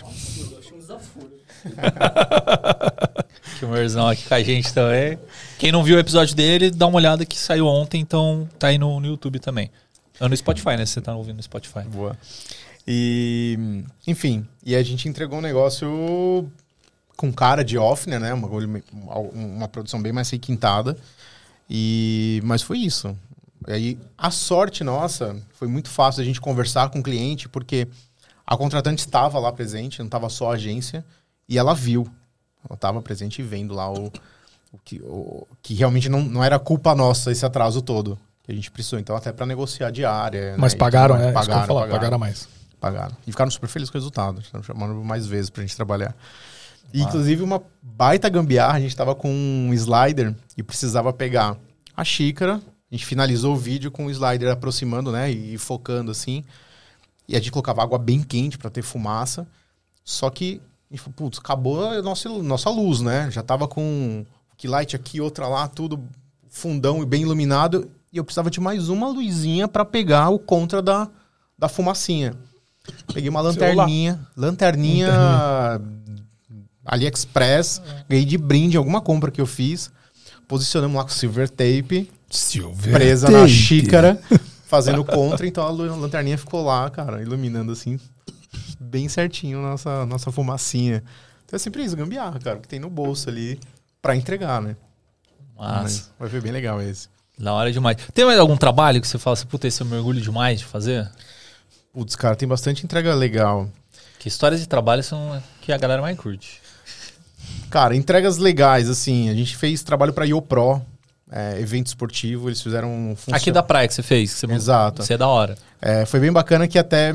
Kilmerzão aqui com a gente também. Quem não viu o episódio dele, dá uma olhada que saiu ontem, então tá aí no, no YouTube também. É no Spotify, né? Você tá ouvindo no Spotify. Boa. E, enfim, e a gente entregou um negócio com cara de Offner, né? Uma, uma produção bem mais requintada. E, mas foi isso. E aí, a sorte nossa, foi muito fácil a gente conversar com o cliente, porque a contratante estava lá presente, não estava só a agência, e ela viu. Ela estava presente e vendo lá o, o, que, o que realmente não, não era culpa nossa esse atraso todo. Que a gente precisou, então, até para negociar diária. Mas né? pagaram, E, né? Pagaram, Isso que eu ia falar, pagaram, pagaram a mais. Pagaram. E ficaram super felizes com o resultado. Estão chamando mais vezes pra gente trabalhar. E, inclusive, uma baita gambiarra. A gente tava com um slider e precisava pegar a xícara. A gente finalizou o vídeo com o slider aproximando, né? E focando, assim. E a gente colocava água bem quente pra ter fumaça. Só que, a gente falou, putz, acabou a nossa, nossa luz, né? Já tava com que light aqui, outra lá, tudo fundão e bem iluminado. E eu precisava de mais uma luzinha pra pegar o contra da, da fumacinha. Peguei uma lanterninha. Lanterninha, lanterninha AliExpress. Ganhei de brinde alguma compra que eu fiz. Posicionamos lá com silver tape. Silver presa tape. na xícara. Fazendo contra. Então a lanterninha ficou lá, cara. Iluminando assim. Bem certinho nossa, nossa fumacinha. Então é sempre isso, gambiarra, cara. Que tem no bolso ali pra entregar, né? Mas Mas vai ver bem legal esse. da hora demais. Tem mais algum trabalho que você fala assim, puta, esse eu mergulho demais de fazer? Putz, cara, tem bastante entrega legal. Que histórias de trabalho são que a galera mais curte. Cara, entregas legais, assim. A gente fez trabalho pra IoPro. é, evento esportivo, eles fizeram um funcio- Aqui da praia que você fez. Que você Exato. Você é da hora. É, foi bem bacana que até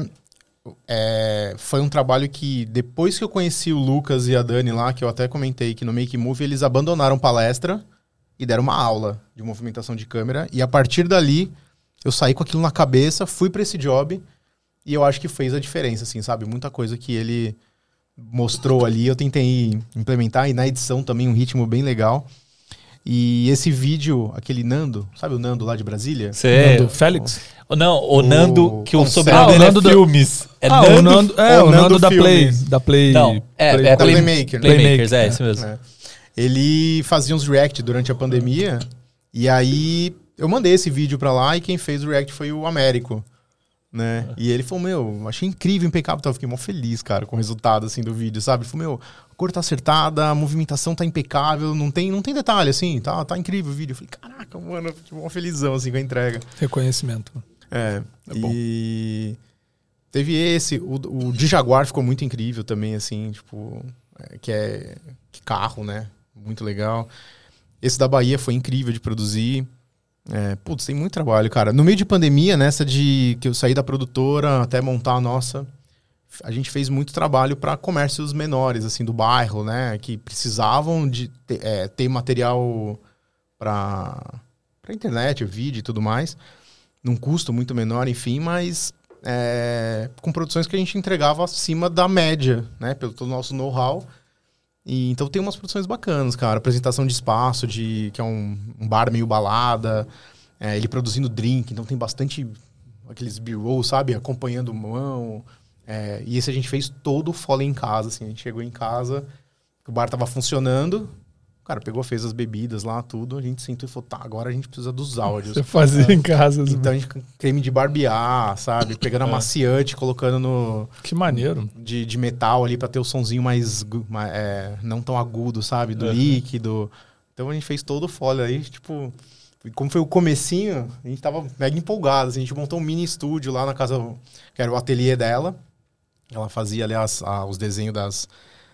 é, foi um trabalho que depois que eu conheci o Lucas e a Dani lá, que eu até comentei que no Make Move eles abandonaram palestra e deram uma aula de movimentação de câmera, e a partir dali eu saí com aquilo na cabeça, fui pra esse job e eu acho que fez a diferença, assim, sabe? Muita coisa que ele mostrou ali, eu tentei implementar, e na edição também um ritmo bem legal. E esse vídeo, aquele Nando, sabe o Nando lá de Brasília? Você... Nando Félix? Não, o, O Nando, que o conceito. sobrenome Ah, o dele Nando é da- Filmes. É ah, Nando... o Nando, é, o o Nando Nando da Play. Filmes. Da Play. Não, é, Play- é da Play- Playmaker. Playmakers, é, É. esse mesmo. É. Ele fazia uns react durante a pandemia, e aí eu mandei esse vídeo pra lá, e quem fez o react foi o Américo, né? E ele falou, meu, achei incrível, impecável, então eu fiquei mó feliz, cara, com o resultado, assim, do vídeo, sabe? Ele falou, meu, a cor tá acertada, a movimentação tá impecável, não tem, não tem detalhe, assim, tá, tá incrível o vídeo. Eu falei, caraca, mano, eu fiquei mó felizão, assim, com a entrega. Reconhecimento. É, É bom. e teve esse, o, o de Jaguar ficou muito incrível também, assim, tipo, é, que é que carro, né? Muito legal. Esse da Bahia foi incrível de produzir. É, putz, tem muito trabalho, cara. No meio de pandemia, nessa de que eu saí da produtora até montar a nossa, a gente fez muito trabalho para comércios menores, assim, do bairro, né? Que precisavam de ter, é, ter material para para internet, vídeo e tudo mais, num custo muito menor, enfim, mas é, com produções que a gente entregava acima da média, né? Pelo todo o nosso know-how. E, então tem umas produções bacanas, cara. Apresentação de espaço, de, que é um, um bar meio balada. É, ele produzindo drink, então tem bastante aqueles b-roll, sabe? Acompanhando mão. É, e esse a gente fez todo o foley em casa, assim. A gente chegou em casa, o bar tava funcionando. O cara pegou, fez as bebidas lá, tudo. A gente sentou e falou, tá, agora a gente precisa dos áudios. Você fazia em casa. Então a gente, creme de barbear, sabe? Pegando amaciante, colocando no... Que maneiro. De, de metal ali pra ter o sonzinho mais, gu- ma- é, não tão agudo, sabe? Do Uhum. líquido. Então a gente fez todo o folha aí, tipo... e como foi o comecinho, a gente tava mega empolgado. Assim, a gente montou um mini estúdio lá na casa, que era o ateliê dela. Ela fazia, aliás, a- os desenhos das,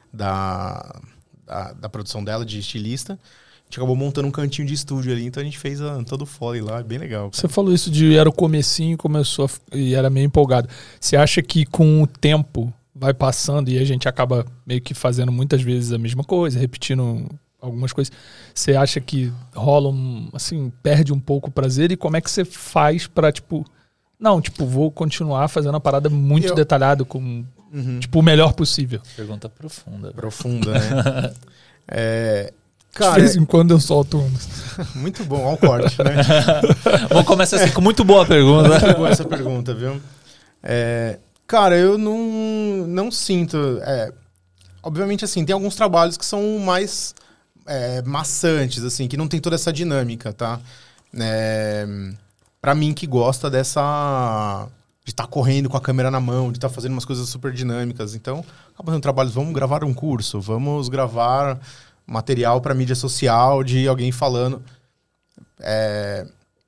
da, da, da produção dela, de estilista. A gente acabou montando um cantinho de estúdio ali, então a gente fez a, todo o foley lá, bem legal. Você falou isso de era o comecinho, começou a f- e era meio empolgado. Você acha que com o tempo vai passando e a gente acaba meio que fazendo muitas vezes a mesma coisa, repetindo algumas coisas, você acha que rola um, assim, perde um pouco o prazer? E como é que você faz pra, tipo, não, tipo, vou continuar fazendo a parada muito Eu- detalhado, com, Uhum. tipo, o melhor possível? Pergunta profunda. Profunda, né? é, De cara, vez em quando eu solto um. muito bom, olha o corte, né? Vamos começar assim com muito boa pergunta. Muito boa essa pergunta, viu? É, cara, eu não, não sinto... é, obviamente, assim, tem alguns trabalhos que são mais é, maçantes, assim, que não tem toda essa dinâmica, tá? É, pra mim, que gosta dessa... de estar correndo com a câmera na mão, de estar fazendo umas coisas super dinâmicas. Então, acaba fazendo trabalhos, vamos gravar um curso, vamos gravar material para mídia social de alguém falando... É,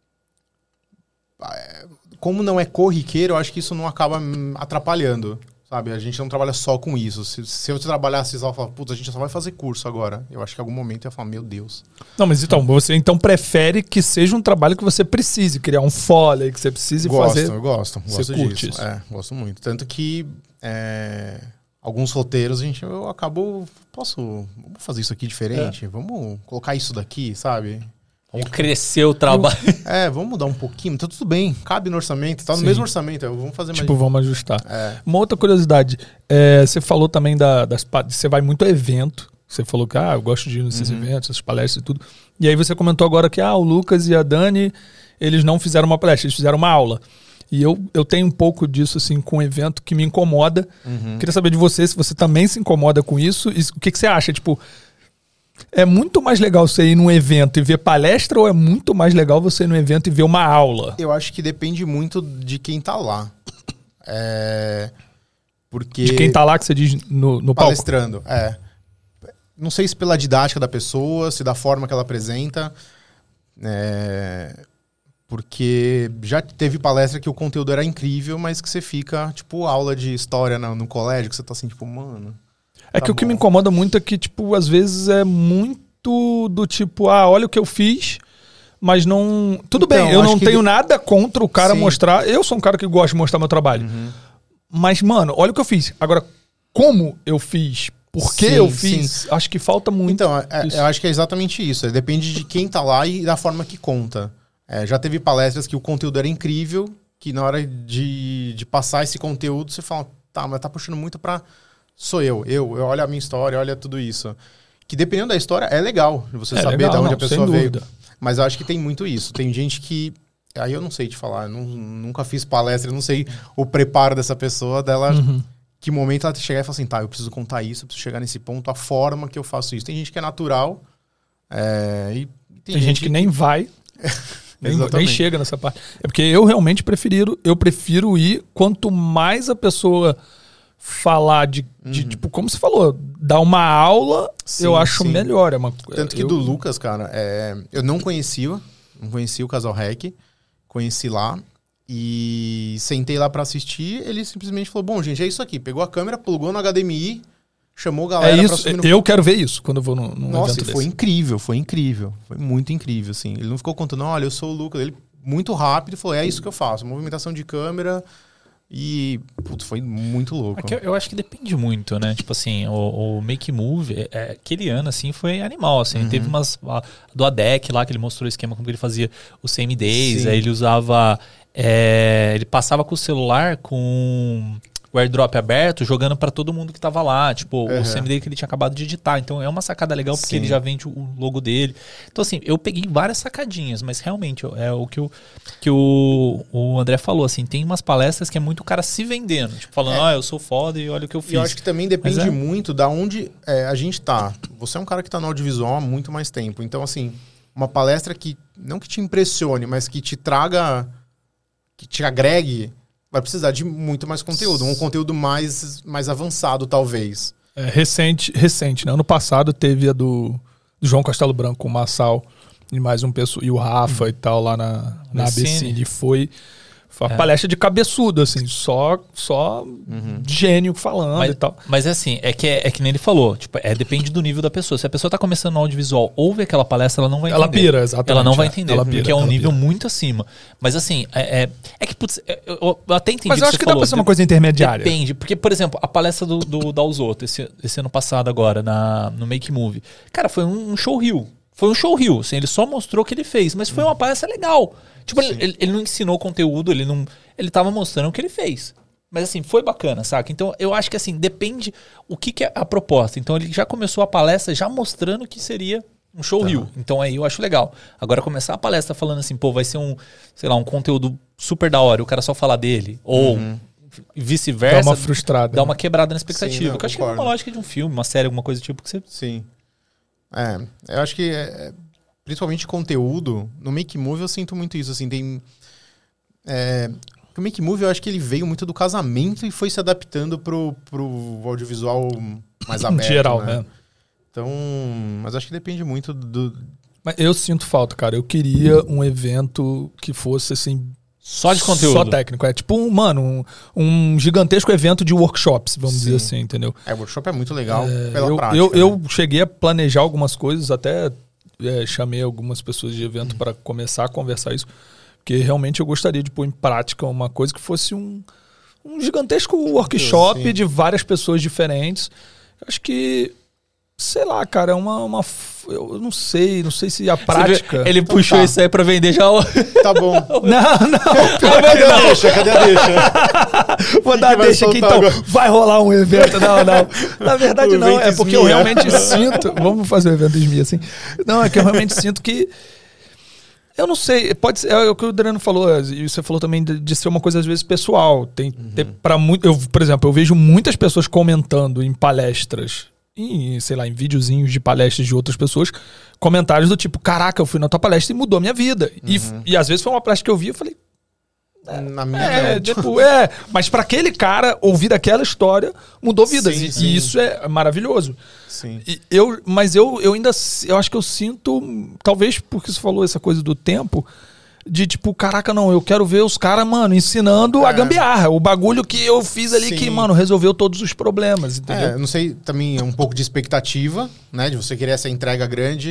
como não é corriqueiro, eu acho que isso não acaba hum, atrapalhando, sabe? A gente não trabalha só com isso. Se, se eu trabalhasse só, eu falava, putz, a gente só vai fazer curso agora. Eu acho que em algum momento eu ia falar, meu Deus. Não, mas então, você então prefere que seja um trabalho que você precise criar um foley, que você precise Gosto, fazer. eu gosto, Você gosto curte disso. isso? É, gosto muito. Tanto que é, alguns roteiros a gente, eu acabo, posso, vamos fazer isso aqui diferente? Vamos colocar isso daqui, sabe? Vamos crescer o trabalho. É, vamos mudar um pouquinho, tá tudo bem, cabe no orçamento, tá no Sim. mesmo orçamento, vamos fazer mais... Tipo, vamos ajustar. É. Uma outra curiosidade, é, você falou também da, das... pa- Você vai muito a evento, você falou que, ah, eu gosto de ir nesses Uhum. eventos, essas palestras e tudo. E aí você comentou agora que, ah, o Lucas e a Dani, eles não fizeram uma palestra, eles fizeram uma aula. E eu, eu tenho um pouco disso, assim, com um evento que me incomoda. Uhum. Queria saber de você, se você também se incomoda com isso. E o que, que você acha? Tipo, é muito mais legal você ir num evento e ver palestra ou é muito mais legal você ir num evento e ver uma aula? Eu acho que depende muito de quem tá lá. É... Porque... De quem tá lá que você diz no, no palco? palestrando, é. Não sei se pela didática da pessoa, se da forma que ela apresenta. É... Porque já teve palestra que o conteúdo era incrível, mas que você fica, tipo, aula de história no, no colégio, que você tá assim, tipo, mano... É tá que o que bom. me incomoda muito é que, tipo, às vezes é muito do tipo, ah, olha o que eu fiz, mas não... Tudo Então, bem, eu acho não que tenho de- nada contra o cara Sim. mostrar. Eu sou um cara que gosta de mostrar meu trabalho. Uhum. Mas, mano, olha o que eu fiz. Agora, como eu fiz? Por que Sim, eu fiz? Acho que falta muito. Então, é- isso. eu acho que é exatamente isso. É, depende de quem tá lá e da forma que conta. É, já teve palestras que o conteúdo era incrível, que na hora de, de passar esse conteúdo, você fala, tá, mas tá puxando muito pra... Sou eu, eu, eu olho a minha história, olha tudo isso. Que dependendo da história, é legal você É saber legal, de onde não, a pessoa sem veio. dúvida. Mas eu acho que tem muito isso. Tem gente que... Aí eu não sei te falar, eu não- nunca fiz palestra, eu não sei o preparo dessa pessoa, dela... Uhum. Que momento ela chegar e falar assim, tá, eu preciso contar isso, eu preciso chegar nesse ponto, a forma que eu faço isso. Tem gente que é natural, é, e Tem, gente que nem vai, nem, nem Exatamente. chega nessa parte. É porque eu realmente prefiro, eu prefiro ir, quanto mais a pessoa falar de, de tipo, como você falou, dar uma aula, Sim, eu acho sim. melhor. É uma, Tanto que eu, do Lucas, cara, é, eu não conhecia, não conhecia o Casal Rec, conheci lá e sentei lá pra assistir, ele simplesmente falou, bom, gente, é isso aqui. Pegou a câmera, plugou no H D M I, chamou a galera É pra isso, assumir no... eu quero ver isso quando eu vou num, num Nossa, evento e foi desse. incrível, foi incrível. Foi muito incrível, assim. Ele não ficou contando, olha, eu sou o Lucas. Ele, muito rápido, falou, é isso que eu faço. Movimentação de câmera e... Putz, foi muito louco. Aqui eu, eu acho que depende muito, né? Tipo assim, o, o Make Move, é, é, aquele ano, assim, foi animal, assim. Uhum. Teve umas... A, do A D E C lá, que ele mostrou o esquema como ele fazia os same days. Sim. Aí ele usava... é, ele passava com o celular com o airdrop aberto, jogando pra todo mundo que tava lá. Tipo, Uhum. o same day que ele tinha acabado de editar. Então é uma sacada legal, porque Sim. ele já vende o logo dele. Então assim, eu peguei várias sacadinhas, mas realmente é o que o, que o, o André falou, assim. Tem umas palestras que é muito o cara se vendendo. Tipo, falando, É. ah, eu sou foda e olha o que eu fiz. E eu acho que também depende Mas é. muito da onde é, a gente tá. Você é um cara que tá no audiovisual há muito mais tempo. Então, assim, uma palestra que, não que te impressione, mas que te traga, que te agregue, vai precisar de muito mais conteúdo. Um conteúdo mais, mais avançado, talvez. É, recente, recente, né? Ano passado teve a do, do João Castelo Branco, o Massal e mais um pessoal, e o Rafa e tal lá na, na Abessine. Abessine. Foi, foi uma É. palestra de cabeçudo, assim, só, só gênio falando Mas, e tal. mas é assim, é que, é, é que nem ele falou, tipo, é, depende do nível da pessoa. Se a pessoa tá começando no audiovisual, ouve aquela palestra, ela não vai entender. Ela pira, exatamente. Ela não vai é. entender, Ela pira, porque é um ela nível pira. muito acima. Mas assim, é, é, é que, putz, é, eu, eu até entendi Mas o eu que acho você que dá falou. pra ser uma De- coisa intermediária. Depende, porque, por exemplo, a palestra do, do da Usoto, esse, esse ano passado agora, na, no Make Move, cara, foi um, um showreel. Foi um showreel, assim, ele só mostrou o que ele fez, mas foi uma palestra legal. Tipo, ele, ele, ele não ensinou conteúdo, ele não. Ele tava mostrando o que ele fez. Mas assim, foi bacana, saca? Então eu acho que assim, depende o que, que é a proposta. Então ele já começou a palestra já mostrando que seria um showreel. Então aí eu acho legal. Agora começar a palestra falando assim, pô, vai ser um, sei lá, um conteúdo super da hora, o cara só falar dele. Ou vice-versa. Dá uma frustrada. Dá uma quebrada na expectativa. Sim, não, que eu acho que é uma concordo. lógica de um filme, uma série, alguma coisa do tipo que você. Sim. É, eu acho que, é, principalmente conteúdo, no Make Move eu sinto muito isso, assim, tem... É, o Make Move eu acho que ele veio muito do casamento e foi se adaptando pro, pro audiovisual mais aberto, Geral, né? né? Então, mas acho que depende muito do... Mas eu sinto falta, cara. Eu queria um evento que fosse assim. Só de conteúdo. Só técnico. É tipo, um, mano, um, um gigantesco evento de workshops, vamos Sim. dizer assim, entendeu? É, o workshop é muito legal É, pela eu, prática. eu, né? eu cheguei a planejar algumas coisas, até é, chamei algumas pessoas de evento para começar a conversar isso, porque realmente eu gostaria de pôr em prática uma coisa que fosse um, um gigantesco workshop sim. de várias pessoas diferentes. Eu acho que, sei lá, cara, é uma, uma. Eu não sei, não sei se a Você prática. vê, ele puxou tá. isso aí pra vender já. o- Tá bom. Não, não, Cadê a deixa? Cadê a deixa? vou Quem dar que vai deixa aqui soltar então. agora? Vai rolar um evento. Não, não. Na verdade, O não. evento É porque eu Esmia. realmente sinto. Vamos fazer o evento Esmia assim. Não, é que eu realmente sinto que. Eu não sei, pode ser, é o que o Adriano falou, e você falou também de, de ser uma coisa às vezes pessoal. Tem, tem para muito, eu, por exemplo, eu vejo muitas pessoas comentando em palestras, em, sei lá, em videozinhos de palestras de outras pessoas, comentários do tipo, caraca, eu fui na tua palestra e mudou a minha vida. E, e às vezes foi uma palestra que eu vi, eu falei, Na minha é, não. tipo, é, mas para aquele cara ouvir aquela história mudou vidas. Sim, e, sim. e isso é maravilhoso. Sim. E eu, mas eu, eu ainda eu acho que eu sinto, talvez porque você falou essa coisa do tempo, de tipo, caraca, não, eu quero ver os caras, mano, ensinando a É. gambiarra. O bagulho que eu fiz ali Sim. que, mano, resolveu todos os problemas, entendeu? É, eu não sei, também é um pouco de expectativa, né? De você querer essa entrega grande.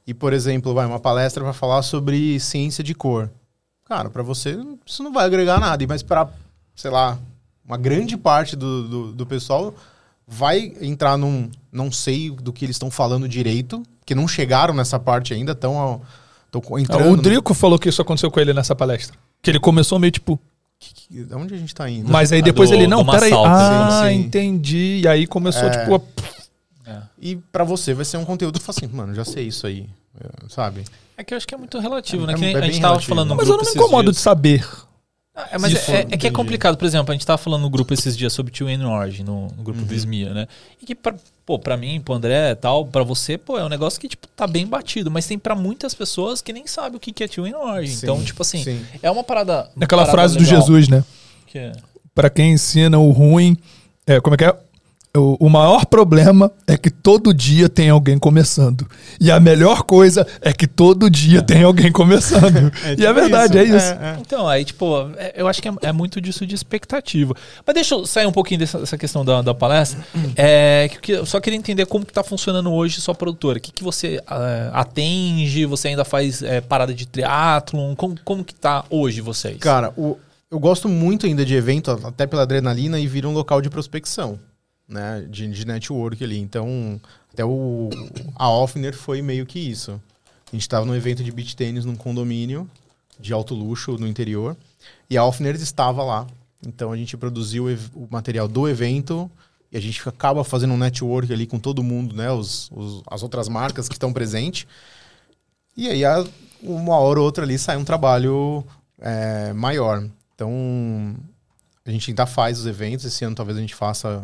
E, por exemplo, vai uma palestra para falar sobre ciência de cor. Cara, para você isso não vai agregar nada, mas para, sei lá, uma grande parte do, do, do pessoal vai entrar num não sei do que eles estão falando direito, que não chegaram nessa parte ainda, estão entrando... O Drico no... falou que isso aconteceu com ele nessa palestra. Que ele começou meio tipo... Que, de onde a gente tá indo? Mas aí depois do, ele, não, peraí, ah, sim, sim. entendi. E aí começou, é... tipo... A... É. E pra você vai ser um conteúdo que fala assim, mano, já sei isso aí, sabe? É que eu acho que é muito relativo, é, né? É, que é a gente tava relativo. falando no Mas grupo eu não me incomodo dias. de saber. É, mas Isso, é, é, é que é entendi. complicado. Por exemplo, a gente tava falando no grupo esses dias sobre Two and Origin, no, no grupo Uhum. do Smia, né? E que, pra, pô, pra mim, pro André e tal, pra você, pô, é um negócio que, tipo, tá bem batido. Mas tem pra muitas pessoas que nem sabem o que que é Two and Origin. Sim, Então, tipo assim, sim. é uma parada... uma Aquela parada frase do legal. Jesus, né? Que é... Pra quem ensina o ruim... É, como é que é? O, o maior problema é que todo dia tem alguém começando. E a melhor coisa é que todo dia é. tem alguém começando. É, e tipo é verdade, isso. é isso. É, é. Então, aí, tipo, é, eu acho que é, é muito disso de expectativa. Mas deixa eu sair um pouquinho dessa, dessa questão da, da palestra. É, que, que eu só queria entender como que tá funcionando hoje sua produtora. O que, que você uh, atende? Você ainda faz é, parada de triatlon? Como, como que tá hoje vocês? Cara, o, eu gosto muito ainda de evento, até pela adrenalina, e vira um local de prospecção, né? De, de network ali. Então, até o, a Offner foi meio que isso. A gente estava num evento de beach tênis num condomínio de alto luxo no interior, e a Offner estava lá. Então, a gente produziu o material do evento e a gente acaba fazendo um network ali com todo mundo, né? Os, os, as outras marcas que estão presentes. E aí, a, uma hora ou outra ali sai um trabalho é, maior. Então, a gente ainda faz os eventos. Esse ano talvez a gente faça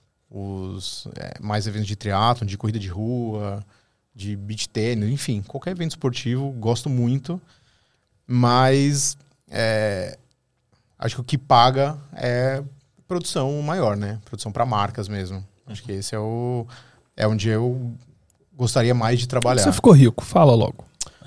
os é, mais eventos de triatlon, de corrida de rua, de beach tennis, enfim, qualquer evento esportivo, gosto muito. Mas é, acho que o que paga é produção maior, né? Produção para marcas mesmo. Acho que esse é o é onde eu gostaria mais de trabalhar. Você ficou rico, fala logo.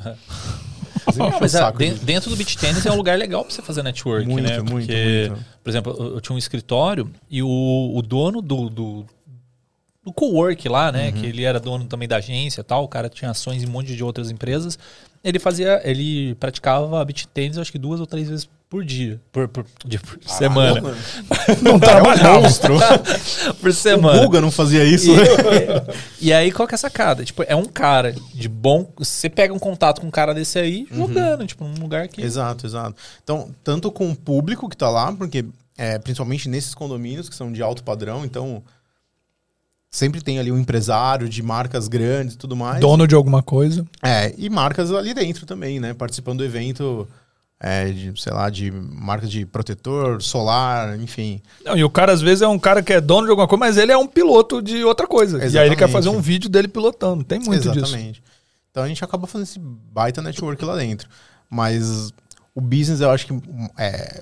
Não, mas a, saco de, de... dentro do beach tennis é um lugar legal pra você fazer network, muito, né? muito, Porque, muito. por exemplo, eu, eu tinha um escritório e o, o dono do, do, do co-work lá, né? Uhum. Que ele era dono também da agência e tal, o cara tinha ações em um monte de outras empresas. Ele fazia, ele praticava beach tennis acho que duas ou três vezes por dia, por, por, dia, por ah, semana. Não, não trabalhava. É um monstro. Por semana. O Guga não fazia isso, e, né? E aí, qual que é a sacada? Tipo, é um cara de bom... Você pega um contato com um cara desse aí, uhum. jogando, tipo, num lugar que... Exato, exato. Então, tanto com o público que tá lá, porque é, principalmente nesses condomínios que são de alto padrão, então... Sempre tem ali um empresário de marcas grandes e tudo mais. Dono de alguma coisa. É, e marcas ali dentro também, né? Participando do evento... É, de, sei lá, de marca de protetor, solar, enfim. Não, e o cara, às vezes, é um cara que é dono de alguma coisa, mas ele é um piloto de outra coisa. Exatamente. E aí ele quer fazer um vídeo dele pilotando. Tem muito Exatamente. disso. Exatamente. Então a gente acaba fazendo esse baita network lá dentro. Mas o business, eu acho que é,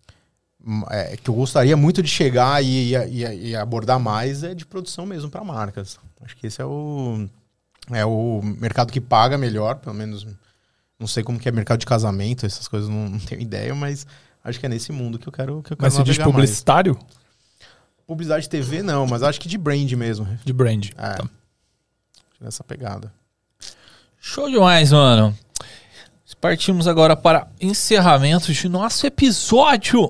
é que eu gostaria muito de chegar e, e, e abordar mais é de produção mesmo para marcas. Acho que esse é o, é o mercado que paga melhor, pelo menos... Não sei como que é mercado de casamento, essas coisas, não, não tenho ideia, mas acho que é nesse mundo que eu quero que eu quero Mas você diz publicitário? Mais. Publicidade de T V não, mas acho que de brand mesmo. De brand. É. Tá. Nessa pegada. Show demais, mano. Partimos agora para encerramento de nosso episódio.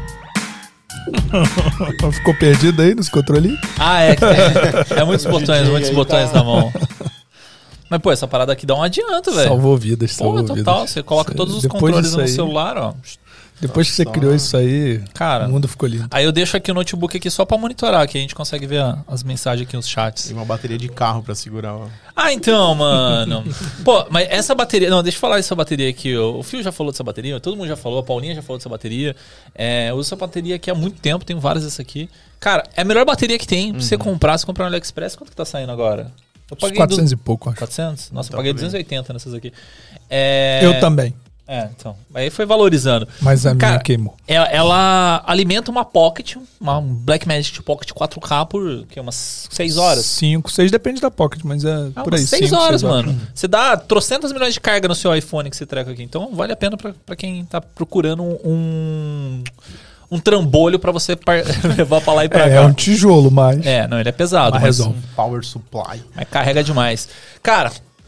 Ficou perdido aí nos controles? Ah, é. É, é muitos botões, muitos botões tá... na mão. Mas, pô, essa parada aqui dá um adianto, velho. Salvou vidas, salvou Pô, vidas. total. Você coloca todos os Depois controles no aí, celular, ó. Depois que você criou isso aí, cara, o mundo ficou lindo. Aí eu deixo aqui o notebook aqui só pra monitorar, que a gente consegue ver a, as mensagens aqui nos chats. E uma bateria de carro pra segurar. Ó. Ah, então, mano. Pô, mas essa bateria... Não, deixa eu falar dessa bateria aqui. O Fio já falou dessa bateria, todo mundo já falou, a Paulinha já falou dessa bateria. É, eu uso essa bateria aqui há muito tempo, tenho várias dessa aqui. Cara, é a melhor bateria que tem. Pra uhum. você comprar, se comprar no AliExpress, quanto que tá saindo agora? Eu paguei quatrocentos do... e pouco, acho. quatrocentos? Nossa, então, eu paguei duzentos e oitenta nessas aqui. É... Eu também. É, então. Aí foi valorizando. Mas a Cara, minha queimou. Ela, ela alimenta uma Pocket, uma Blackmagic Pocket quatro K por que, umas seis horas. cinco, seis depende da Pocket, mas é ah, por aí. seis cinco, horas, seis mano. Horas. Você dá trocentas milhões de carga no seu iPhone que você treca aqui. Então vale a pena pra, pra quem tá procurando um... um trambolho pra você par... levar pra lá e pra é, cá. É um tijolo, mas... É, não, ele é pesado. Mas mas resolve. Power supply. Mas carrega demais. Cara,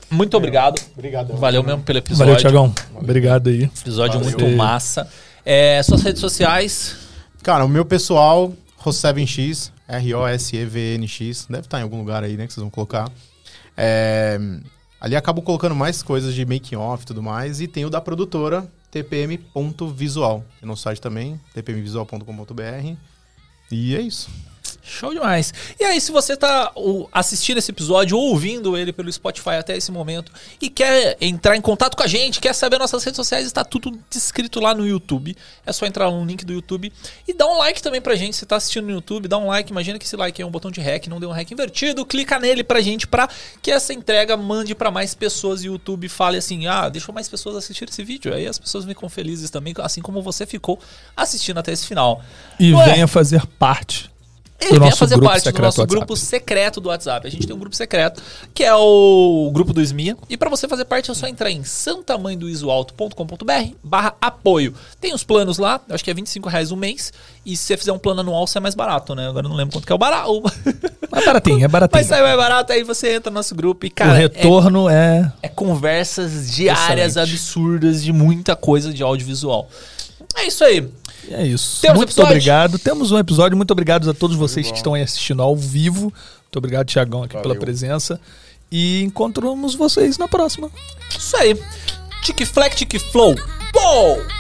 muito obrigado. Obrigado. Valeu mesmo pelo episódio. Valeu, Thiagão. Obrigado aí. Episódio Valeu. muito massa. É, suas redes sociais. Cara, o meu pessoal, Ros sete x, R O S E V N X, deve estar em algum lugar aí, né, que vocês vão colocar. É, ali acabo colocando mais coisas de making off e tudo mais, e tem o da produtora, t p m ponto visual. Tem no site também, t p m visual ponto com ponto b r. E é isso. Show demais. E aí, se você tá o, assistindo esse episódio ou ouvindo ele pelo Spotify até esse momento e quer entrar em contato com a gente, quer saber nossas redes sociais, está tudo descrito lá no YouTube. É só entrar no link do YouTube e dar um like também pra gente. Se tá assistindo no YouTube, dá um like. Imagina que esse like é um botão de REC, não deu um REC invertido. Clica nele pra gente, pra que essa entrega mande pra mais pessoas e o YouTube fale assim, ah, deixa mais pessoas assistir esse vídeo. Aí as pessoas ficam felizes também, assim como você ficou assistindo até esse final. E Ué, venha fazer parte Ele do vem nosso fazer grupo parte do secreto nosso do WhatsApp. grupo secreto do WhatsApp. A gente tem um grupo secreto, que é o grupo do Esminha. E pra você fazer parte é só entrar em santamandoisoalto ponto com ponto b r barra apoio. Tem os planos lá, acho que é vinte e cinco reais o mês. E se você fizer um plano anual, sai mais barato, né? Agora eu não lembro quanto que é o barato. É baratinho, é baratinho. Mas sai mais barato, aí você entra no nosso grupo e, cara, o retorno é... é, é conversas diárias Excelente. absurdas de muita coisa de audiovisual. É isso aí. É isso. Temos muito episódio? obrigado. Temos um episódio. Muito obrigado a todos vocês que estão aí assistindo ao vivo. Muito obrigado, Thiagão, aqui Valeu. pela presença. E encontramos vocês na próxima. Isso aí. Tic Flex, Tic Flow. Pou!